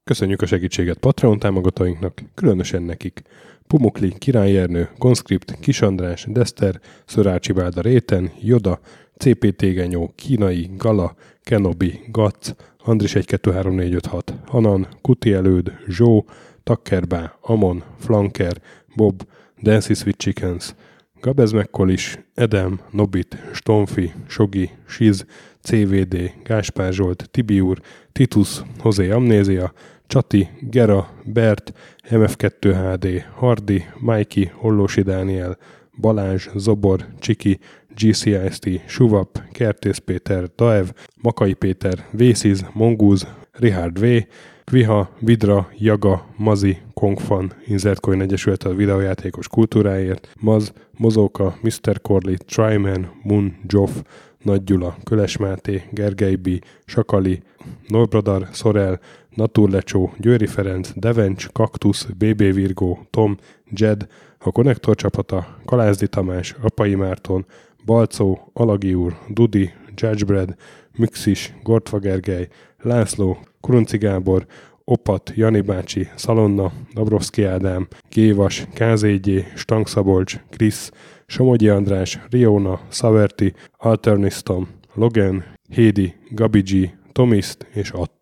Köszönjük a segítséget Patreon támogatóinknak, különösen nekik. Pumukli, Király Ernő, Gonskript, Kis András, Deszter, Szörácsi Bálda Réten, Joda, CPT Genyó, Kínai, Gala, Kenobi, Gac, Andris 123456, Hanan, Kuti Előd, Zsó, Takkerbá, Amon, Flanker, Bob, Dancy Sweet Chickens, Gabez Mekkolis, Edem, Nobit, Stonfi, Sogi, Siz, CVD, Gáspár Zsolt, Tibiur, Titus, Hozé Amnézia, Csati, Gera, Bert, MF2HD, Hardi, Mikey, Hollósi Dániel, Balázs, Zobor, Csiki, GCIST, Suvap, Kertész Péter, Daev, Makai Péter, Vésziz, Mongúz, Richard V, Kviha, Vidra, Jaga, Mazi, Kongfan, Inzertcoin Egyesület a videójátékos kultúráért, Maz, Mozóka, Mr. Corley, Tryman, Moon, Joff, Nagy Gyula, Köles Máté, Gergely B, Sakali, Norbradar, Szorel, Naturlecsó, Győri Ferenc, Devencs, Kaktusz, BB Virgó, Tom, Jed, a Konnektor csapata, Kalázdi Tamás, Apai Márton, Balcó, Alagi úr, Dudi, Judgebred, Müxis, Gortva Gergely, László, Kurunci Gábor, Opat, Jani bácsi, Szalonna, Dabrowski Ádám, Gévas, KZG, Stangszabolcs, Krisz, Somogyi András, Riona, Szaverti, Alternisztom, Logan, Hédi, Gabi G, Tomiszt és Att.